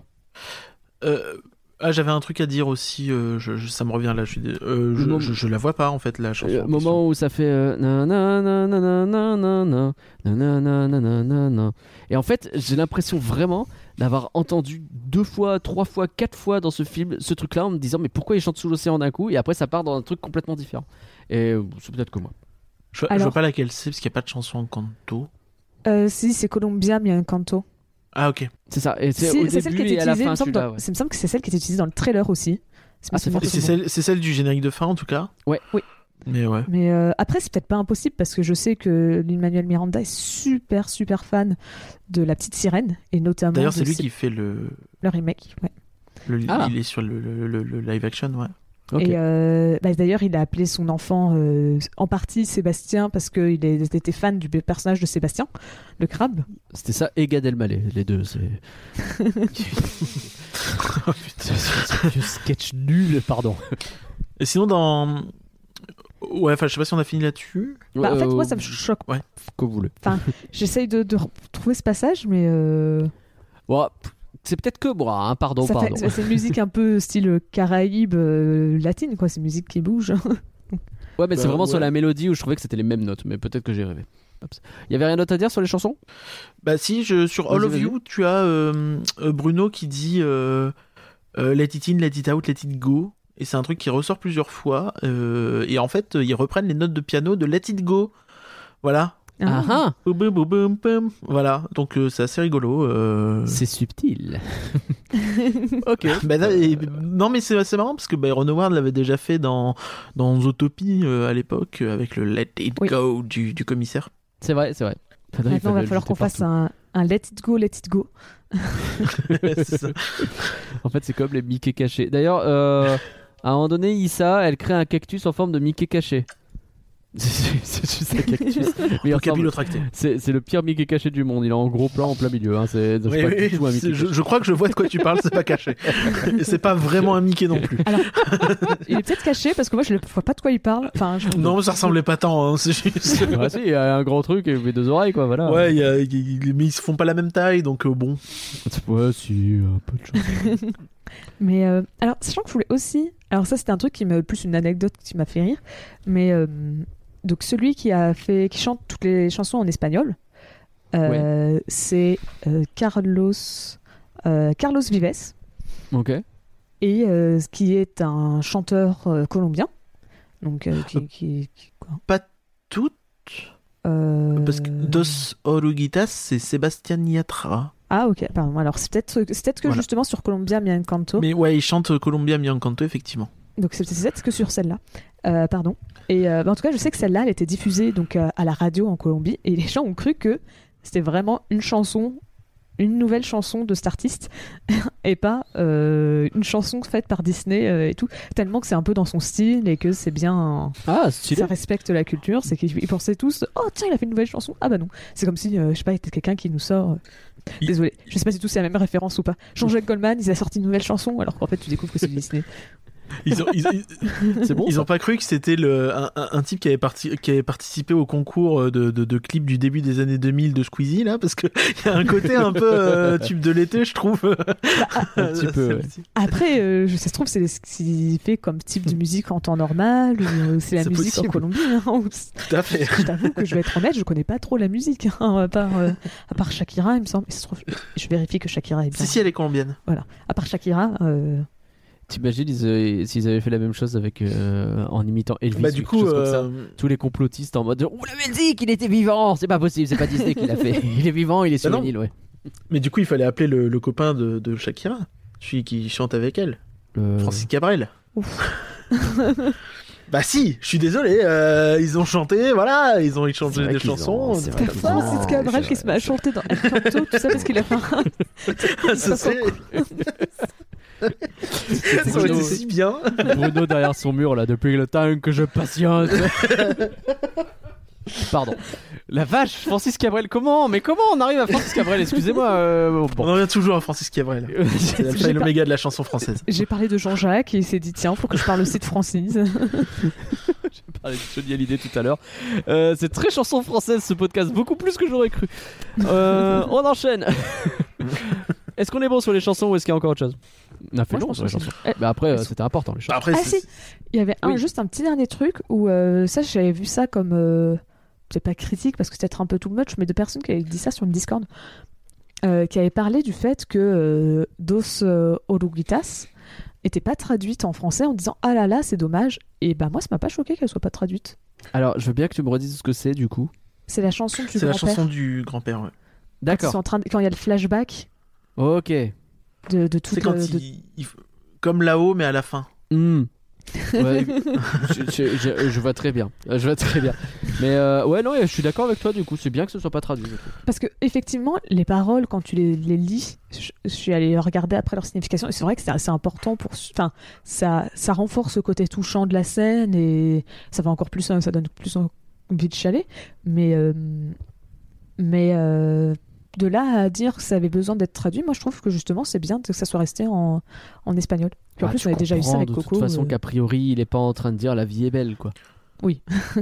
Euh, ah, j'avais un truc à dire aussi. euh, je, je- ça me revient là. Je, suis dé- euh, je, Le moment- je, je la vois pas en fait la chanson. Le en question. moment où ça fait euh, na na na na na na na na na na na na na na. Et en fait, j'ai l'impression vraiment d'avoir entendu deux fois, trois fois, quatre fois dans ce film ce truc-là en me disant mais pourquoi il chante Sous l'océan d'un coup et après ça part dans un truc complètement différent. Et euh, c'est peut-être que moi. Je, je Alors- vois pas laquelle c'est parce qu'il y a pas de chanson en canto. euh, si, c'est Columbia, mais il y a un canto. Ah ok. C'est ça. Et c'est Si, au c'est celle qui début était et à la utilisée. Il fin me semble, celui-là. dans- Ouais. c'est- il me semble que c'est celle qui était utilisée dans le trailer aussi. C'est Ah, mes c'est souvenirs Et qui c'est sont bons. celle, c'est celle du générique de fin en tout cas. Ouais. Oui. Mais ouais. Mais euh, après, c'est peut-être pas impossible parce que je sais que Lin-Manuel Miranda est super, super fan de La Petite Sirène et notamment D'ailleurs, de c'est lui ses- qui fait le. le remake. Ouais. le Ah. Il est sur le, le, le- le live action, ouais. Ok. Et euh, bah, d'ailleurs, il a appelé son enfant euh, en partie Sébastien parce qu'il est- était fan du personnage de Sébastien, le crabe. C'était ça et Gad Elmaleh, les deux. C'est. C'est un vieux sketch nul, pardon. Et sinon, dans. Ouais, enfin, je sais pas si on a fini là-dessus. Bah, en fait, Euh, moi, ça me choque. Comme vous voulez. J'essaye de, de retrouver ce passage, mais euh, Bon, c'est peut-être que moi, hein, pardon, ça fait- pardon. c'est une musique un peu style Caraïbe euh, latine, quoi. C'est une musique qui bouge. Ouais, mais c'est Bah, vraiment ouais. sur la mélodie où je trouvais que c'était les mêmes notes, mais peut-être que j'ai rêvé. Hop. Il y avait rien d'autre à dire sur les chansons? Bah, si, je, sur All Vas-y, of vas-y. You, tu as euh, euh, Bruno qui dit euh, euh, Let it in, let it out, let it go. Et c'est un truc qui ressort plusieurs fois. euh, et en fait, ils reprennent les notes de piano de Let it go. Voilà. Ah ah, Boum, boum, boum, boum, boum. Voilà. Donc, euh, c'est assez rigolo. euh. c'est subtil. Ok. Bah, non, et- non, mais c'est c'est marrant parce que bah, Ron Howard l'avait déjà fait dans, dans Zootopie euh, à l'époque euh, avec le Let it Oui. go du, du commissaire. C'est vrai, c'est vrai. Faudrait- Maintenant, il va fallait falloir le qu'on jeter fasse partout. un, un Let It Go, Let It Go C'est ça. En fait, c'est comme les Mickey cachés. D'ailleurs, euh, à un moment donné, Issa, elle crée un cactus en forme de Mickey caché. C'est c'est juste un cactus. Mais En enfin, capillotracté. c'est c'est le pire Mickey caché du monde. Il est en gros plan en plein milieu. Hein. C'est c'est Oui, pas oui, du tout un c'est- Mickey je, caché. je crois que je vois de quoi tu parles, c'est pas caché. Et c'est pas vraiment un Mickey non plus. Alors, il est peut-être caché parce que moi je ne vois pas de quoi il parle. Enfin, je... Non, mais ça ressemblait pas tant, hein, c'est juste. Ouais, si, il y a un gros truc et les deux oreilles, quoi. Voilà. Ouais, il y a- il- il- mais ils se font pas la même taille, donc euh, bon. Ouais, si, un peu de chance. Mais euh, alors, sachant que je voulais aussi. Alors, ça, c'était un truc qui me. Plus une anecdote qui m'a fait rire. Mais. euh, Donc, celui qui a fait. Qui chante toutes les chansons en espagnol. euh, C'est euh, Carlos. euh, Carlos Vives. Ok. Et euh, qui est un chanteur euh, colombien. Donc, euh, qui. qui, qui- quoi Pas toutes, Euh, parce que Dos Oruguitas, c'est Sébastien Yatra. Ah, ok, pardon. Alors, c'est peut-être c'est peut-être que Voilà. justement sur Colombia Mi Encanto. Mais ouais, il chante Colombia Mi Encanto, effectivement. Donc c'est c'est peut-être que sur celle-là. Euh, pardon. Et euh, bah, en tout cas, je sais que celle-là, elle était diffusée donc euh, à la radio en Colombie et les gens ont cru que c'était vraiment une chanson, une nouvelle chanson de cet artiste et pas euh, une chanson faite par Disney euh, et tout. Tellement que c'est un peu dans son style et que c'est bien, Ah, stylé. ça respecte la culture. C'est qu'ils ils pensaient tous, oh tiens, il a fait une nouvelle chanson. Ah bah non. C'est comme si, euh, je sais pas, il y avait quelqu'un qui nous sort. euh, Il- Désolé, je sais pas si tout c'est la même référence ou pas. Jean-Jacques Goldman, il a sorti une nouvelle chanson alors qu'en fait tu découvres que c'est du Disney. Ils ont, ils, ils- C'est bon. ils ça. ont pas cru que c'était le, un, un- un type qui avait, parti, qui avait participé au concours de, de, de clips du début des années deux mille de Squeezie, là, parce qu'il y a un côté un peu euh, tube de l'été, je trouve. Un petit peu, ouais. Après, euh, je, ça se trouve, c'est ce qu'il fait comme type de musique en temps normal, ou euh, c'est la C'est musique possible. en Colombie. Hein, ou- Tout à fait. je t'avoue que je vais être honnête, je connais pas trop la musique, hein, à, part, euh, à part Shakira, il me semble. Et ça se trouve, je vérifie que Shakira est bien. Si, si, elle est colombienne. Voilà. À part Shakira, euh, T'imagines ils, euh, s'ils avaient fait la même chose avec euh, en imitant Elvis Bah, ou du quelque coup, chose comme ça. euh, Tous les complotistes en mode on l'avait dit qu'il était vivant, c'est pas possible, c'est pas Disney qui l'a fait. Il est vivant, il est sur Bah une non. île, ouais. mais du coup, il fallait appeler le, le copain de, de Shakira, celui qui chante avec elle, Euh, Francis Cabrel. Ouf. Bah si, je suis désolé, euh, ils ont chanté, voilà, ils ont C'est échangé vrai des qu'ils chansons. ont- c'est vrai t'as qu'ils comme ça. ont- Francis Cabrel c'est qui se met à chanter dans Encanto, tout ça parce qu'il a fait un. Ça, c'est- ça aurait été si bien. Bruno derrière son mur là depuis le temps que je patiente. Pardon. La vache, Francis Cabrel, comment Mais comment on arrive à Francis Cabrel Excusez-moi. euh, On bon. en revient toujours à Francis Cabrel. C'est l'alpha et J'ai pas- l'oméga de la chanson française. J'ai parlé de Jean-Jacques et il s'est dit tiens, faut que je parle aussi de Francis. J'ai parlé de Johnny Hallyday tout à l'heure. Euh, c'est très chanson française ce podcast, beaucoup plus que j'aurais cru. Euh, on enchaîne. Est-ce qu'on est bon sur les chansons ou est-ce qu'il y a encore autre chose On a fait Moi, je long pense sur les que c'est chansons. bon. Bah après, Elles euh, sont- c'était important les chansons. Après, Ah c'est- si, il y avait un, Oui. juste un petit dernier truc où euh, ça j'avais vu ça comme euh, c'est pas critique parce que c'est peut-être un peu too much, mais de personnes qui avaient dit ça sur une Discord, euh, qui avaient parlé du fait que euh, Dos euh, Oruguitas était pas traduite en français en disant ah là là c'est dommage, et bah moi ça m'a pas choqué qu'elle soit pas traduite. Alors, je veux bien que tu me redises ce que c'est du coup. C'est la chanson du c'est la grand-père. chanson du grand-père. Ouais. Quand ils D'accord. sont en train de- quand il y a le flashback Ok. de, de tout C'est quand le- de- il, il- comme là-haut, mais à la fin. Hmm. Ouais, je, je- je- je vois très bien. Je vois très bien. Mais euh, ouais, non, je suis d'accord avec toi du coup. C'est bien que ce soit pas traduit. je trouve. Parce que effectivement, les paroles, quand tu les, les lis, je, je suis allée regarder après leur signification, et c'est vrai que c'est assez important pour, enfin, ça, ça renforce ce côté touchant de la scène et ça va encore plus, ça donne plus envie de chialer. Mais, euh, mais euh, de là à dire que ça avait besoin d'être traduit, moi je trouve que justement c'est bien que ça soit resté en, en espagnol. Puis en Ah, plus, tu on avait déjà eu ça comprends avec de Coco. toute façon euh, qu'a priori, il est pas en train de dire la vie est belle quoi. Oui.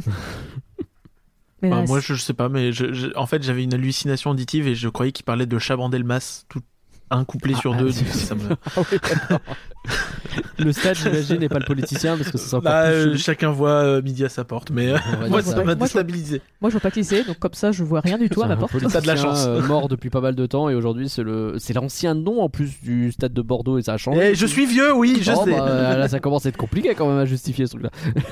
Mais Bah, là, moi, c'est- je, je sais pas, mais je, je- en fait, j'avais une hallucination auditive et je croyais qu'il parlait de Chabandelmas, tout un couplet Ah, sur ah, deux. c'est- du coup, ça me... Ah oui, d'accord. Le stade, j'imagine, n'est pas le politicien parce que ça sera encore Bah, plus euh, chelou. chacun voit euh, midi à sa porte, mais euh, On va moi, dire ça ça. m'a Moi, je- déstabilisé. moi je vois pas qui c'est, donc comme ça je vois rien du tout à C'est ma un porte. politicien, T'as de la chance. euh, mort depuis pas mal de temps et aujourd'hui c'est le c'est l'ancien nom en plus du stade de Bordeaux et ça a changé. Eh, je suis vieux, oui, je Oh, sais. bah, là ça commence à être compliqué quand même à justifier ce truc là.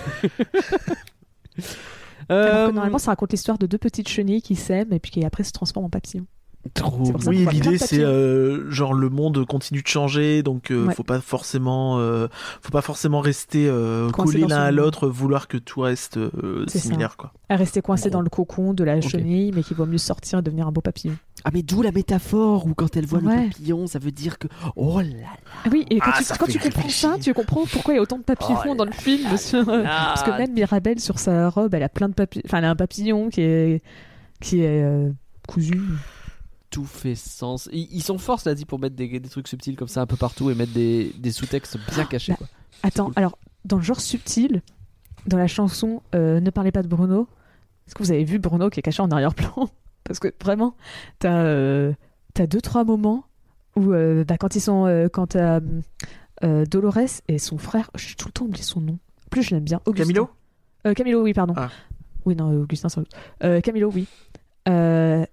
Alors que normalement, ça raconte l'histoire de deux petites chenilles qui s'aiment et puis qui après se transforment en papillons. trop C'est pour ça Oui, qu'on voit plein l'idée de c'est papillons. euh, genre le monde continue de changer, donc euh, Ouais. faut pas forcément, euh, faut pas forcément rester euh, Coincé collé dans l'un son à monde. l'autre, vouloir que tout reste euh, C'est ça. similaire quoi. À rester coincé En gros. dans le cocon de la Ok. chenille, mais qu'il vaut mieux sortir et devenir un beau papillon. Ah mais d'où la métaphore où quand elle voit Ouais. le papillon, ça veut dire que oh là là. Ah oui, et quand Ah, tu, ça quand fait tu comprends réfléchir. ça, tu comprends pourquoi il y a autant de papillons Oh dans le film. sur- Parce que même Mirabelle, sur sa robe, elle a plein de papillons. Enfin, elle a un papillon qui est, qui est euh, cousu. Tout fait sens. Ils, ils sont forts, cela dit, pour mettre des, des trucs subtils comme ça un peu partout et mettre des, des sous-textes bien cachés. bah, Quoi. Attends, cool. alors, dans le genre subtil, dans la chanson euh, Ne parlez pas de Bruno, est-ce que vous avez vu Bruno qui est caché en arrière-plan? Parce que vraiment, t'as euh, t'as deux, trois moments où, euh, bah, quand ils sont. Euh, quand t'as euh, Dolores et son frère, je suis tout le temps oublié son nom. En plus, je l'aime bien. Augustin. Camilo Euh, Camilo, oui, pardon. Ah. Oui, non, Augustin, sans doute. Euh, Camilo, oui. Euh,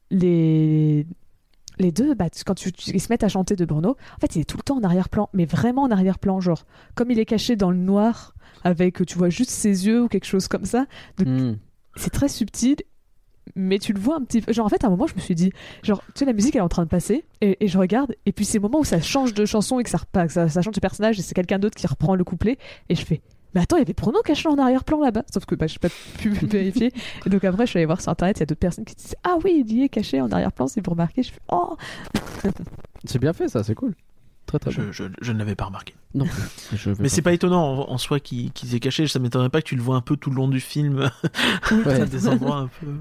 les... les deux, bah, quand tu, tu- ils se mettent à chanter de Bruno, en fait, il est tout le temps en arrière-plan, mais vraiment en arrière-plan, genre, comme il est caché dans le noir, avec, tu vois, juste ses yeux ou quelque chose comme ça. Donc, Hmm. c'est très subtil, mais tu le vois un petit peu. Genre, en fait, à un moment, je me suis dit, genre, tu sais, la musique, elle est en train de passer, et, et je regarde, et puis ces moments où ça change de chanson et que ça, repart, que ça, ça change de personnage, et c'est quelqu'un d'autre qui reprend le couplet, et je fais. Mais attends, il y avait Bruno caché en arrière-plan là-bas. Sauf que bah, je n'ai pas pu vérifier. Et donc après, je suis allée voir sur internet, il y a d'autres personnes qui disent ah oui, il y est caché en arrière-plan, c'est pour remarquer. Je fais oh. C'est bien fait, ça, c'est cool. Très très je, bien. je, je ne l'avais pas remarqué. Non, je vais Mais c'est pas étonnant en, en soi qu'ils qu'ils aient caché. Ça m'étonnerait pas que tu le vois un peu tout le long du film. Ouais. À des endroits un peu.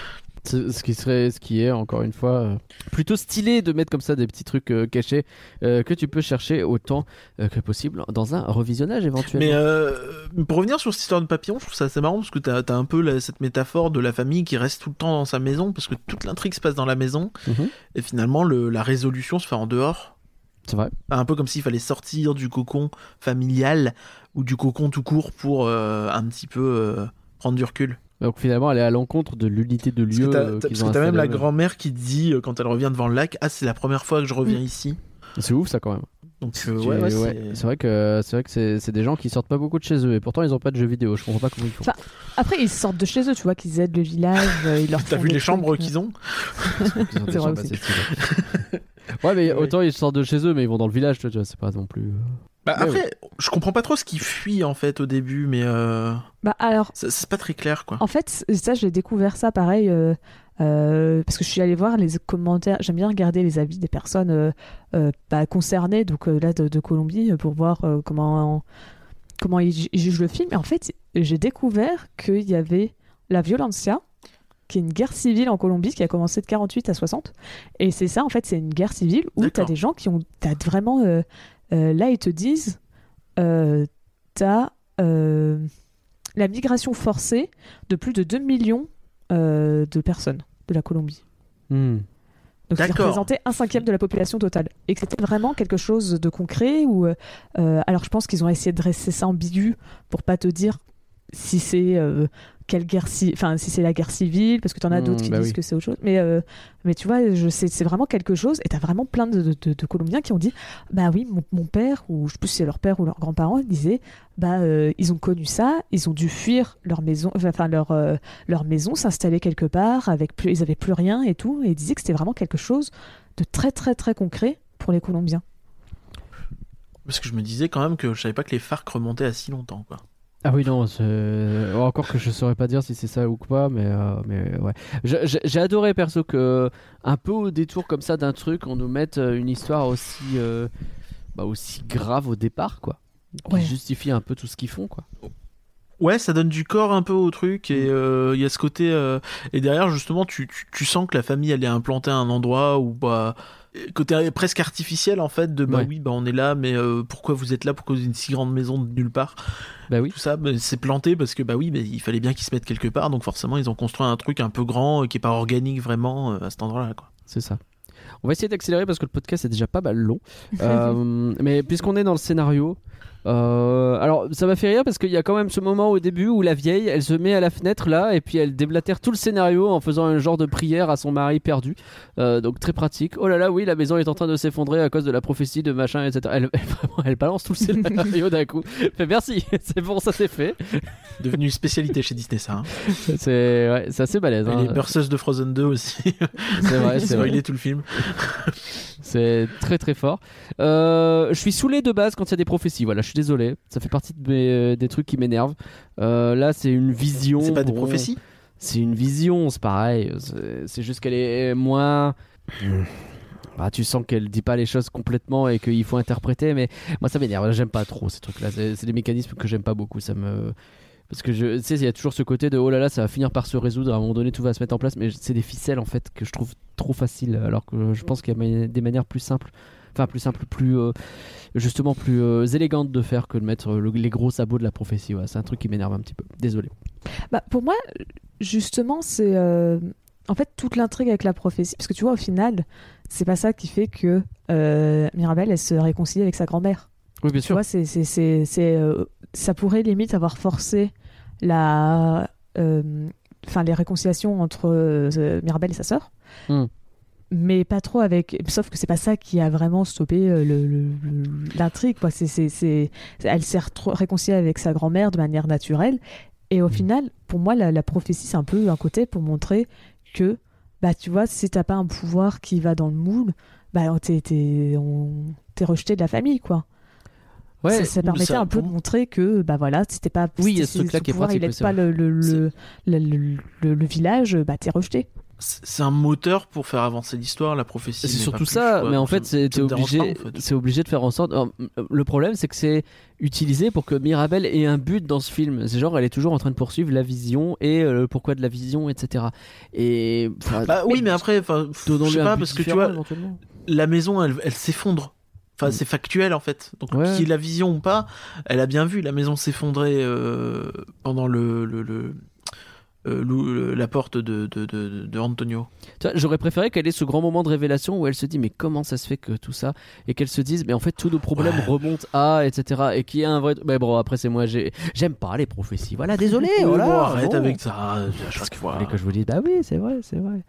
Ce ce qui serait, ce qui est encore une fois euh, plutôt stylé de mettre comme ça des petits trucs euh, cachés euh, que tu peux chercher autant euh, que possible dans un revisionnage éventuellement. Mais euh, pour revenir sur cette histoire de papillon, je trouve ça assez marrant parce que t'as as un peu la- cette métaphore de la famille qui reste tout le temps dans sa maison parce que toute l'intrigue se passe dans la maison Mhm. et finalement le, la résolution se fait en dehors. C'est vrai. Un peu comme s'il fallait sortir du cocon familial ou du cocon tout court pour euh, un petit peu euh, prendre du recul. Donc finalement, elle est à l'encontre de l'unité de Parce que lieu t'as euh, t'as- qu'ils parce ont que t'as même la installée. grand-mère qui dit euh, quand elle revient devant le lac, ah c'est la première fois que je reviens Mm. ici. C'est ouf ça quand même. Donc euh, Tu- ouais, ouais, ouais, c'est- c'est vrai que c'est vrai que c'est c'est des gens qui sortent pas beaucoup de chez eux et pourtant ils ont pas de jeux vidéo. Je comprends pas comment ils font. Enfin, Après, ils sortent de chez eux, tu vois, qu'ils aident le village. euh, Ils leur T'as font vu des les chambres trucs, qu'ils ont Ils ont des c'est vrai chambres aussi. assez stylées. Ouais, mais Ouais. autant ils sortent de chez eux, mais ils vont dans le village, tu vois, c'est pas non plus. euh, Bah, Mais après, je comprends pas trop ce qui fuit en fait au début, mais euh, Bah alors, ça- c'est pas très clair quoi. en fait, ça, j'ai découvert ça pareil euh, euh, parce que je suis allée voir les commentaires. J'aime bien regarder les avis des personnes euh, euh, bah, concernées, donc euh, là de, de Colombie, euh, pour voir euh, comment comment ils, ju- ils jugent le film. Et en fait, j'ai découvert qu'il y avait la Violencia, qui est une guerre civile en Colombie qui a commencé de quarante-huit à soixante. Et c'est ça, en fait, c'est une guerre civile où tu as D'accord. des gens qui ont. T'as vraiment. euh, euh, là, ils te disent. Euh, t'as euh, la migration forcée de plus de deux millions euh, de personnes de la Colombie. hmm. Donc, ça D'accord. représentait un cinquième de la population totale. Et que c'était vraiment quelque chose de concret. Où, euh, euh, alors, je pense qu'ils ont essayé de dresser ça ambigu pour pas te dire si c'est euh, quelle guerre ci- enfin si c'est la guerre civile, parce que t'en as Mmh, d'autres qui bah disent oui. que c'est autre chose. Mais euh, mais tu vois, je sais, c'est vraiment quelque chose. Et t'as vraiment plein de, de, de- de Colombiens qui ont dit, bah oui, mon, mon père ou je sais plus si c'est leur père ou leurs grands-parents, ils disaient, bah euh, ils ont connu ça, ils ont dû fuir leur maison, enfin leur euh, leur maison, s'installer quelque part avec plus, ils avaient plus rien et tout. Et ils disaient que c'était vraiment quelque chose de très très très concret pour les Colombiens. Parce que je me disais quand même que je savais pas que les FARC remontaient à si longtemps quoi. Ah oui, non, c'est- encore que je saurais pas dire si c'est ça ou pas, mais, euh, mais ouais. Je- J'ai j'ai adoré perso que, un peu au détour comme ça d'un truc, on nous mette euh, une histoire aussi, euh, bah, aussi grave au départ, quoi. Qui Ouais. justifie un peu tout ce qu'ils font, quoi. Ouais, ça donne du corps un peu au truc et euh, il y a ce côté euh, et derrière justement tu, tu, tu sens que la famille elle est implantée à un endroit où bah côté presque artificiel en fait de bah Ouais. oui bah on est là mais euh, pourquoi vous êtes là pourquoi vous avez une si grande maison de nulle part Bah oui. tout ça bah, c'est planté parce que bah oui mais il fallait bien qu'ils se mettent quelque part donc forcément ils ont construit un truc un peu grand euh, qui est pas organique vraiment euh, à cet endroit là quoi. C'est ça. On va essayer d'accélérer parce que le podcast est déjà pas mal long. Euh, mais puisqu'on est dans le scénario, euh, alors ça m'a fait rire parce qu'il y a quand même ce moment au début où la vieille, elle se met à la fenêtre là et puis elle déblatère tout le scénario en faisant un genre de prière à son mari perdu. Euh, donc très pratique. Oh là là, oui, la maison est en train de s'effondrer à cause de la prophétie de machin, et cetera. Elle, elle, vraiment, elle balance tout le scénario d'un coup. Elle fait merci, c'est bon, ça c'est fait. Devenu une spécialité chez Disney ça. Hein. C'est ouais, c'est assez balèze. Et Hein. les burseuses de Frozen deux aussi. C'est vrai, c'est vrai. Spoiler tout le film. C'est très très fort. Euh, je suis saoulé de base quand il y a des prophéties. Voilà, je suis désolé. Ça fait partie de mes, des trucs qui m'énervent. Euh, là, c'est une vision. C'est pas des bon, prophéties. c'est une vision, c'est pareil. C'est, c'est juste qu'elle est moins. Bah, tu sens qu'elle dit pas les choses complètement et qu'il faut interpréter, mais moi ça m'énerve. J'aime pas trop ces trucs-là. C'est, c'est des mécanismes que j'aime pas beaucoup. Ça me. Parce que je, tu sais, il y a toujours ce côté de oh là là, ça va finir par se résoudre, à un moment donné tout va se mettre en place, mais c'est des ficelles en fait que je trouve trop faciles, alors que je pense qu'il y a des manières plus simples, enfin plus simples, plus euh, justement plus euh, élégantes de faire que de mettre le, les gros sabots de la prophétie. Ouais, c'est un truc qui m'énerve un petit peu. Désolé. Bah, pour moi, justement, c'est euh, en fait toute l'intrigue avec la prophétie, parce que tu vois, au final, c'est pas ça qui fait que euh, Mirabel elle se réconcilie avec sa grand-mère. Oui, bien tu sûr. vois, c'est, c'est, c'est, c'est, euh, ça pourrait limite avoir forcé la, euh, enfin les réconciliations entre euh, Mirabel et sa sœur, mm. mais pas trop avec. Sauf que c'est pas ça qui a vraiment stoppé euh, le, le, le, l'intrigue. Quoi. C'est, c'est, c'est, elle s'est retro- réconciliée avec sa grand-mère de manière naturelle, et au mm. final, pour moi, la, la prophétie c'est un peu un côté pour montrer que, bah tu vois, si t'as pas un pouvoir qui va dans le moule, bah t'es, t'es, on, t'es rejeté de la famille, quoi. Ouais, ça, ça permettait ça, un peu de montrer que bah voilà, si t'es pas oui, il y a si ce truc-là qui est pratique, il aide pas le le, le, le, le, le, le village, bah t'es rejeté. C'est un moteur pour faire avancer l'histoire, la prophétie. C'est surtout ça, plus, mais en fait, c'est, t'es obligé, pas, en fait. c'est obligé de faire en sorte. Alors, le problème, c'est que c'est utilisé pour que Mirabel ait un but dans ce film. C'est genre, elle est toujours en train de poursuivre la vision et le pourquoi de la vision, et cetera. Et bah oui, mais après, je sais pas, parce que tu vois, la maison, elle, elle s'effondre. Enfin, c'est factuel en fait. Donc, ouais. Qu'il ait la vision ou pas, elle a bien vu la maison s'effondrer euh, pendant le, le, le, euh, le, la porte de, de, de, de Antonio. Tu vois, j'aurais préféré qu'elle ait ce grand moment de révélation où elle se dit mais comment ça se fait que tout ça, et qu'elle se dise mais en fait tous nos problèmes ouais. remontent à etc, et qu'il y a un vrai. Mais bon, après c'est moi, j'ai... j'aime pas les prophéties. Voilà, désolé. Voilà. Bon, arrête bon. avec ça à chaque fois. Et que je vous dis bah oui, c'est vrai, c'est vrai.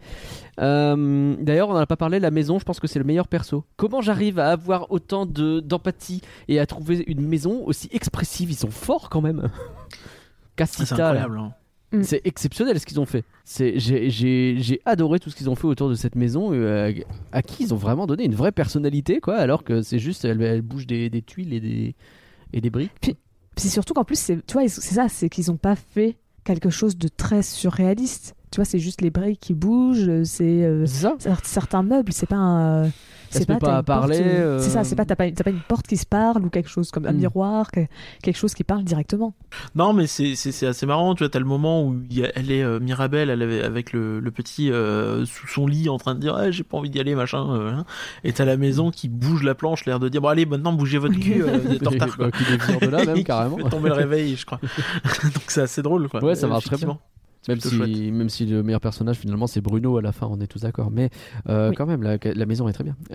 Euh, d'ailleurs, on n'en a pas parlé. La maison, je pense que c'est le meilleur perso. Comment j'arrive à avoir autant de d'empathie et à trouver une maison aussi expressive? Ils sont forts quand même. Cassita, c'est incroyable. Hein. C'est exceptionnel ce qu'ils ont fait. C'est, j'ai, j'ai, j'ai adoré tout ce qu'ils ont fait autour de cette maison, euh, à qui ils ont vraiment donné une vraie personnalité, quoi, alors que c'est juste, elle, elle bouge des, des tuiles et des, et des briques. Puis, c'est surtout qu'en plus, c'est, tu vois, c'est ça, c'est qu'ils n'ont pas fait quelque chose de très surréaliste. Tu vois, c'est juste les briques qui bougent, c'est, euh, c'est ça. certains meubles, c'est pas un... C'est pas, pas à parler. Porte, euh... C'est ça, c'est pas, t'as pas, t'as pas une porte qui se parle ou quelque chose comme un mm. miroir, quelque chose qui parle directement. Non, mais c'est, c'est, c'est assez marrant, tu vois, t'as le moment où y a, elle est euh, Mirabel, elle avait, avec le, le petit euh, sous son lit en train de dire ah, j'ai pas envie d'y aller, machin. Euh, hein. Et t'as la maison qui bouge la planche, l'air de dire bon, allez, maintenant bougez votre cul, euh, vous êtes en retard. Quoi. Qui dévire de là, même carrément. Fait tomber le réveil, je crois. Donc c'est assez drôle, quoi. Ouais, ça marche très bien. Même si, même si le meilleur personnage finalement c'est Bruno à la fin, on est tous d'accord, mais euh, oui. quand même la, la maison est très bien.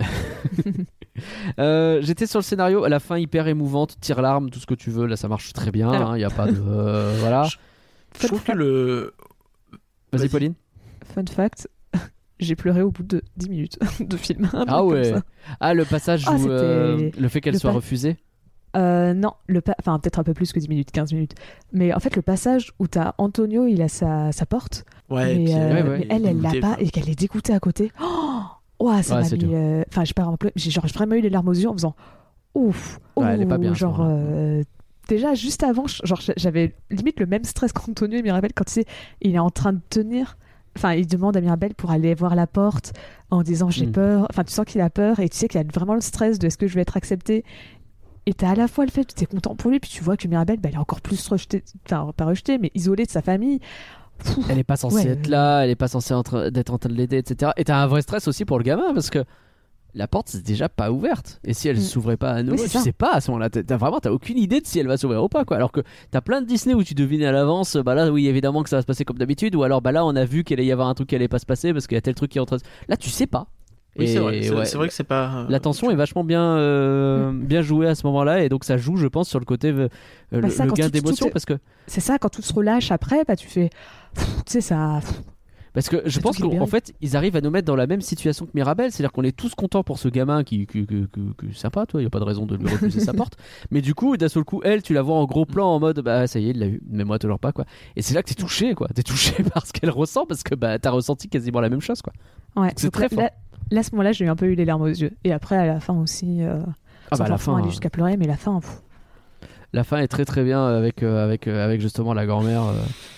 euh, j'étais sur le scénario, à la fin hyper émouvante, tire-larme, tout ce que tu veux, là ça marche très bien, il hein, n'y a pas de... Euh, voilà. Je, je trouve que le... Vas-y, Vas-y Pauline. Fun fact, j'ai pleuré au bout de dix minutes de film. Ah ouais. Ah le passage ah, où euh, le fait qu'elle le soit pa- refusée. Euh, non, le pa- enfin peut-être un peu plus que dix minutes, quinze minutes. Mais en fait, le passage où t'as Antonio, il a sa, sa porte, ouais, mais, puis, euh, ouais, ouais, mais elle, elle l'a pas, et qu'elle est dégoûtée à côté. Oh, ouais, ça ouais, m'a mis. Euh... Enfin, j'ai pas vraiment, j'ai genre vraiment eu les larmes aux yeux en faisant ouf. Ouais, oh, elle est pas bien. Genre euh... déjà juste avant, genre j'avais limite le même stress qu'Antonio et Mirabel quand il, il est en train de tenir. Enfin, il demande à Mirabel pour aller voir la porte en disant j'ai mm. peur. Enfin, tu sens qu'il a peur et tu sais qu'il a vraiment le stress de est-ce que je vais être accepté. Et t'as à la fois le fait que t'es content pour lui, puis tu vois que Mirabel, bah, elle est encore plus rejetée, enfin pas rejetée, mais isolée de sa famille. Pfff, elle est pas censée ouais, être là, elle est pas censée être, d'être en train de l'aider, et cetera. Et t'as un vrai stress aussi pour le gamin, parce que la porte c'est déjà pas ouverte. Et si elle mm. s'ouvrait pas à nouveau, oui, tu ça. sais pas à ce moment-là, t'as, t'as vraiment t'as aucune idée de si elle va s'ouvrir ou pas, quoi. Alors que t'as plein de Disney où tu devinais à l'avance, bah là oui évidemment que ça va se passer comme d'habitude, ou alors bah là on a vu qu'il allait y avoir un truc qui allait pas se passer parce qu'il y a tel truc qui est en train de... Là tu sais pas. Oui, c'est vrai. C'est, ouais, c'est vrai que c'est pas. Euh, la tension est vachement bien, euh, mm. bien jouée à ce moment-là, et donc ça joue, je pense, sur le côté euh, bah le, ça, le gain tout, d'émotion, tout, parce que. C'est ça, quand tout se relâche après, bah tu fais, tu sais ça. Parce que je pense qu'en fait, ils arrivent à nous mettre dans la même situation que Mirabel, c'est-à-dire qu'on est tous contents pour ce gamin qui, qui, qui, qui, qui est sympa, toi, il y a pas de raison de lui refuser sa porte. Mais du coup, d'un seul coup, elle, tu la vois en gros plan en mode, bah ça y est, il l'a eu, mais moi toujours pas, quoi. Et c'est là que t'es touché, quoi. T'es touché par ce qu'elle ressent, parce que bah t'as ressenti quasiment la même chose, quoi. Ouais. Donc, c'est très fort. Là, là, à ce moment-là, j'ai eu un peu eu les larmes aux yeux. Et après, à la fin aussi, euh, ah bah la fin, aller jusqu'à pleurer, mais la fin. Pff. La fin est très très bien avec euh, avec euh, avec justement la grand-mère. Euh...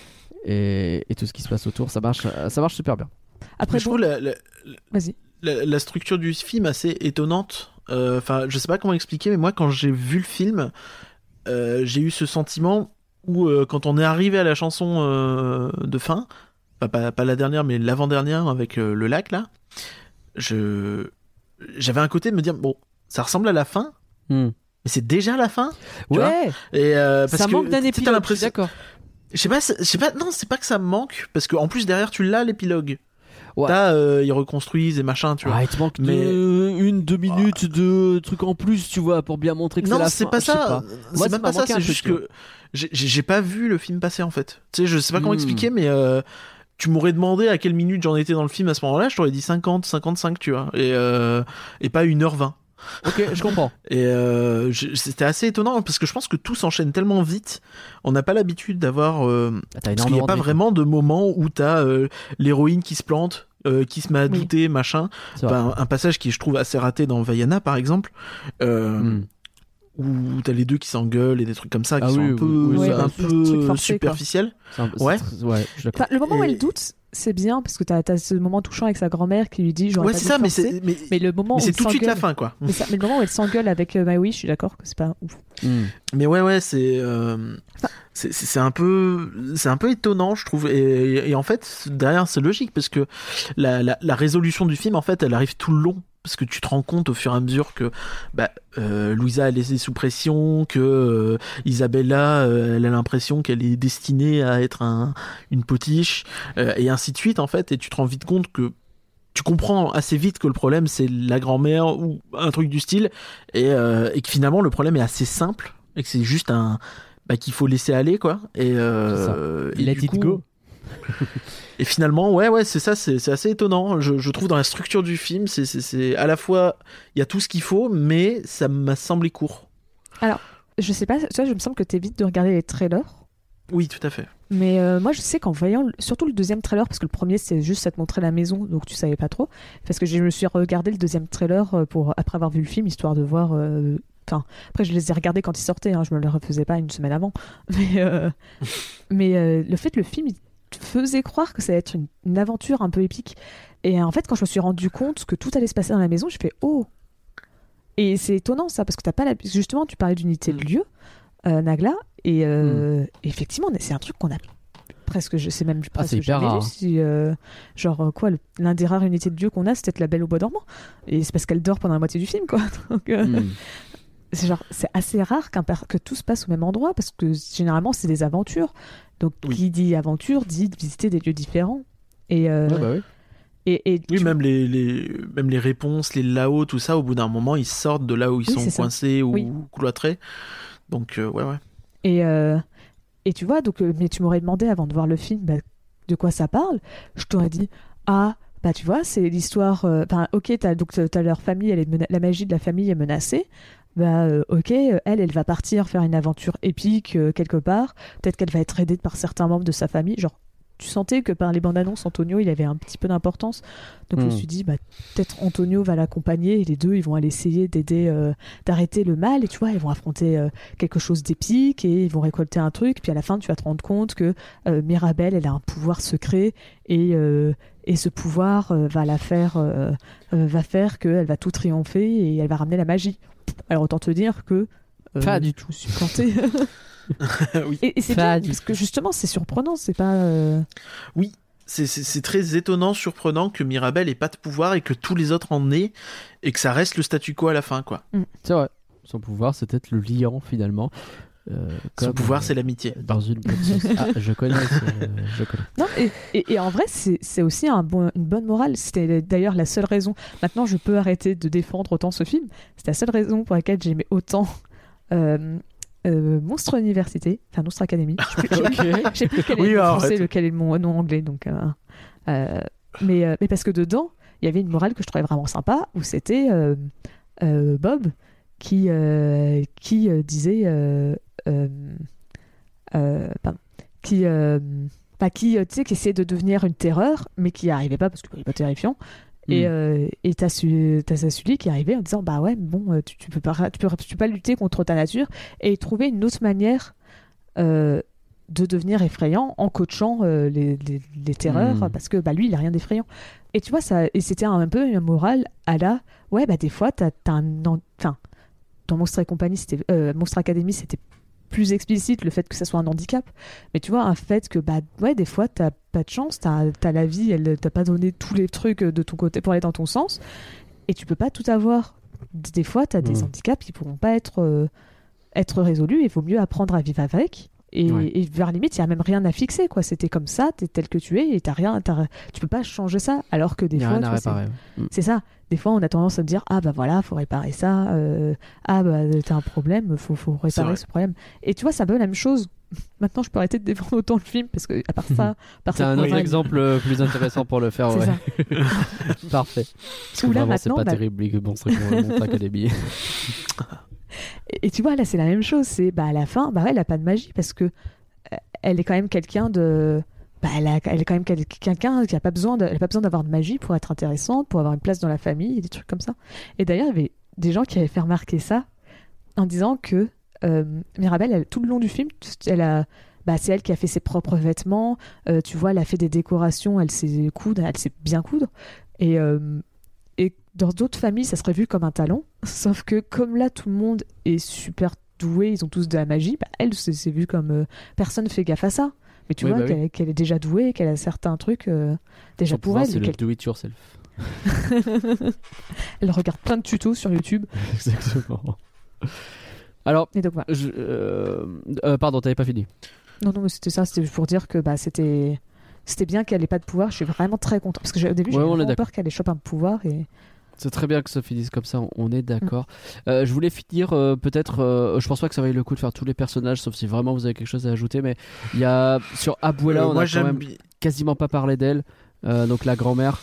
et, et tout ce qui se passe autour, ça marche, ça marche super bien. Après, je bon, trouve la, la, vas-y. la, la structure du film assez étonnante. Enfin, euh, je sais pas comment expliquer, mais moi, quand j'ai vu le film, euh, j'ai eu ce sentiment où, euh, quand on est arrivé à la chanson euh, de fin, pas, pas, pas la dernière, mais l'avant-dernière avec euh, le lac là, je j'avais un côté de me dire bon, ça ressemble à la fin. Mm. Mais c'est déjà la fin, tu ouais. vois et euh, parce ça que manque d'un épilogue. Je suis d'accord. Je sais pas, je sais pas. Non, c'est pas que ça me manque, parce que en plus derrière tu l'as l'épilogue. Ouais. T'as, euh, ils reconstruisent et machin, tu vois. Ah, il te manque mais deux, une, deux minutes ah. de trucs en plus, tu vois, pour bien montrer que non, c'est la c'est fin. pas Je sais ça. pas. C'est Moi, même pas ça. C'est juste que j'ai, j'ai pas vu le film passer en fait. Tu sais, je sais pas comment mm. expliquer, mais euh, tu m'aurais demandé à quelle minute j'en étais dans le film à ce moment-là, je t'aurais dit cinquante, cinquante-cinq, tu vois, et euh, et pas une heure vingt. Ok, je comprends. Et euh, je, c'était assez étonnant parce que je pense que tout s'enchaîne tellement vite. On n'a pas l'habitude d'avoir. Euh, ah, parce qu'il n'y a pas vraiment de moment où t'as euh, l'héroïne qui se plante, euh, qui se met à oui. douter, machin. Enfin, un passage qui je trouve assez raté dans Vaiana par exemple. Euh, mm. Où t'as les deux qui s'engueulent et des trucs comme ça qui ah, sont oui, un peu, oui, oui, un oui, peu forcé, superficiels. Un, ouais. Très, ouais je enfin, le moment et... où elle doute, c'est bien parce que t'as, t'as ce moment touchant avec sa grand-mère qui lui dit j'aurais ouais, pas c'est dû ça, mais forcer. c'est, mais, mais le moment mais où c'est tout de suite la fin, quoi. Mais, ça, mais le moment où elle s'engueule avec euh, Maui, je suis d'accord que c'est pas ouf. Mm. Mais ouais, ouais, c'est, euh, enfin, c'est, c'est, c'est un peu, c'est un peu étonnant, je trouve. Et, et en fait, derrière, c'est logique parce que la, la, la résolution du film, en fait, elle arrive tout le long. Parce que tu te rends compte au fur et à mesure que bah, euh, Louisa elle est sous pression, que euh, Isabella euh, elle a l'impression qu'elle est destinée à être un, une potiche, euh, et ainsi de suite en fait, et tu te rends vite compte que tu comprends assez vite que le problème c'est la grand-mère ou un truc du style, et, euh, et que finalement le problème est assez simple, et que c'est juste un... Bah, qu'il faut laisser aller quoi, et, euh, et let du it coup, go. Et finalement, ouais, ouais, c'est ça, c'est, c'est assez étonnant. Je, je trouve dans la structure du film, c'est, c'est, c'est à la fois, il y a tout ce qu'il faut, mais ça m'a semblé court. Alors, je sais pas, toi, je me semble que t'évites de regarder les trailers. Oui, tout à fait. Mais euh, moi, je sais qu'en voyant, surtout le deuxième trailer, parce que le premier, c'est juste ça te montrer la maison, donc tu savais pas trop. Parce que je me suis regardé le deuxième trailer pour, après avoir vu le film, histoire de voir. Euh, Enfin, après, je les ai regardés quand ils sortaient, hein, je me les refaisais pas une semaine avant. Mais, euh, mais euh, le fait que le film il faisait croire que ça allait être une, une aventure un peu épique. Et en fait, quand je me suis rendu compte que tout allait se passer dans la maison, je fais oh. Et c'est étonnant ça, parce que t'as pas la... justement, tu parlais d'unité de lieu, euh, Nagla, et euh, mm. effectivement, c'est un truc qu'on a presque, je sais même presque ah, c'est jamais hyper vu. Si, euh, genre quoi, le, l'un des rares unités de lieu qu'on a, c'est peut-être la Belle au bois dormant. Et c'est parce qu'elle dort pendant la moitié du film, quoi. Donc, euh, mm. c'est genre, c'est assez rare qu'un per... que tout se passe au même endroit, parce que généralement, c'est des aventures. Donc, oui. Qui dit aventure dit visiter des lieux différents. Et, euh, ouais, bah oui. Et, et oui, tu... même les, les, même les réponses, les là-haut, tout ça, au bout d'un moment, ils sortent de là où ils oui, sont coincés ça. ou oui. cloîtrés. Donc, euh, ouais, ouais. Et, euh, et tu vois, donc, euh, mais tu m'aurais demandé avant de voir le film bah, de quoi ça parle. Je t'aurais dit, ah, bah tu vois, c'est l'histoire. Enfin, euh, ok, t'as, donc, t'as leur famille, elle est mena... la magie de la famille est menacée. Bah, euh, ok, elle, elle va partir faire une aventure épique euh, quelque part. Peut-être qu'elle va être aidée par certains membres de sa famille. Genre, tu sentais que par les bandes annonces, Antonio, il avait un petit peu d'importance. Donc, mmh. je me suis dit, bah, peut-être Antonio va l'accompagner et les deux, ils vont aller essayer d'aider, euh, d'arrêter le mal. Et tu vois, ils vont affronter euh, quelque chose d'épique et ils vont récolter un truc. Puis à la fin, tu vas te rendre compte que euh, Mirabelle, elle a un pouvoir secret et, euh, et ce pouvoir euh, va la faire, euh, euh, va faire qu'elle va tout triompher et elle va ramener la magie. Alors, autant te dire que. Euh, pas du tout. Je suis plantée. oui. Et, et c'est bien, parce que justement, c'est surprenant, c'est pas. Euh... Oui, c'est, c'est, c'est très étonnant, surprenant que Mirabelle ait pas de pouvoir et que tous les autres en aient et que ça reste le statu quo à la fin, quoi. Mm. C'est vrai. Son pouvoir, c'est peut-être le liant finalement. Euh, Son pouvoir, euh, c'est l'amitié. Dans une bonne ah, je connais. Euh, je connais. Non, et, et, et en vrai, c'est, c'est aussi un bon, une bonne morale. C'était d'ailleurs la seule raison. Maintenant, je peux arrêter de défendre autant ce film. C'est la seule raison pour laquelle j'aimais autant. Euh, Euh, Monstre Université, enfin Monstre Academy. Je sais plus, okay. je sais plus quel est oui, le français, arrête. Lequel est le nom, nom anglais. Donc, euh, euh, mais, euh, mais parce que dedans, il y avait une morale que je trouvais vraiment sympa, où c'était euh, euh, Bob qui, euh, qui euh, disait, euh, euh, euh, pardon, qui, euh, bah, qui, tu sais, qui essayait de devenir une terreur, mais qui n'y arrivait pas parce qu'il n'est pas terrifiant. Et, mm. euh, et t'as, su, t'as Sully qui arrivait en disant bah ouais bon tu, tu peux pas tu peux, tu peux pas lutter contre ta nature et trouver une autre manière euh, de devenir effrayant en coachant euh, les, les, les terreurs Mmh. parce que bah, lui, il a rien d'effrayant. Et tu vois, ça, et c'était un, un peu une morale à la ouais, bah des fois, t'as, t'as un. Enfin, dans Monstres et compagnie, c'était, euh, Monstre Academy, c'était plus explicite le fait que ça soit un handicap. Mais tu vois, un fait que, bah ouais, des fois, t'as pas de chance, t'as, t'as la vie, elle t'a pas donné tous les trucs de ton côté pour aller dans ton sens, et tu peux pas tout avoir. Des fois, t'as des Mmh. handicaps qui pourront pas être, euh, être résolus, il vaut mieux apprendre à vivre avec. Et, Ouais. et vers limite, il n'y a même rien à fixer, quoi. C'était comme ça, t'es tel que tu es, et t'as rien, t'as- tu peux pas changer ça. Alors que des Il y a fois, rien tu à vois, c'est- réparer. Mm. c'est ça. Des fois, on a tendance à se dire, ah bah voilà, faut réparer ça. euh, ah bah t'as un problème, faut, faut C'est réparer vrai. ce problème. Et tu vois, c'est un peu la même chose. Maintenant, je peux arrêter de défendre autant le film parce que à part ça, à part C'est cette un autre morale- exemple euh, plus intéressant pour le faire. C'est Ouais. ça. Parfait. Parce que Ou là, vraiment, c'est maintenant, pas bah- terrible les Monstres et Monstres Academy. Et, et tu vois, là, c'est la même chose. C'est bah à la fin, bah ouais, elle a pas de magie parce que euh, elle est quand même quelqu'un de. Bah, elle, a- elle est quand même quel- quelqu'un qui a pas besoin, de- elle a pas besoin d'avoir de magie pour être intéressante, pour avoir une place dans la famille et des trucs comme ça. Et d'ailleurs, il y avait des gens qui avaient fait remarquer ça en disant que euh, Mirabelle, elle, tout le long du film, elle a, bah, c'est elle qui a fait ses propres vêtements. euh, tu vois, elle a fait des décorations, elle sait coudre, elle sait bien coudre. Et, euh, et dans d'autres familles, ça serait vu comme un talent. Sauf que comme là, tout le monde est super doué, ils ont tous de la magie, bah, elle, c'est, c'est vu comme euh, personne fait gaffe à ça. Mais tu Oui, vois bah oui. qu'elle, qu'elle est déjà douée, qu'elle a certains trucs euh, déjà Son pour pouvoir, elle. c'est le qu'elle... do it yourself. Elle regarde plein de tutos sur YouTube. Exactement. Alors, Et donc voilà. je, euh, euh, pardon, t'avais pas fini. Non, non, mais c'était ça, c'était pour dire que bah, c'était... c'était bien qu'elle ait pas de pouvoir. Je suis vraiment très content. Parce que j'ai- au début, Ouais, j'avais on est vraiment d'accord. peur qu'elle ait chopé un pouvoir. Et... C'est très bien que ça finisse comme ça, on- on est d'accord. Euh, je voulais finir euh, peut-être, euh, je pense pas que ça vaille le coup de faire tous les personnages, sauf si vraiment vous avez quelque chose à ajouter, mais il y a sur Abuela, Euh, on moi a quand j'aime même bi- quasiment pas parlé d'elle, euh, donc la grand-mère.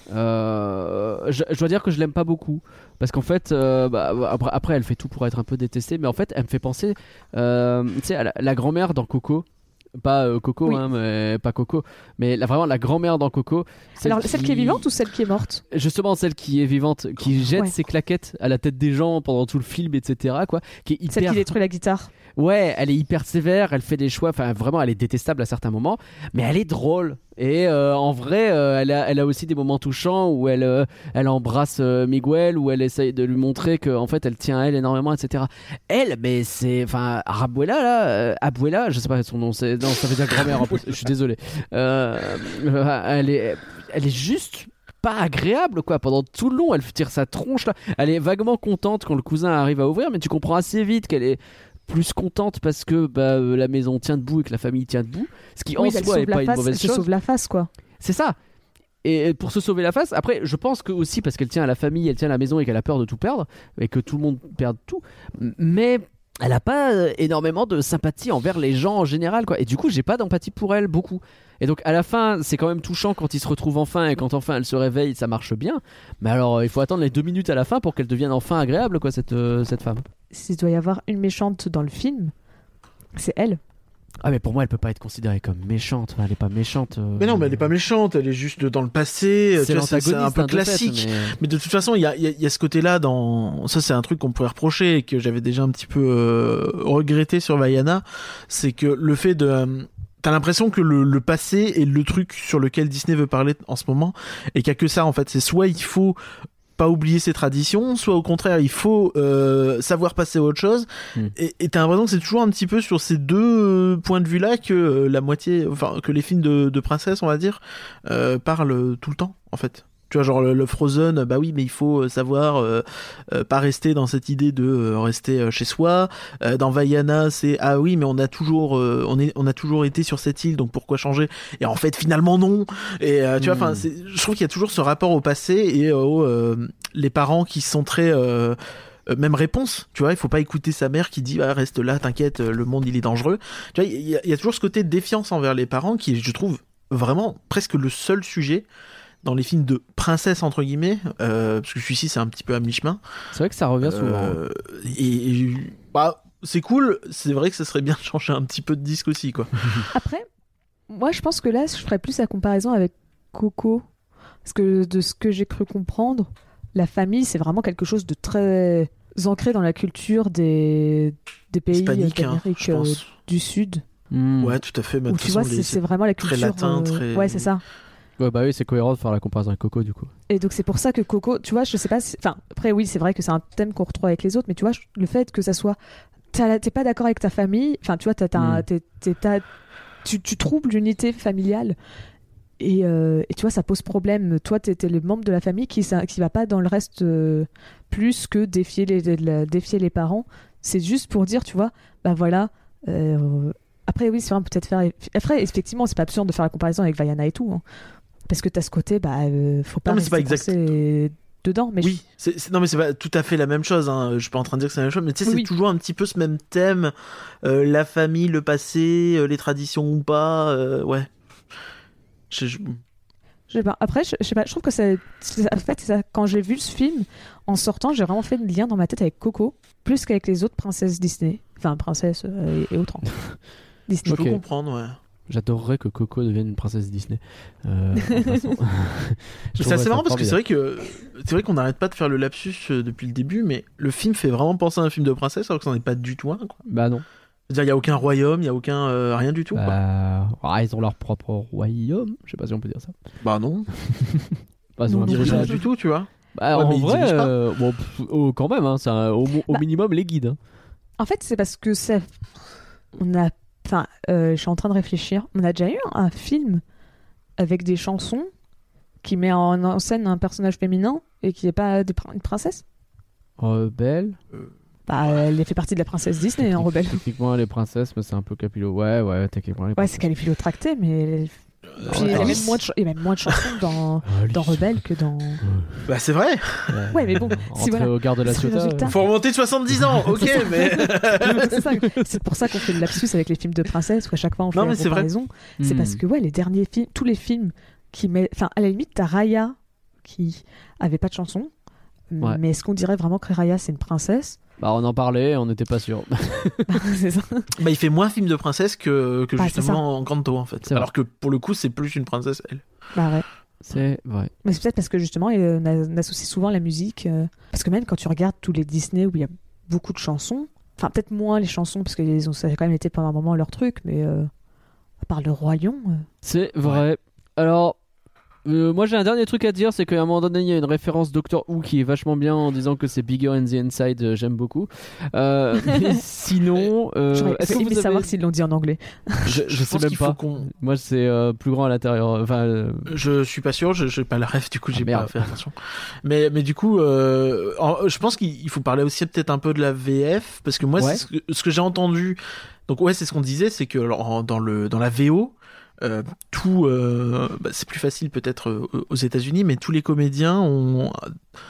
Euh, je, je dois dire que je l'aime pas beaucoup parce qu'en fait, euh, bah, après, après, elle fait tout pour être un peu détestée, mais en fait, elle me fait penser, euh, tu sais, à la, la grand-mère dans Coco. Pas euh, Coco, Oui. hein, mais pas Coco, mais la, vraiment la grand-mère dans Coco. Alors, celle qui est vivante ou celle qui est morte? Justement, celle qui est vivante, qui jette Ouais. ses claquettes à la tête des gens pendant tout le film, et cetera. Quoi, qui est hyper... Celle qui détruit la guitare. Ouais, elle est hyper sévère, elle fait des choix, enfin vraiment, elle est détestable à certains moments, mais elle est drôle. Et euh, en vrai, euh, elle, a, elle a aussi des moments touchants où elle, euh, elle embrasse euh, Miguel, où elle essaye de lui montrer qu'en fait, elle tient à elle énormément, et cetera. Elle, mais c'est, enfin, Abuela là, euh, Abuela, je sais pas son nom, c'est, non, ça veut dire grand-mère en plus. Je suis désolé. Euh, elle est, elle est juste pas agréable quoi pendant tout le long. Elle tire sa tronche là. Elle est vaguement contente quand le cousin arrive à ouvrir, mais tu comprends assez vite qu'elle est plus contente parce que bah, euh, la maison tient debout et que la famille tient debout, ce qui Oui, en elle soi sauve est la pas une face, mauvaise elle se chose. sauve la face, quoi. C'est ça. Et pour se sauver la face, après, je pense que aussi parce qu'elle tient à la famille, elle tient à la maison et qu'elle a peur de tout perdre et que tout le monde perde tout. Mais elle a pas euh, énormément de sympathie envers les gens en général, quoi. Et du coup, j'ai pas d'empathie pour elle beaucoup. Et donc, à la fin, c'est quand même touchant quand ils se retrouvent enfin et quand enfin elle se réveille, ça marche bien. Mais alors, euh, il faut attendre les deux minutes à la fin pour qu'elle devienne enfin agréable, quoi, cette euh, cette femme. S'il doit y avoir une méchante dans le film, c'est elle. Ah, mais pour moi, elle peut pas être considérée comme méchante. Enfin, elle est pas méchante. euh, Mais non, mais elle est pas méchante, elle est juste dans le passé. C'est tu vois, c'est, c'est un l'antagoniste, peu hein, de fait, classique. mais- Mais de toute façon, il y a, il y a- il y a ce côté-là dans. Ça, c'est un truc qu'on pourrait reprocher et que j'avais déjà un petit peu euh, regretté sur Vaiana. C'est que le fait de. euh, T'as l'impression que le, le passé est le truc sur lequel Disney veut parler en ce moment et qu'il y a que ça en fait. C'est soit il faut pas oublier ses traditions, soit au contraire il faut euh, savoir passer à autre chose. Mm. Et et t'as l'impression que c'est toujours un petit peu sur ces deux euh, points de vue-là que euh, la moitié, enfin que les films de, de princesse, on va dire, euh, parlent tout le temps en fait. Tu vois, genre le, le Frozen, bah oui, mais il faut savoir euh, euh, pas rester dans cette idée de euh, rester euh, chez soi. Euh, dans Vaiana, c'est ah oui, mais on a toujours, euh, on est, on a toujours été sur cette île, donc pourquoi changer? Et en fait, finalement non. Et euh, tu vois, Mm. enfin, c'est, je trouve qu'il y a toujours ce rapport au passé et aux euh, les parents qui sont très euh, euh, même réponse, tu vois, il faut pas écouter sa mère qui dit ah, reste là, t'inquiète, le monde il est dangereux. Tu vois, il y, a- il y a toujours ce côté de défiance envers les parents qui est, je trouve, vraiment presque le seul sujet dans les films de princesse entre guillemets, euh, parce que celui-ci c'est un petit peu à mi-chemin. C'est vrai que ça revient souvent. Euh, et, et- bah c'est cool, c'est vrai que ça serait bien de changer un petit peu de disque aussi quoi. Après, moi, je pense que là, je ferais plus la comparaison avec Coco. Parce que de ce que j'ai cru comprendre, la famille, c'est vraiment quelque chose de très ancré dans la culture des, des pays Hispanique, hein, d'Amérique je pense. euh, du Sud. Hmm. Ouais, tout à fait. Bah, de Où toute tu vois, façon, c'est, les- c'est vraiment la très culture. latin, euh, très- Ouais, c'est ça. Ouais, bah oui, c'est cohérent de faire la comparaison avec Coco, du coup. Et donc c'est pour ça que Coco, tu vois, je sais pas si... Enfin, après oui, c'est vrai que c'est un thème qu'on retrouve avec les autres, mais tu vois, je- le fait que ça soit... T'as- T'es pas d'accord avec ta famille, enfin tu vois, t'as, t'as, un- Mm. t'es- t'es- t'as- tu, tu troubles l'unité familiale, et, euh, et tu vois, ça pose problème. Toi, t'es, t'es le membre de la famille qui, ça, qui va pas dans le reste euh, plus que défier les, les- les- défier les parents. C'est juste pour dire, tu vois, bah voilà... euh, Après, oui, c'est vrai, peut-être faire... Après, effectivement, c'est pas absurde de faire la comparaison avec Vaiana et tout, hein. Parce que t'as ce côté, bah, euh, faut pas Non, mais c'est rester pas exact. coincé dedans. Mais Oui, c'est, c'est- non mais c'est pas tout à fait la même chose. Hein. Je suis pas en train de dire que c'est la même chose, mais tu sais, Oui, c'est oui. toujours un petit peu ce même thème, euh, la famille, le passé, euh, les traditions ou pas. euh, ouais. Je- je- je sais pas. Après, je, je sais pas. Je trouve que c'est, c'est- en fait, c'est ça. Quand j'ai vu ce film, en sortant, j'ai vraiment fait le lien dans ma tête avec Coco, plus qu'avec les autres princesses Disney, enfin princesses euh, et, et autres. hein. Disney. Je Ok. peux comprendre, ouais. J'adorerais que Coco devienne une princesse Disney. Euh, en passant. Je Mais c'est trouverais assez ça marrant parce que c'est formidable. vrai que c'est vrai qu'on n'arrête pas de faire le lapsus euh, depuis le début, mais le film fait vraiment penser à un film de princesse alors que c'en est pas du tout un. Quoi. Bah non. C'est-à-dire, il y a aucun royaume, il y a aucun euh, rien du tout. Quoi. Bah, ah, ils ont leur propre royaume. Je sais pas si on peut dire ça. Bah non, Bah, ils ont Non, un non, dirige village. rien du tout, tu vois. Bah, Ouais, en mais ils vrai, dirigent pas. euh, bon, pff, oh, quand même, hein, c'est un- au, au Bah. minimum les guides. hein. En fait, c'est parce que ça. On a. Enfin, euh, je suis en train de réfléchir. On a déjà eu un film avec des chansons qui met en, en scène un personnage féminin et qui n'est pas des prin- une princesse. Rebelle. Bah, elle fait partie de la princesse Disney, en rebelle. Techniquement, les princesses, mais c'est un peu capillo. Ouais, ouais, techniquement. Les Ouais, princesses. c'est qu'elle est philo-tractée, mais. Puis il y a ouais. même moins de, ch- il y a même moins de chansons dans, Allez. dans Rebelle que dans. Bah c'est vrai. Ouais, mais bon, si Rentrer voilà. au garde de la C'est le Ciotat. résultat. Faut remonter de soixante-dix ans, ok, mais. c'est, ça. C'est pour ça qu'on fait le lapsus avec les films de princesse, où à chaque fois on fait Non, la mais c'est vrai. comparaison. C'est Hmm. parce que ouais, les derniers films, tous les films qui met, enfin à la limite t'as Raya qui avait pas de chanson, Ouais. mais est-ce qu'on dirait vraiment que Raya c'est une princesse? Bah, on en parlait, on n'était pas sûr. C'est ça. Bah il fait moins film de princesse que, que Bah, c'est justement Encanto en fait. C'est vrai. Alors que pour le coup c'est plus une princesse elle. Bah ouais. C'est vrai. Mais c'est peut-être parce que justement euh, on, a- on associe souvent la musique, euh, parce que même quand tu regardes tous les Disney où il y a beaucoup de chansons, enfin peut-être moins les chansons parce que les- ça a quand même été pendant un moment leur truc, mais euh, à part le Roi Lion. euh, C'est vrai. Alors, euh, moi j'ai un dernier truc à dire, c'est qu'à un moment donné il y a une référence Doctor Who qui est vachement bien en disant que c'est Bigger in the Inside, euh, j'aime beaucoup. Euh, mais sinon, euh, J'aurais est-ce que aimé vous avez... savoir s'ils l'ont dit en anglais. Je, je sais pense même qu'il pas. faut qu'on- Moi c'est euh, plus grand à l'intérieur. Enfin, euh, Je suis pas sûr, je j'ai pas la ref, du coup Ah, j'ai merde. pas fait attention. Mais mais du coup, euh, en- je pense qu'il il faut parler aussi peut-être un peu de la V F parce que moi Ouais. c'est ce que, ce que j'ai entendu. Donc ouais, c'est ce qu'on disait, c'est que alors, en- dans le dans la V O, euh, tout, euh, bah, c'est plus facile peut-être euh, aux États-Unis, mais tous les comédiens ont euh,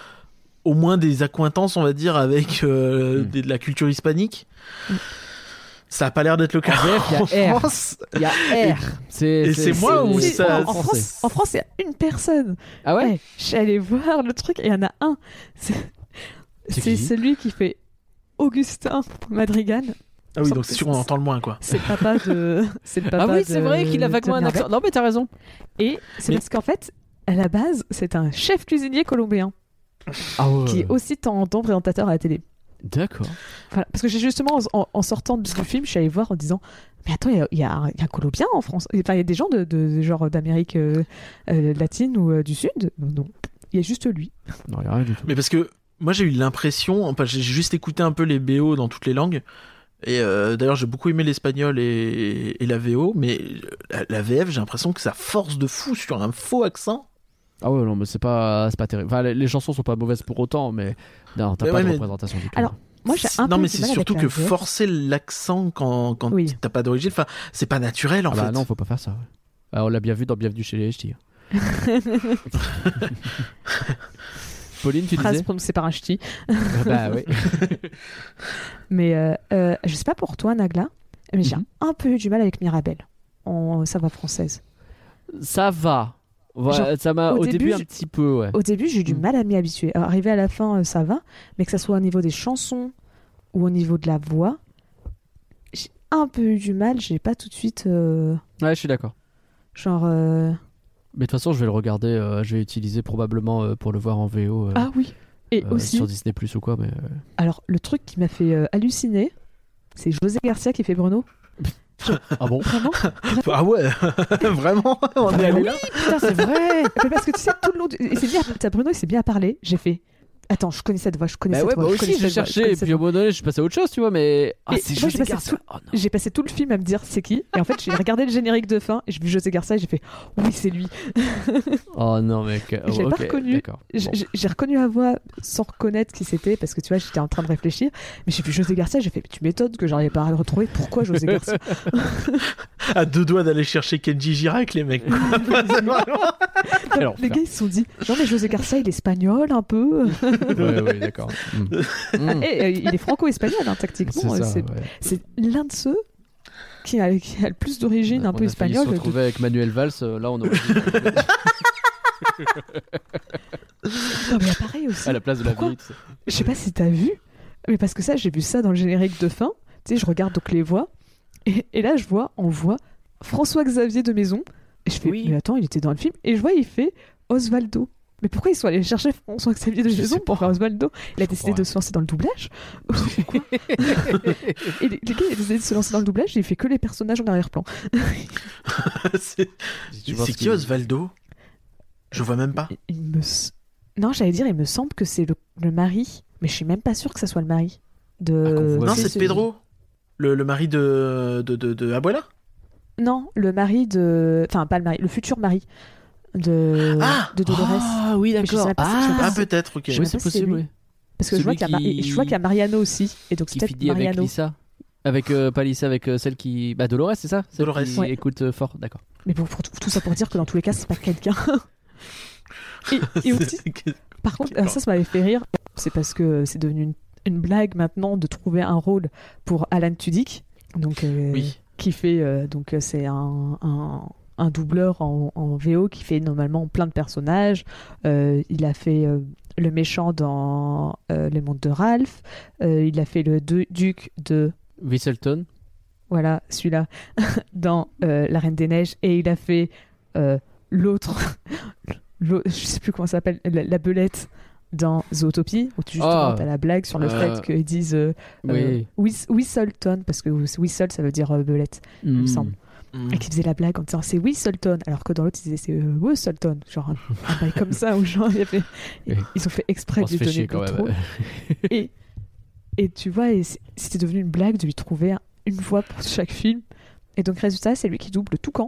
au moins des accointances, on va dire, avec euh, Mm. des- de la culture hispanique. Mm. Ça a pas l'air d'être le cas En V F, il y a en R. France. il y a R. C'est, Et c'est moi ou Si, ça- en, en France, en France, il y a une personne. Ah ouais. Ouais, je suis allée voir le truc et il y en a un. C'est, C'est c'est qui celui qui fait Augustin Madrigal. Ah oui, donc c'est sûr on entend le moins quoi. C'est le papa de. C'est le papa Ah oui, c'est de- vrai qu'il a de vaguement un Mirabel. accent. Non mais t'as raison. Et c'est Mais- parce qu'en fait, à la base, c'est un chef cuisinier colombien Ah ouais. qui est aussi de temps en temps présentateur à la télé. D'accord. Voilà. Parce que j'ai justement, en, en sortant du film, je suis allée voir en disant mais attends, il y a, il y a un il y a un Colombien en France. Enfin, il y a des gens de, de, de genre d'Amérique euh, euh, latine ou euh, du Sud. Non, il y a juste lui. Non, il y a rien du tout. Mais parce que moi j'ai eu l'impression, enfin j'ai juste écouté un peu les B O dans toutes les langues, et euh, d'ailleurs j'ai beaucoup aimé l'espagnol et, et la V O, mais la, la V F j'ai l'impression que ça force de fou sur un faux accent. Ah ouais, non, mais c'est pas, c'est pas terrible. Enfin, les, les chansons sont pas mauvaises pour autant, mais non, t'as Mais pas ouais, de mais- représentation du tout. Alors, moi, j'ai un non peu mais du c'est mal avec surtout la que V F. forcer l'accent quand, quand Oui. t'as pas d'origine, enfin c'est pas naturel en ah bah fait. non, faut pas faire ça. Ouais. Ah, on l'a bien vu dans Bienvenue chez les Ch'tis. Pauline, tu Phrase disais prononcée par un ch'ti. Bah oui. Mais euh, euh, je sais pas pour toi, Nagla, mais j'ai Mhm. un peu eu du mal avec Mirabel en savoir française. Ça va. Ouais, Genre, ça m'a au au, début, début, un je- petit peu, ouais. Au début, j'ai eu du Mm. mal à m'y habituer. Alors, arrivé à la fin, euh, ça va, mais que ça soit au niveau des chansons ou au niveau de la voix, j'ai un peu eu du mal. J'ai pas tout de suite, euh, Ouais, je suis d'accord. genre. euh, Mais de toute façon, je vais le regarder. euh, je vais utiliser probablement euh, pour le voir en V O euh, Ah oui. Et euh, aussi, sur Disney Plus ou quoi. Mais euh, alors le truc qui m'a fait euh, halluciner, c'est José Garcia qui fait Bruno. Ah bon? Vraiment? Ah ouais, vraiment, on est allé là. Putain, c'est vrai. Mais parce que tu sais, tout le long, du... il s'est bien, t'as Bruno, il s'est bien parlé. J'ai fait. Attends, je connais cette voix, je connais Bah cette ouais, voix. moi je connais aussi, j'ai cette voix, je cherché, connais et cette puis à un voix. moment donné, je suis passé à autre chose, tu vois, mais. Ah, Et c'est moi, José j'ai passé Garcia. tout- Oh, non. J'ai passé tout le film à me dire c'est qui, et en fait, j'ai regardé le générique de fin, et j'ai vu José Garcia, et j'ai fait oui, c'est lui. Oh non, mec. Je l'avais pas Ok, reconnu. D'accord. J'ai Bon. j'ai reconnu la voix sans reconnaître qui c'était, parce que tu vois, j'étais en train de réfléchir, mais j'ai vu José Garcia, j'ai fait tu m'étonnes que j'arrivais pas à le retrouver. Pourquoi José Garcia? À deux doigts d'aller chercher Kenji Girac, les mecs. Quel Les enfer. gars, ils se sont dit non, mais José Garcia, il est espagnol un peu. Ouais, ouais, d'accord. Mm. Mm. Et euh, il est franco-espagnol, hein, C'est tactiquement. ça, C'est ouais. c'est l'un de ceux qui a, qui a le plus d'origine On a- un peu on a failli espagnole. se de- retrouver avec Manuel Valls, euh, là on aurait Non, mais pareil aussi. à la place de la Pourquoi vie. tu sais. Je sais pas si t'as vu, mais parce que ça, j'ai vu ça dans le générique de fin. Tu sais, je regarde donc les voix, et, et là, je vois, on voit François-Xavier de Maison. Et je fais, Oui. mais attends, il était dans le film. Et je vois, il fait Osvaldo. Mais pourquoi ils sont allés chercher François-Xavier de Je Maison sais pour pas. faire Osvaldo? Il a Je décidé comprends de se lancer dans le doublage. Ou quoi Et les, les gars, il a décidé de se lancer dans le doublage, et il fait que les personnages en arrière-plan. C'est Si tu vois c'est ce qui qu'il- Osvaldo? Je vois même pas. Il me... s- Non, j'allais dire, il me semble que c'est le, le mari, mais je suis même pas sûre que ça soit le mari. De... Ah, qu'on voit Non, Ouais, tu sais, c'est Pedro, le, le mari de, de, de, de Abuela. Non, le mari de... Enfin, pas le mari, le futur mari de, Ah de Dolores. Ah oui, Mais je sais d'accord. même pas si- je sais Ah, pas Ah, si- peut-être, ok. je sais oui, même c'est pas si c'est possible, lui. oui. Parce que je vois, celui qu'il y a Mari- qui- je vois qu'il y a Mariano aussi, et donc c'est Qui peut-être finit avec Mariano. Lisa. Avec euh, pas Lisa, avec euh, celle qui. Bah, Dolores, c'est ça? Celle Dolores. qui Ouais. écoute euh, fort, d'accord. Mais bon, pour tout, tout ça pour dire que dans tous les cas, c'est pas quelqu'un. et, et aussi, par contre, alors ça, ça m'avait fait rire. C'est parce que c'est devenu une, une blague maintenant de trouver un rôle pour Alan Tudyk, donc euh, Oui. qui fait euh, donc euh, c'est un, un, un doubleur en, en V O qui fait normalement plein de personnages. Euh, il a fait euh, le méchant dans euh, Les Mondes de Ralph. Euh, il a fait le du- duc de Whistleton. voilà celui-là dans euh, La Reine des Neiges, et il a fait euh, l'autre, l'autre- je sais plus comment ça s'appelle, la, la belette dans Zootopie, où tu justement Ah. t'as la blague sur le Euh, fait qu'ils disent euh, euh, Oui. Whis- Whistleton, parce que Whistle ça veut dire euh, belette, il me Mm. semble. Mm. Et qui faisait la blague en disant c'est Whistleton, alors que dans l'autre ils disaient c'est euh, Whistleton, genre un, un bail comme ça, où genre il y avait- Oui. ils ont fait exprès On de se lui fait donner chier quand le même. trop. et, et tu vois, et c'est- c'était devenu une blague de lui trouver un- une voix pour chaque film. Et donc résultat, c'est lui qui double le Toucan.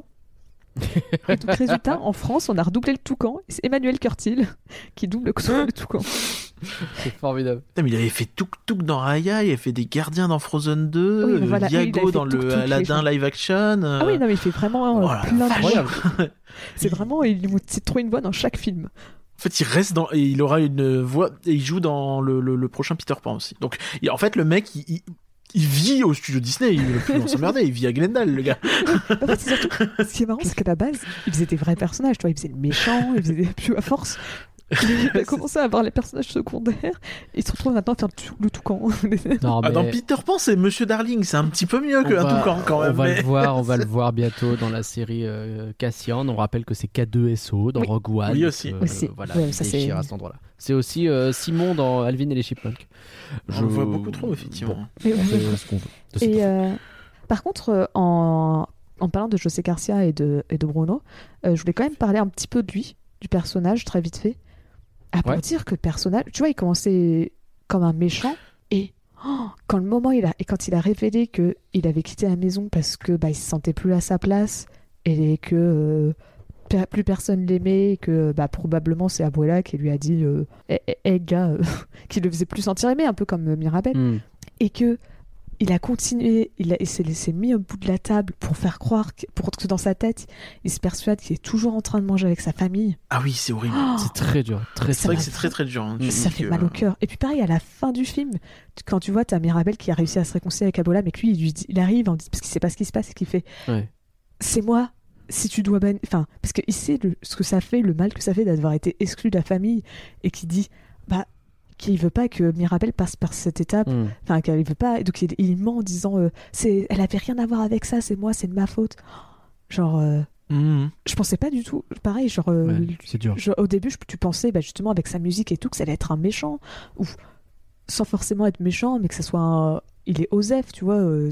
Et donc résultat, en France, on a redoublé le Toucan, et c'est Emmanuel Curtil qui double le Toucan. C'est formidable. Putain, mais il avait fait Tuk Tuk dans Raya, il a fait des gardiens dans Frozen deux, Oui, euh, voilà, oui, il avait Diago fait dans Tuk le Tuk, les Aladdin gens. live action. euh, Ah oui, non, mais il fait vraiment euh, Oh la plein de vache. voix. C'est vraiment, il c'est trop une voix dans chaque film. En fait, il reste dans, et il aura une voix, et il joue dans le, le, le prochain Peter Pan aussi. Donc, il- en fait, le mec, il, il, il vit au studio Disney, il veut plus s'emmerder, il vit à Glendale, le gars. En fait, c'est surtout, ce qui est marrant, c'est qu'à la base, il faisait des vrais personnages, tu vois, il faisait le méchant, il faisait des... Puis à force, il a commencé à avoir les personnages secondaires, et il se retrouve maintenant à faire le, tou- le toucan. Non, Ah, mais dans Peter Pan, c'est Monsieur Darling, c'est un petit peu mieux on qu'un va- toucan quand même. On va mais- le voir, on va le voir bientôt dans la série euh, Cassian. On rappelle que c'est K deux S O dans Oui. Rogue One. Oui, donc, aussi. euh, Aussi. Voilà, Ouais, il ça, c'est- déchire à cet endroit-là. C'est aussi euh, Simon dans Alvin et les Chipmunks. On le voit beaucoup trop, effectivement. Bon, Et, on fait ce qu'on veut. de cette et, façon. euh, par contre, euh, en, en parlant de José Garcia et de, et de Bruno, euh, je voulais quand même parler un petit peu de lui, du personnage, très vite fait. Ah, pour Ouais. dire que le personnage, tu vois, il commençait comme un méchant, et oh, quand le moment il a, et quand il a révélé que il avait quitté la maison parce que bah, il se sentait plus à sa place, et que euh, per- plus personne l'aimait, et que bah, probablement c'est Abuela qui lui a dit euh, Eh, eh, eh, gars, euh, qui le faisait plus sentir aimé, un peu comme euh, Mirabel, Hmm. et que il a continué, il, a, il s'est laissé mis au bout de la table pour faire croire que, pour que dans sa tête, il se persuade qu'il est toujours en train de manger avec sa famille. Ah oui, c'est horrible. Oh, C'est très dur, très C'est ça vrai m'a que c'est très très dur. hein. Tu ça dis fait que- mal au cœur. Et puis pareil, à la fin du film, tu- quand tu vois, t'as Mirabel qui a réussi à se réconcilier avec Abuela, mais que lui, il, lui dit- il arrive, en dit- parce qu'il sait pas ce qui se passe, et qu'il fait Ouais. c'est moi, si tu dois ban... Enfin, parce qu'il sait le- ce que ça fait, le mal que ça fait d'avoir été exclu de la famille, et qui dit, bah, qu'il veut pas que Mirabel passe par cette étape, Hmm. enfin, qu'elle veut pas, donc il, il ment en disant, euh, c'est, elle avait rien à voir avec ça, c'est moi, c'est de ma faute. Genre, euh, Mhm. je pensais pas du tout, pareil, genre, euh, Ouais, c'est dur. je- au début, je- tu pensais, bah, justement, avec sa musique et tout, que ça allait être un méchant, ou sans forcément être méchant, mais que ça soit un... Il est Osef, tu vois, euh,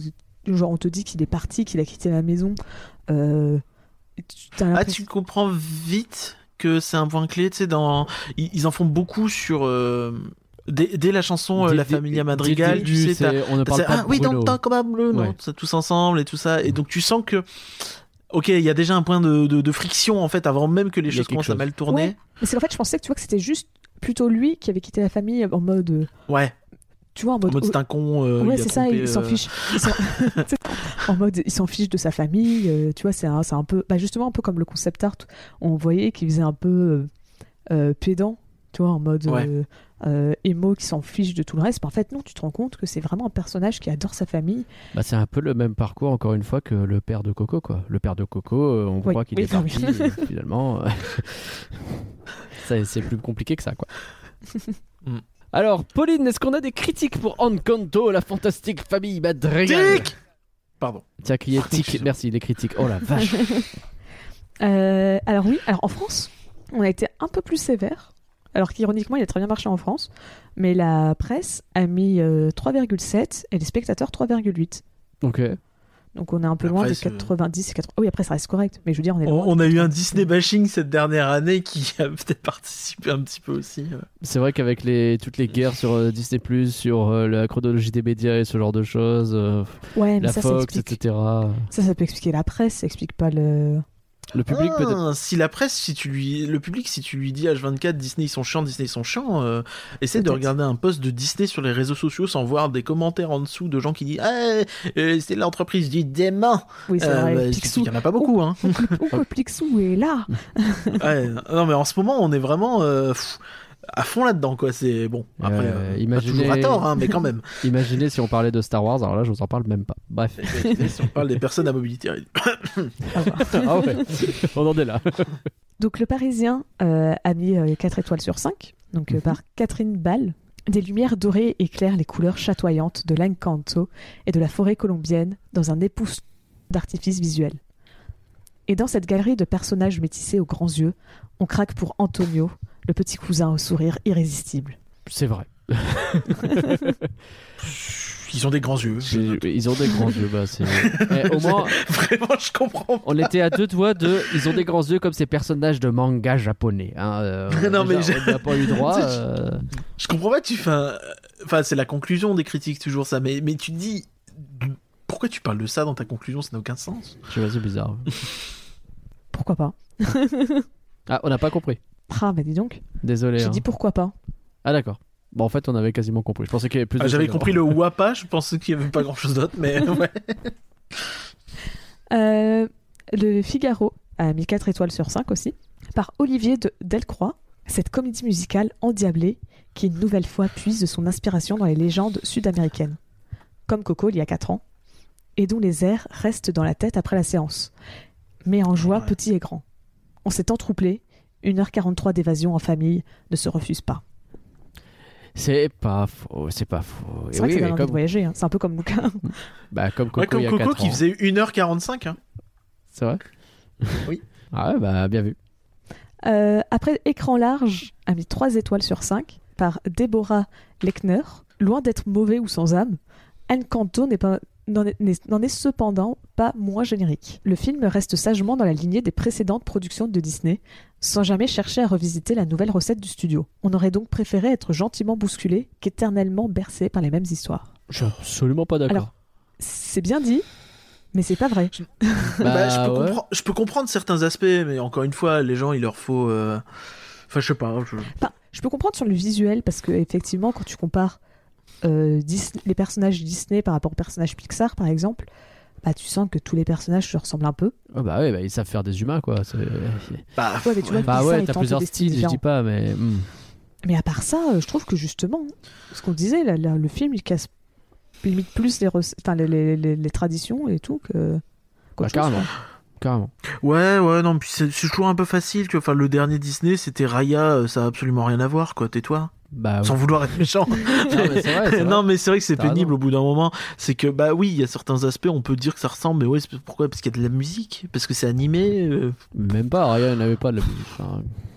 genre on te dit qu'il est parti, qu'il a quitté la maison. Euh, tu, t'as Ah, l'impression- tu comprends vite que c'est un point clé, tu sais, dans... Ils, ils en font beaucoup sur... euh, Dès, dès la chanson euh, Dès- La dès- Familia dès le Madrigal, début, tu sais, c'est- t'as- on ne parle c'est, pas ah de oui, Bruno. dans Tant comme bleu, non, Ouais. ça, tous ensemble et tout ça. Et donc tu sens que, ok, il y a déjà un point de, de, de friction en fait avant même que les Il y a choses quelque commencent à chose. mal tourner. Ouais. Mais c'est qu'en fait, je pensais que tu vois que c'était juste plutôt lui qui avait quitté la famille en mode, euh, Ouais. tu vois, en En mode. mode c'est un con. euh, Ouais, il a c'est ça, trompé, il s'en euh, fiche. Il s'en- en mode, il s'en fiche de sa famille. euh, tu vois, c'est un, c'est un peu, bah justement un peu comme le concept art. On voyait qu'il faisait un peu euh, euh, pédant, tu vois, en mode Ouais. euh, euh, émo qui s'en fiche de tout le reste. Mais en fait, non, tu te rends compte que c'est vraiment un personnage qui adore sa famille. Bah, c'est un peu le même parcours, encore une fois, que le père de Coco, quoi. Le père de Coco, euh, on Oui, croit qu'il oui, est enfin, parti, oui. et finalement, euh, ça, c'est plus compliqué que ça, quoi. Mm. Alors, Pauline, est-ce qu'on a des critiques pour Encanto, la fantastique famille Madrigal? Tic Pardon. Tiens, crier tic, Excuse-moi. merci, les critiques. Oh la vache. Euh, alors oui, alors en France, on a été un peu plus sévère. Alors qu'ironiquement, il a très bien marché en France. Mais la presse a mis euh, trois virgule sept et les spectateurs trois virgule huit. Ok. Donc on est un peu La loin des presse, euh, quatre-vingt-dix et quatre-vingts. Oui, après ça reste correct. Mais je veux dire, on est On, loin on des a eu un quatre-vingt-dix. Disney bashing cette dernière année qui a peut-être participé un petit peu aussi. euh. C'est vrai qu'avec les, toutes les guerres sur euh, Disney+, sur euh, la chronologie des médias et ce genre de choses, euh, Ouais, mais la ça, ça Fox, explique. et cetera. Ça, ça peut expliquer la presse, ça explique pas le. Le public Ah, peut-être... si la presse, si tu lui, le public, si tu lui dis H vingt-quatre, Disney ils sont chiants, Disney ils sont chiants, euh, essaie de Peut-être. regarder un post de Disney sur les réseaux sociaux sans voir des commentaires en dessous de gens qui disent ah, euh, c'est l'entreprise du démon. Oui, c'est Euh, vrai. bah, Picsou. il y en a pas beaucoup, hein. Oh, Picsou est là. Ouais, non mais en ce moment on est vraiment euh, pff, à fond là-dedans quoi. C'est bon. Après, Euh, euh, imaginez- pas toujours à tort, hein, mais quand même. Imaginez si on parlait de Star Wars, alors là, je vous en parle même pas. Bref. si on parle des personnes à mobilité réduite. Ah ouais, on en est là. Donc le Parisien euh, a mis euh, quatre étoiles sur cinq, donc euh, Mhm. par Catherine Ball. Des lumières dorées éclairent les couleurs chatoyantes de l'Encanto et de la forêt colombienne dans un épouse d'artifice visuel. Et dans cette galerie de personnages métissés aux grands yeux, on craque pour Antonio, le petit cousin au sourire irrésistible. C'est vrai. Ils ont des grands yeux. J'ai- Ils ont des grands yeux, bah c'est... Eh, au moins, Vraiment, je comprends. on était à deux doigts de... Ils ont des grands yeux comme ces personnages de manga japonais. Hein. euh, Non, mais déjà, je- on n'a pas eu droit. Tu sais, euh, Je comprends pas, tu fais un... Enfin, c'est la conclusion des critiques, toujours ça, mais, mais tu te dis... Pourquoi tu parles de ça dans ta conclusion? Ça n'a aucun sens. Je sais pas, c'est bizarre. Pourquoi pas? Ah, on n'a pas compris. Ah, bah dis donc. Désolé. J'ai hein. dit pourquoi pas. Ah d'accord. Bon, en fait, on avait quasiment compris. Je pensais qu'il y avait plus Ah, de... J'avais saveurs. compris le Wapa, je pensais qu'il y avait pas grand-chose d'autre, mais ouais. Euh, le Figaro a mis quatre étoiles sur cinq aussi, par Olivier de Delcroix, cette comédie musicale endiablée qui une nouvelle fois puise son inspiration dans les légendes sud-américaines, comme Coco il y a quatre ans, et dont les airs restent dans la tête après la séance, mais en joie Ouais. petit et grand. On s'est entrouplé, une heure quarante-trois d'évasion en famille ne se refuse pas. C'est pas faux, c'est pas faux. Et C'est vrai oui, que ça mais donne envie comme... de voyager, hein. C'est un peu comme Luca. Bah, comme Coco Ouais, comme il y a Coco quatre qui ans. faisait une heure quarante-cinq. Hein. C'est vrai? Oui. Ah ouais, bah bien vu. Euh, après Écran large a mis trois étoiles sur cinq par Déborah Lechner. Loin d'être mauvais ou sans âme, Encanto n'est pas, n'en, est, n'est- n'en est cependant pas moins générique. Le film reste sagement dans la lignée des précédentes productions de Disney, sans jamais chercher à revisiter la nouvelle recette du studio. On aurait donc préféré être gentiment bousculé qu'éternellement bercé par les mêmes histoires. Je suis absolument pas d'accord. Alors, C'est bien dit, mais c'est pas vrai. Bah, je, peux ouais. compre- je peux comprendre certains aspects, mais encore une fois, les gens, il leur faut... euh, Enfin, je sais pas. Je... Enfin, je peux comprendre sur le visuel parce que effectivement, quand tu compares euh, Dis- les personnages Disney par rapport aux personnages Pixar, par exemple, bah tu sens que tous les personnages se ressemblent un peu. Ah bah ouais, bah, ils savent faire des humains, quoi. C'est... Bah, Ouais, mais tu vois, Bah Pixar, ouais, ils t'as tentent plusieurs des styles styles, je dis différents. pas, mais... hmm. Mais à part ça, euh, je trouve que justement, ce qu'on disait, là, là, le film, il casse limite plus les, rec- enfin, les, les, les, les traditions et tout que. Bah, qu'autre chose, carrément. quoi. Carrément. Ouais, ouais, non, puis c'est, c'est toujours un peu facile, tu vois. Enfin, le dernier Disney, c'était Raya, euh, ça a absolument rien à voir, quoi, tais-toi. Bah ouais. Sans vouloir être méchant. Non, mais c'est vrai, c'est vrai. Non, mais c'est vrai que c'est T'as pénible raison. au bout d'un moment. C'est que, bah oui, il y a certains aspects, on peut dire que ça ressemble, mais ouais, c'est pourquoi? Parce qu'il y a de la musique, parce que c'est animé. euh. Même pas, rien n'avait pas de la musique. Enfin,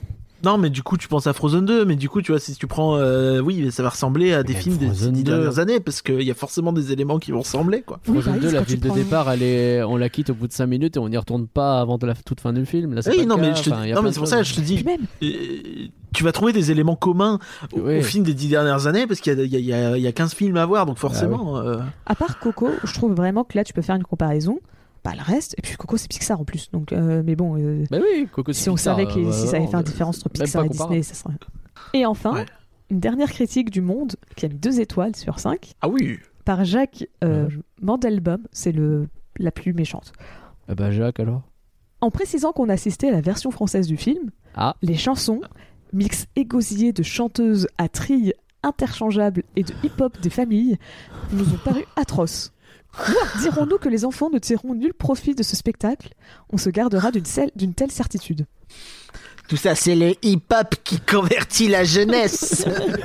Non, mais du coup, tu penses à Frozen deux, mais du coup, tu vois, si tu prends, euh, oui, ça va ressembler à des Mais films des Frozen dix deux. dernières années, parce qu'il y a forcément des éléments qui vont ressembler, quoi. Oui, Frozen bah oui, deux, c'est la quand tu ville de prends- départ, elle est... on la quitte au bout de cinq minutes et on n'y retourne pas avant de la toute fin du film. Là, c'est Oui, pas le non, cas. mais, je te... Enfin, il y a non, plein mais de c'est pour choses. ça, je te dis, Puis même, euh, tu vas trouver des éléments communs aux, Oui. aux films des dix dernières années, parce qu'il y a, il y a, il y a, il y a quinze films à voir, donc forcément. euh, à part Coco, je trouve vraiment que là, tu peux faire une comparaison. Bah, le reste, et puis Coco, c'est Pixar en plus. Donc, euh, mais bon, euh, Bah oui, Coco, c'est si on Pixar, savait qu'ils euh, s'ils savaient vraiment, faire euh, la différence entre même Pixar pas et Disney, comparable. ça serait. Et enfin, Ouais. une dernière critique du Monde qui a mis deux étoiles sur cinq Ah oui. par Jacques euh, Ouais. Mandelbaum, c'est le la plus méchante. Ah bah Jacques alors. En précisant qu'on assistait à la version française du film, Ah. les chansons, mix égosier de chanteuses à trilles interchangeables et de hip-hop des familles, nous ont paru atroces. Ou dirons-nous que les enfants ne tireront nul profit de ce spectacle? On se gardera d'une selle- d'une telle certitude. Tout ça, c'est le hip-hop qui convertit la jeunesse.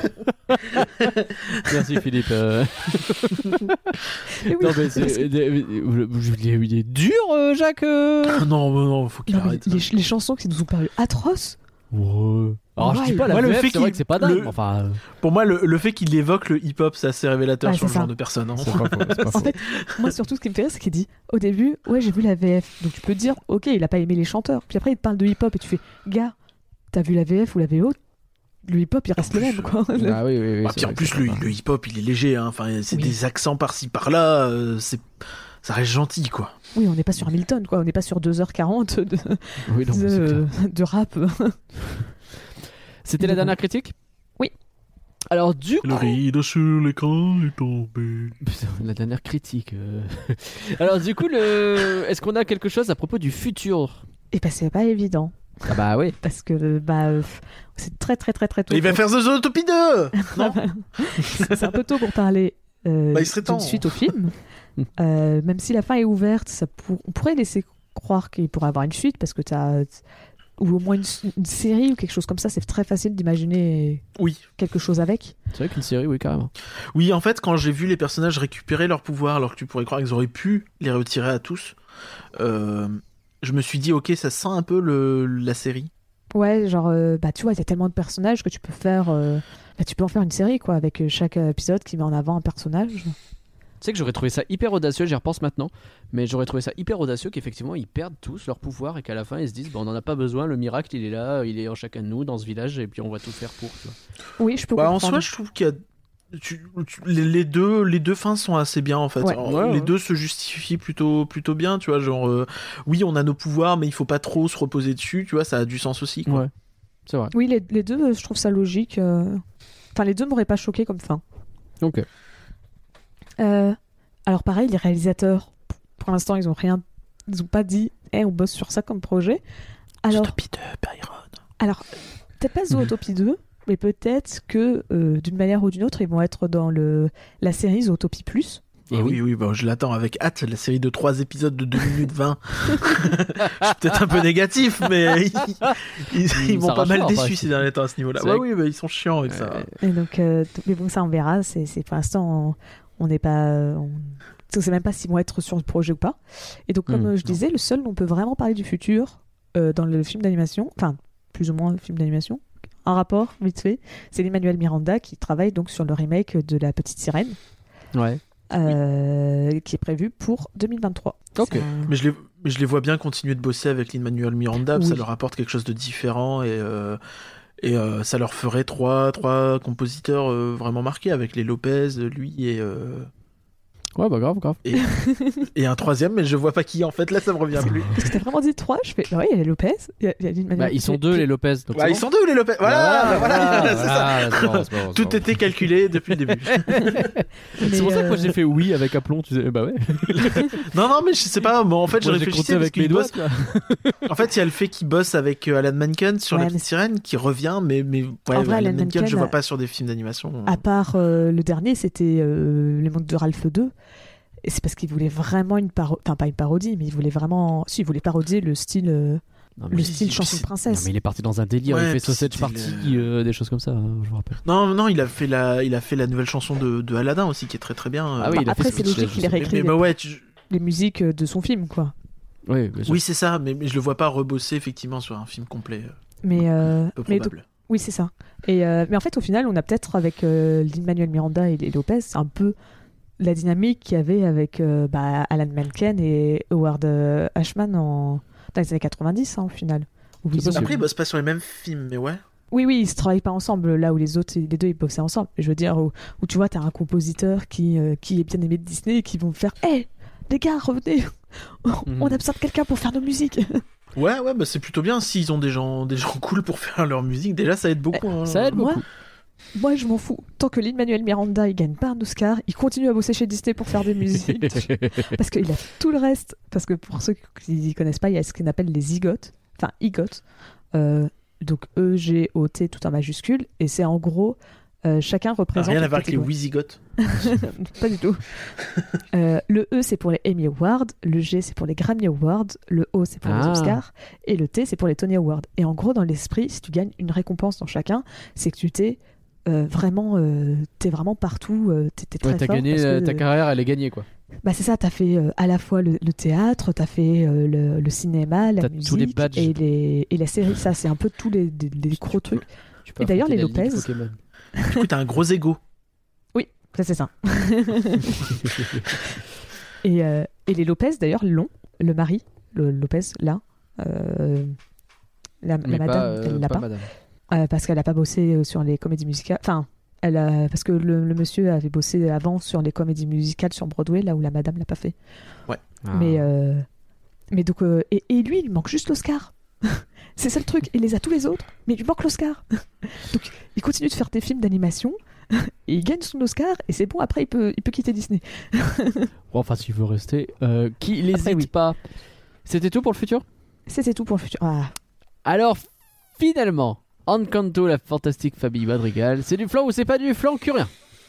Merci Philippe. euh. Et oui, Non mais parce que- c'est... Il est, il est dur euh, Jacques euh. non, mais non, faut qu'il Non, mais arrête. les, les chansons qui nous ont paru atroces. Ouais. Alors je dis Ouais. pas la Moi, le V F, fait c'est vrai qu'il- que c'est pas dingue. le- Enfin, euh, Pour moi, le, le fait qu'il évoque le hip-hop, c'est assez révélateur Ouais, sur c'est le genre ça. de personne. hein. c'est pas faux, c'est pas En faux. fait, moi surtout ce qui me fait rire, c'est qu'il dit au début, ouais, j'ai vu la V F. Donc tu peux te dire, ok, il a pas aimé les chanteurs. Puis après, il te parle de hip-hop et tu fais, gars, t'as vu la V F ou la V O? Le hip-hop, il reste En le plus, même, quoi. Ah oui, oui, oui. Ah, c'est puis en vrai plus, que le, c'est pas- le hip-hop, il est léger. Hein. Enfin, c'est Oui. des accents par-ci par-là. euh, c'est... Ça reste gentil, quoi. Oui, on n'est pas sur Hamilton, quoi. On n'est pas sur deux heures quarante de, Oui, non, mais c'est clair. de, de rap. C'était la dernière critique? Oui. Alors du Le coup... rideau sur l'écran est tombé. Putain, la dernière critique. euh. Alors du coup, le... est-ce qu'on a quelque chose à propos du futur? Et bah, c'est pas évident. Ah bah oui. Parce que, bah, euh, c'est très, très, très, très tôt. Et il va pour- faire The Zootopie deux. Non. C'est un peu tôt pour parler euh, Bah, il serait temps. d'une suite au film. Euh, même si la fin est ouverte, ça pour... on pourrait laisser croire qu'il pourrait avoir une suite parce que t'as ou au moins une, une série ou quelque chose comme ça. C'est très facile d'imaginer Oui. quelque chose avec. C'est vrai qu'une série, oui, carrément. Oui, en fait, quand j'ai vu les personnages récupérer leur pouvoir, alors que tu pourrais croire qu'ils auraient pu les retirer à tous, euh, je me suis dit, ok, ça sent un peu le, la série. Ouais, genre, euh, bah tu vois, il y a tellement de personnages que tu peux faire. euh, bah, tu peux en faire une série quoi, avec chaque épisode qui met en avant un personnage. Tu sais que j'aurais trouvé ça hyper audacieux, j'y repense maintenant, mais j'aurais trouvé ça hyper audacieux qu'effectivement ils perdent tous leur pouvoir et qu'à la fin ils se disent bon, on n'en a pas besoin, le miracle il est là, il est en chacun de nous dans ce village et puis on va tout faire pour. Tu vois. Oui, je peux Bah, en comprendre. soi, je trouve qu'il y a. tu- tu- les, les deux, les deux fins sont assez bien en fait. Ouais. Alors, Ouais, les ouais. deux se justifient plutôt, plutôt bien, tu vois. Genre, euh, oui, on a nos pouvoirs, mais il faut pas trop se reposer dessus, tu vois. Ça a du sens aussi. Quoi. Ouais, c'est vrai. Oui, les, les deux, euh, je trouve ça logique. euh. Enfin, les deux m'auraient pas choqué comme fin. Ok. Euh, alors pareil, les réalisateurs, pour l'instant, ils ont rien, ils ont pas dit, eh, on bosse sur ça comme projet. Alors, Zootopie deux, Byron. alors peut-être pas Zootopie deux, mais peut-être que euh, d'une manière ou d'une autre, ils vont être dans le la série Zootopie Plus. Et Ah oui. oui, oui, bah, je l'attends avec hâte, la série de trois épisodes de deux minutes vingt. Je suis peut-être un peu négatif, mais ils, ils, ils Ils m'ont pas mal s'arrachent pas, déçu enfin, ces derniers temps à ce niveau-là. c'est Ouais, vrai oui, bah, ils sont chiants avec ça. Euh, Et donc, euh, t- mais bon, ça on verra. C'est, c'est pour l'instant, on n'est pas, on... on sait même pas s'ils vont être sur le projet ou pas. Et donc, comme Hmm, euh, je non. disais, le seul où on peut vraiment parler du futur euh, dans le film d'animation, enfin plus ou moins le film d'animation, un rapport vite fait, c'est Lin-Manuel Miranda qui travaille donc sur le remake de La Petite Sirène, Ouais. euh, qui est prévu pour deux mille vingt-trois. Ok. C'est un- Mais je les, mais je les vois bien continuer de bosser avec Lin-Manuel Miranda, Oui. ça leur apporte quelque chose de différent et, euh, et euh, ça leur ferait trois, trois compositeurs euh, vraiment marqués avec les Lopez, lui et, euh, Ouais, bah grave, grave. et, et un troisième, mais je vois pas qui en fait, là ça me revient plus. Parce que t'as vraiment dit trois, je fais, bah oui, il y a Lopez, il y a, il y a Lin-Manuel. Bah, ils sont deux, les Lopez. Donc Ouais, c'est ils bon. sont deux les Lopez, voilà, bah, voilà, c'est ça. voilà, c'est bon, c'est bon, c'est Tout bon. était calculé depuis le début. Mais, C'est pour ça que moi euh, j'ai fait oui avec aplomb, tu sais. Bah ouais. Non, non, mais je sais pas, bon, en fait, je Moi, j'ai réfléchissais compté parce avec mes qu'il doigts. bosse. quoi. En fait, il y a le fait qu'il bosse avec euh, Alan Menken sur Ouais, La mais Petite Sirène qui revient, mais, mais ouais, En vrai, Alan Alan Menken, Menken, je vois euh, pas sur des films d'animation. À part euh, le dernier, c'était euh, Les Mondes de Ralph deux. Et c'est parce qu'il voulait vraiment une parodie, enfin pas une parodie, mais il voulait vraiment, si il voulait parodier le style, euh, Non, mais le il- style puis chanson de c'est- non, princesse. mais il est parti dans un délire, Ouais, il fait puis Sausage c'était Party, le- euh, des choses comme ça, hein, je vous rappelle. Non, non, il a fait la, il a fait la nouvelle chanson de, de Aladdin aussi, qui est très très bien. Ah oui, il a Après, fait c'est Speechless, logique je qu'il sais. ait mais, réécrit mais les, bah ouais, tu- les musiques de son film, quoi. Oui, bien sûr. oui, c'est ça, mais, mais je le vois pas rebosser effectivement sur un film complet. Mais, euh, Peu mais probable. donc- oui, c'est ça. Et, euh, mais en fait, au final, on a peut-être avec euh, Lin-Manuel Miranda et les Lopez, c'est un peu la dynamique qu'il y avait avec euh, bah, Alan Menken et Howard euh, Ashman en... dans les années quatre-vingt-dix, hein, au final. Où C'est ils ont- possible. Après, ils bossent pas sur les mêmes films, mais ouais. Oui, oui, ils se travaillent pas ensemble, là où les autres, les deux, ils bossaient ensemble. Je veux dire, où, où tu vois, t'as un compositeur qui, euh, qui est bien aimé de Disney et qui vont faire « Hé, les gars, revenez, on a besoin de quelqu'un pour faire nos musiques !» Ouais, ouais, bah c'est plutôt bien s'ils ont des gens, des gens cool pour faire leur musique. Déjà, ça aide beaucoup. hein. Ça aide Moi, beaucoup. moi, je m'en fous. Tant que Lin-Manuel Miranda, il gagne pas un Oscar, il continue à bosser chez Disney pour faire des musiques. Parce qu'il a tout le reste. Parce que pour ceux qui ne connaissent pas, il y a ce qu'on appelle les zigotes. Enfin, igotes. Euh, donc E, G, O, T, tout en majuscule. Et c'est en gros, euh, chacun Ah, représente. rien à une voir avec les catégorie. Wisigoth. Pas du tout. Euh, le E, c'est pour les Emmy Awards. Le G, c'est pour les Grammy Awards. Le O, c'est pour les Ah. Oscars. Et le T, c'est pour les Tony Awards. Et en gros, dans l'esprit, si tu gagnes une récompense dans chacun, c'est que tu t'es euh, vraiment, euh, t'es vraiment partout. Euh, t'es, t'es très Ouais, t'as fort. gagné, parce euh, que, ta euh, carrière, elle est gagnée, quoi. Bah c'est ça, t'as fait euh, à la fois le, le théâtre, t'as fait euh, le, le cinéma, la T'as musique tous les badges. et, les, et la série. Ça, c'est un peu tous les, les, les gros trucs. Tu peux Et d'ailleurs, affronter les la Ligue Lopez- Pokémon. Du coup, t'as un gros ego. Ça, c'est ça. et, euh, et les Lopez, d'ailleurs, l'ont. Le mari, le Lopez, là. euh, la, la Mais madame, pas, euh, elle l'a pas pas. madame. Euh, parce qu'elle a pas bossé euh, sur les comédies musicales. Enfin, elle a, parce que le, le monsieur avait bossé avant sur les comédies musicales sur Broadway, là où la madame l'a pas fait. Ah. Mais, euh, mais donc, euh, et, et lui, il lui manque juste l'Oscar. C'est ça le truc. Il les a tous les autres, mais il lui manque l'Oscar. Donc, il continue de faire des films d'animation et il gagne son Oscar et c'est bon. Après, il peut, il peut quitter Disney. Bon, enfin, s'il veut rester, euh, qui n'hésite Après, oui. pas. C'était tout pour le futur. C'était tout pour le futur. Ah. Alors, finalement, Encanto, la fantastique famille Madrigal, c'est du flan ou c'est pas du flan, curien?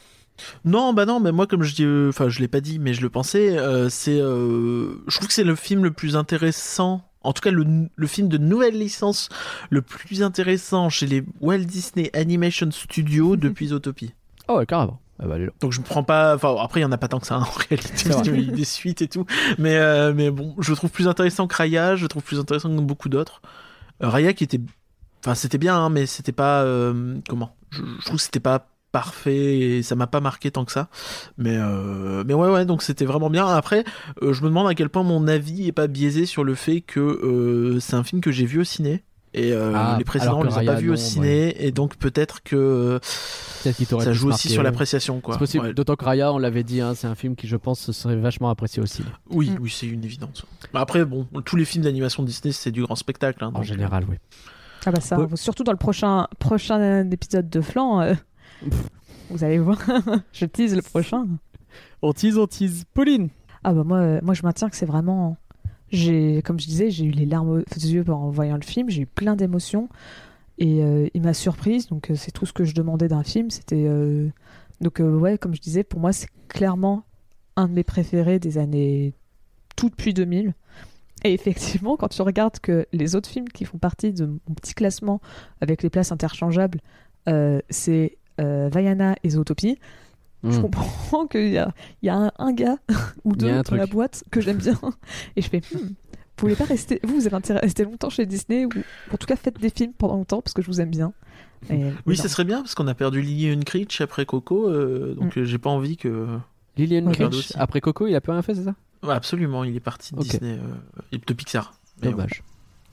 Non, bah non, mais moi, comme je dis, euh, enfin, je l'ai pas dit, mais je le pensais, euh, c'est, euh, je trouve que c'est le film le plus intéressant. En tout cas, le, le film de nouvelle licence le plus intéressant chez les Walt Disney Animation Studios depuis Zootopie. Oh, ouais, carrément. Ah bah, allez là. Donc je me prends pas, enfin après il y en a pas tant que ça hein, en réalité, parce qu'il y a eu des suites et tout, mais euh, mais bon, je le trouve plus intéressant que Raya, je le trouve plus intéressant que beaucoup d'autres. Euh, Raya qui était, enfin c'était bien, hein, mais c'était pas, euh, comment, je, je trouve que c'était pas parfait et ça m'a pas marqué tant que ça, mais euh, mais ouais ouais, donc c'était vraiment bien. Après, euh, je me demande à quel point mon avis est pas biaisé sur le fait que euh, c'est un film que j'ai vu au ciné. Et euh, Ah, les précédents, alors on que les a Raya, pas vus non, au ciné, et donc peut-être que euh, Peut-être qu'il t'aurait ça plus joue aussi marqué, sur ouais. l'appréciation, quoi. C'est possible. Ouais. D'autant que Raya, on l'avait dit, hein, c'est un film qui, je pense, serait vachement apprécié aussi. Oui, Mm. oui, c'est une évidence. Bah après, bon, tous les films d'animation Disney, c'est du grand spectacle. Hein, En donc, général, oui. Ah bah ça, Ouais. surtout dans le prochain, prochain épisode de Flan, euh, vous allez voir. Je tease le prochain. On tease, on tease. Pauline. Ah bah moi, euh, moi je maintiens que c'est vraiment... J'ai, comme je disais, j'ai eu les larmes aux yeux en voyant le film, j'ai eu plein d'émotions et euh, il m'a surprise, donc euh, c'est tout ce que je demandais d'un film. C'était euh, donc euh, ouais, comme je disais, pour moi c'est clairement un de mes préférés des années tout depuis deux mille. Et effectivement, quand tu regardes que les autres films qui font partie de mon petit classement avec les places interchangeables, euh, c'est euh, Vaiana et Zootopie. Je Mm. comprends qu'il y a, il y a un, un gars ou Il y deux a un dans truc. la boîte que j'aime bien. Et je fais, hmm, vous voulez pas rester, vous, vous avez intérêt à rester longtemps chez Disney ou en tout cas faites des films pendant longtemps parce que je vous aime bien. Et, Oui, mais ça non. serait bien parce qu'on a perdu Lily Uncreech après Coco, euh, donc euh, j'ai pas envie que. Lillian Ouais, Cage, aussi. après Coco, il a plus rien fait, c'est ça? Ouais, absolument, il est parti de Ok. Disney euh, et de Pixar. Mais Dommage.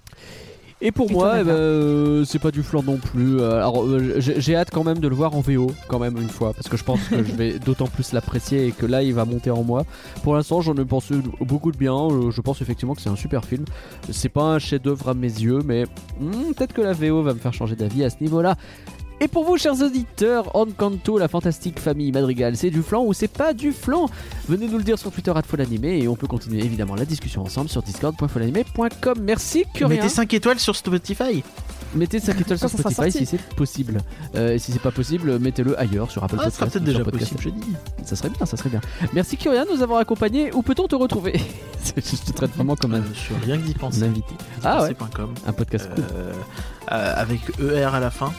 Et pour Et moi, toi, eh ben, Nata euh, c'est pas du flan non plus. Euh, Alors, euh, j'ai j'ai hâte quand même de le voir en V O, quand même une fois, parce que je pense que je vais d'autant plus l'apprécier et que là, il va monter en moi. Pour l'instant, j'en ai pensé beaucoup de bien. Euh, Je pense effectivement que c'est un super film. C'est pas un chef-d'œuvre à mes yeux, mais hmm, peut-être que la V O va me faire changer d'avis à ce niveau-là. Et pour vous, chers auditeurs, Encanto, la fantastique famille Madrigal, c'est du flan ou c'est pas du flan? Venez nous le dire sur Twitter arobase folanimé et on peut continuer évidemment la discussion ensemble sur discord point folanimé point com. Merci, Curien. Mettez cinq étoiles sur Spotify. Mettez cinq étoiles sur Quand ça sera Spotify sorti. si c'est possible. Euh, et si c'est pas possible, mettez-le ailleurs sur Apple Ah, ça sera Podcast. peut-être ou sur déjà Podcast. possible, j'ai dit. Ça serait bien, ça serait bien. Merci Curien de nous avoir accompagnés. Où peut-on te retrouver? Je te traite vraiment comme un, Euh, je suis rien que d'y un penser. invité. Ah ouais, Pensez point com. un podcast cool. Euh, euh, avec E R à la fin.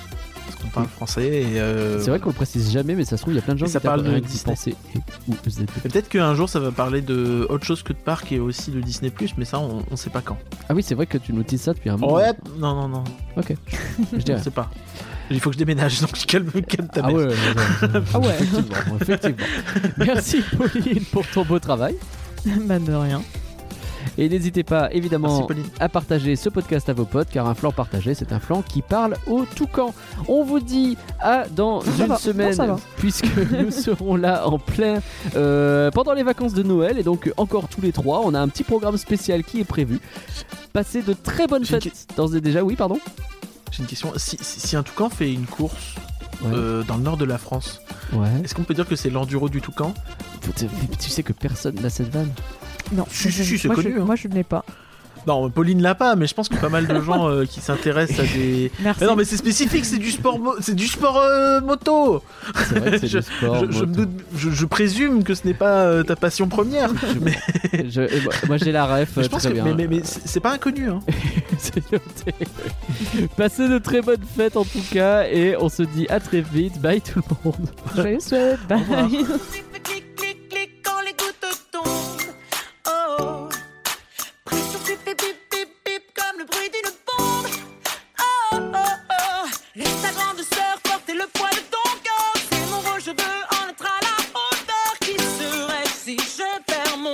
parce qu'on parle français. Et, euh, C'est vrai qu'on le précise jamais, mais ça se trouve, il y a plein de gens Et qui ça parle tapent de rien que d'y Disney. penser. Et, ou E Z. et peut-être qu'un jour ça va parler de autre chose que de parc et aussi de Disney plus, mais ça on, on sait pas quand. Ah oui, c'est vrai que tu nous dis ça depuis un moment. Ouais, non, non, non, Ok. Je on dirais. sait pas. Il faut que je déménage, donc calme, calme ta Ah mère. ouais, ouais, ouais. Ah ouais. effectivement, effectivement. Merci Pauline pour ton beau travail. Bah de rien. Et n'hésitez pas évidemment Merci, Pauline. à partager ce podcast à vos potes, car un flanc partagé, c'est un flanc qui parle au toucan. On vous dit à dans Ça une va, semaine, non, ça va. puisque nous serons là en plein euh, pendant les vacances de Noël, et donc encore tous les trois, on a un petit programme spécial qui est prévu. Passez de très bonnes J'ai une fêtes. D'ores et déjà, oui, pardon. J'ai une question. Si, si, si un toucan fait une course Ouais. euh, dans le nord de la France, Ouais. est-ce qu'on peut dire que c'est l'enduro du toucan? Tu, tu sais que personne n'a cette vanne. Non, Si, si, si, c'est moi, connu, Je, hein. moi je ne l'ai pas. Non, Pauline l'a pas, mais je pense que pas mal de gens euh, qui s'intéressent à des. Merci. Mais non, mais c'est spécifique, c'est du sport, mo- c'est du sport euh, moto. C'est vrai que c'est je, du sport. je, je me moto. doute, je, je présume que ce n'est pas euh, ta passion première. mais Je- et moi, moi, j'ai la ref, je euh, pense très que, bien. mais, mais, mais c'est c'est pas inconnu. Hein. C'est noté. Passez de très bonnes fêtes en tout cas, et on se dit à très vite. Bye tout le monde. Je le souhaite. Bye. revoir. Clic, clic, clic, clic quand les gouttes tombent. Oh, pression qui fait bip, bip, bip comme le bruit d'une bombe. Oh, oh, oh, laisse ta grande sœur porter le poids de ton corps. C'est mon rôle, je veux en être à la hauteur. Qui serait si je perds mon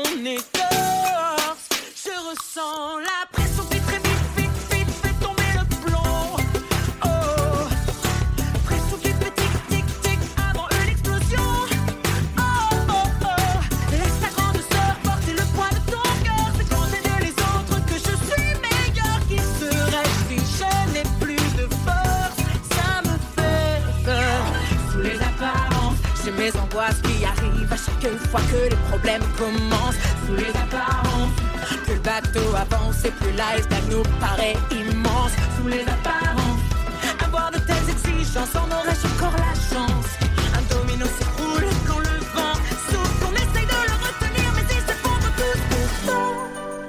écorce? Je ressens la pression qui très vite, vite, vite fait tomber le plomb. Oh, pression qui fait tic, tic, tic avant une explosion. Oh, oh, oh, laisse ta grande sœur porter le poids de ton cœur. C'est quand j'aide les autres que je suis meilleur. Qui serais-je si je n'ai plus de force? Ça me fait peur. Sous les apparences, j'ai mes angoisses qui arrivent à chaque fois que les problèmes commencent. Sous les apparences, que le bateau avance et plus l'iceberg nous paraît immense. Sous les apparences, avoir de telles exigences, on aurait encore la chance. Un domino s'écroule quand le vent souffle, on essaye de le retenir mais il s'effondre tout pourtant.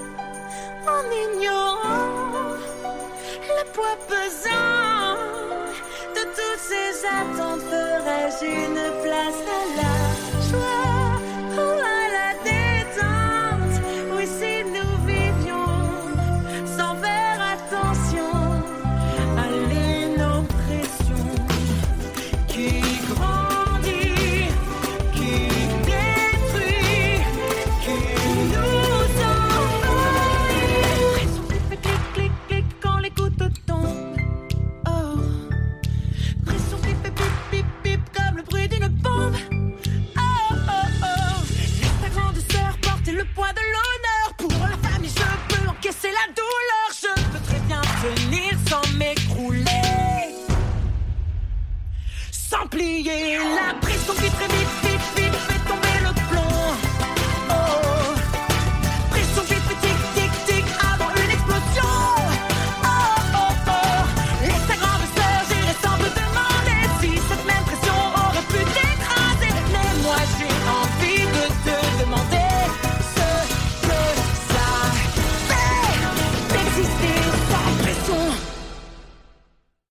En ignorant le poids pesant de toutes ces attentes, ferais-je une place à la joie ou à la détente? Oui, si nous vivions sans faire attention à l'inoppression qui grandit, qui détruit, qui nous envahit. Pression qui fait clic, clic, clic quand les gouttes tombent. Oh, pression qui fait bip, bip, bip comme le bruit d'une bombe. Oh, oh, oh, laisse ta grande sœur porter le poids de l'honneur. Pour la famille, je peux encaisser la douleur. Je peux très bien tenir sans m'écrouler, sans plier. La pression qui très vite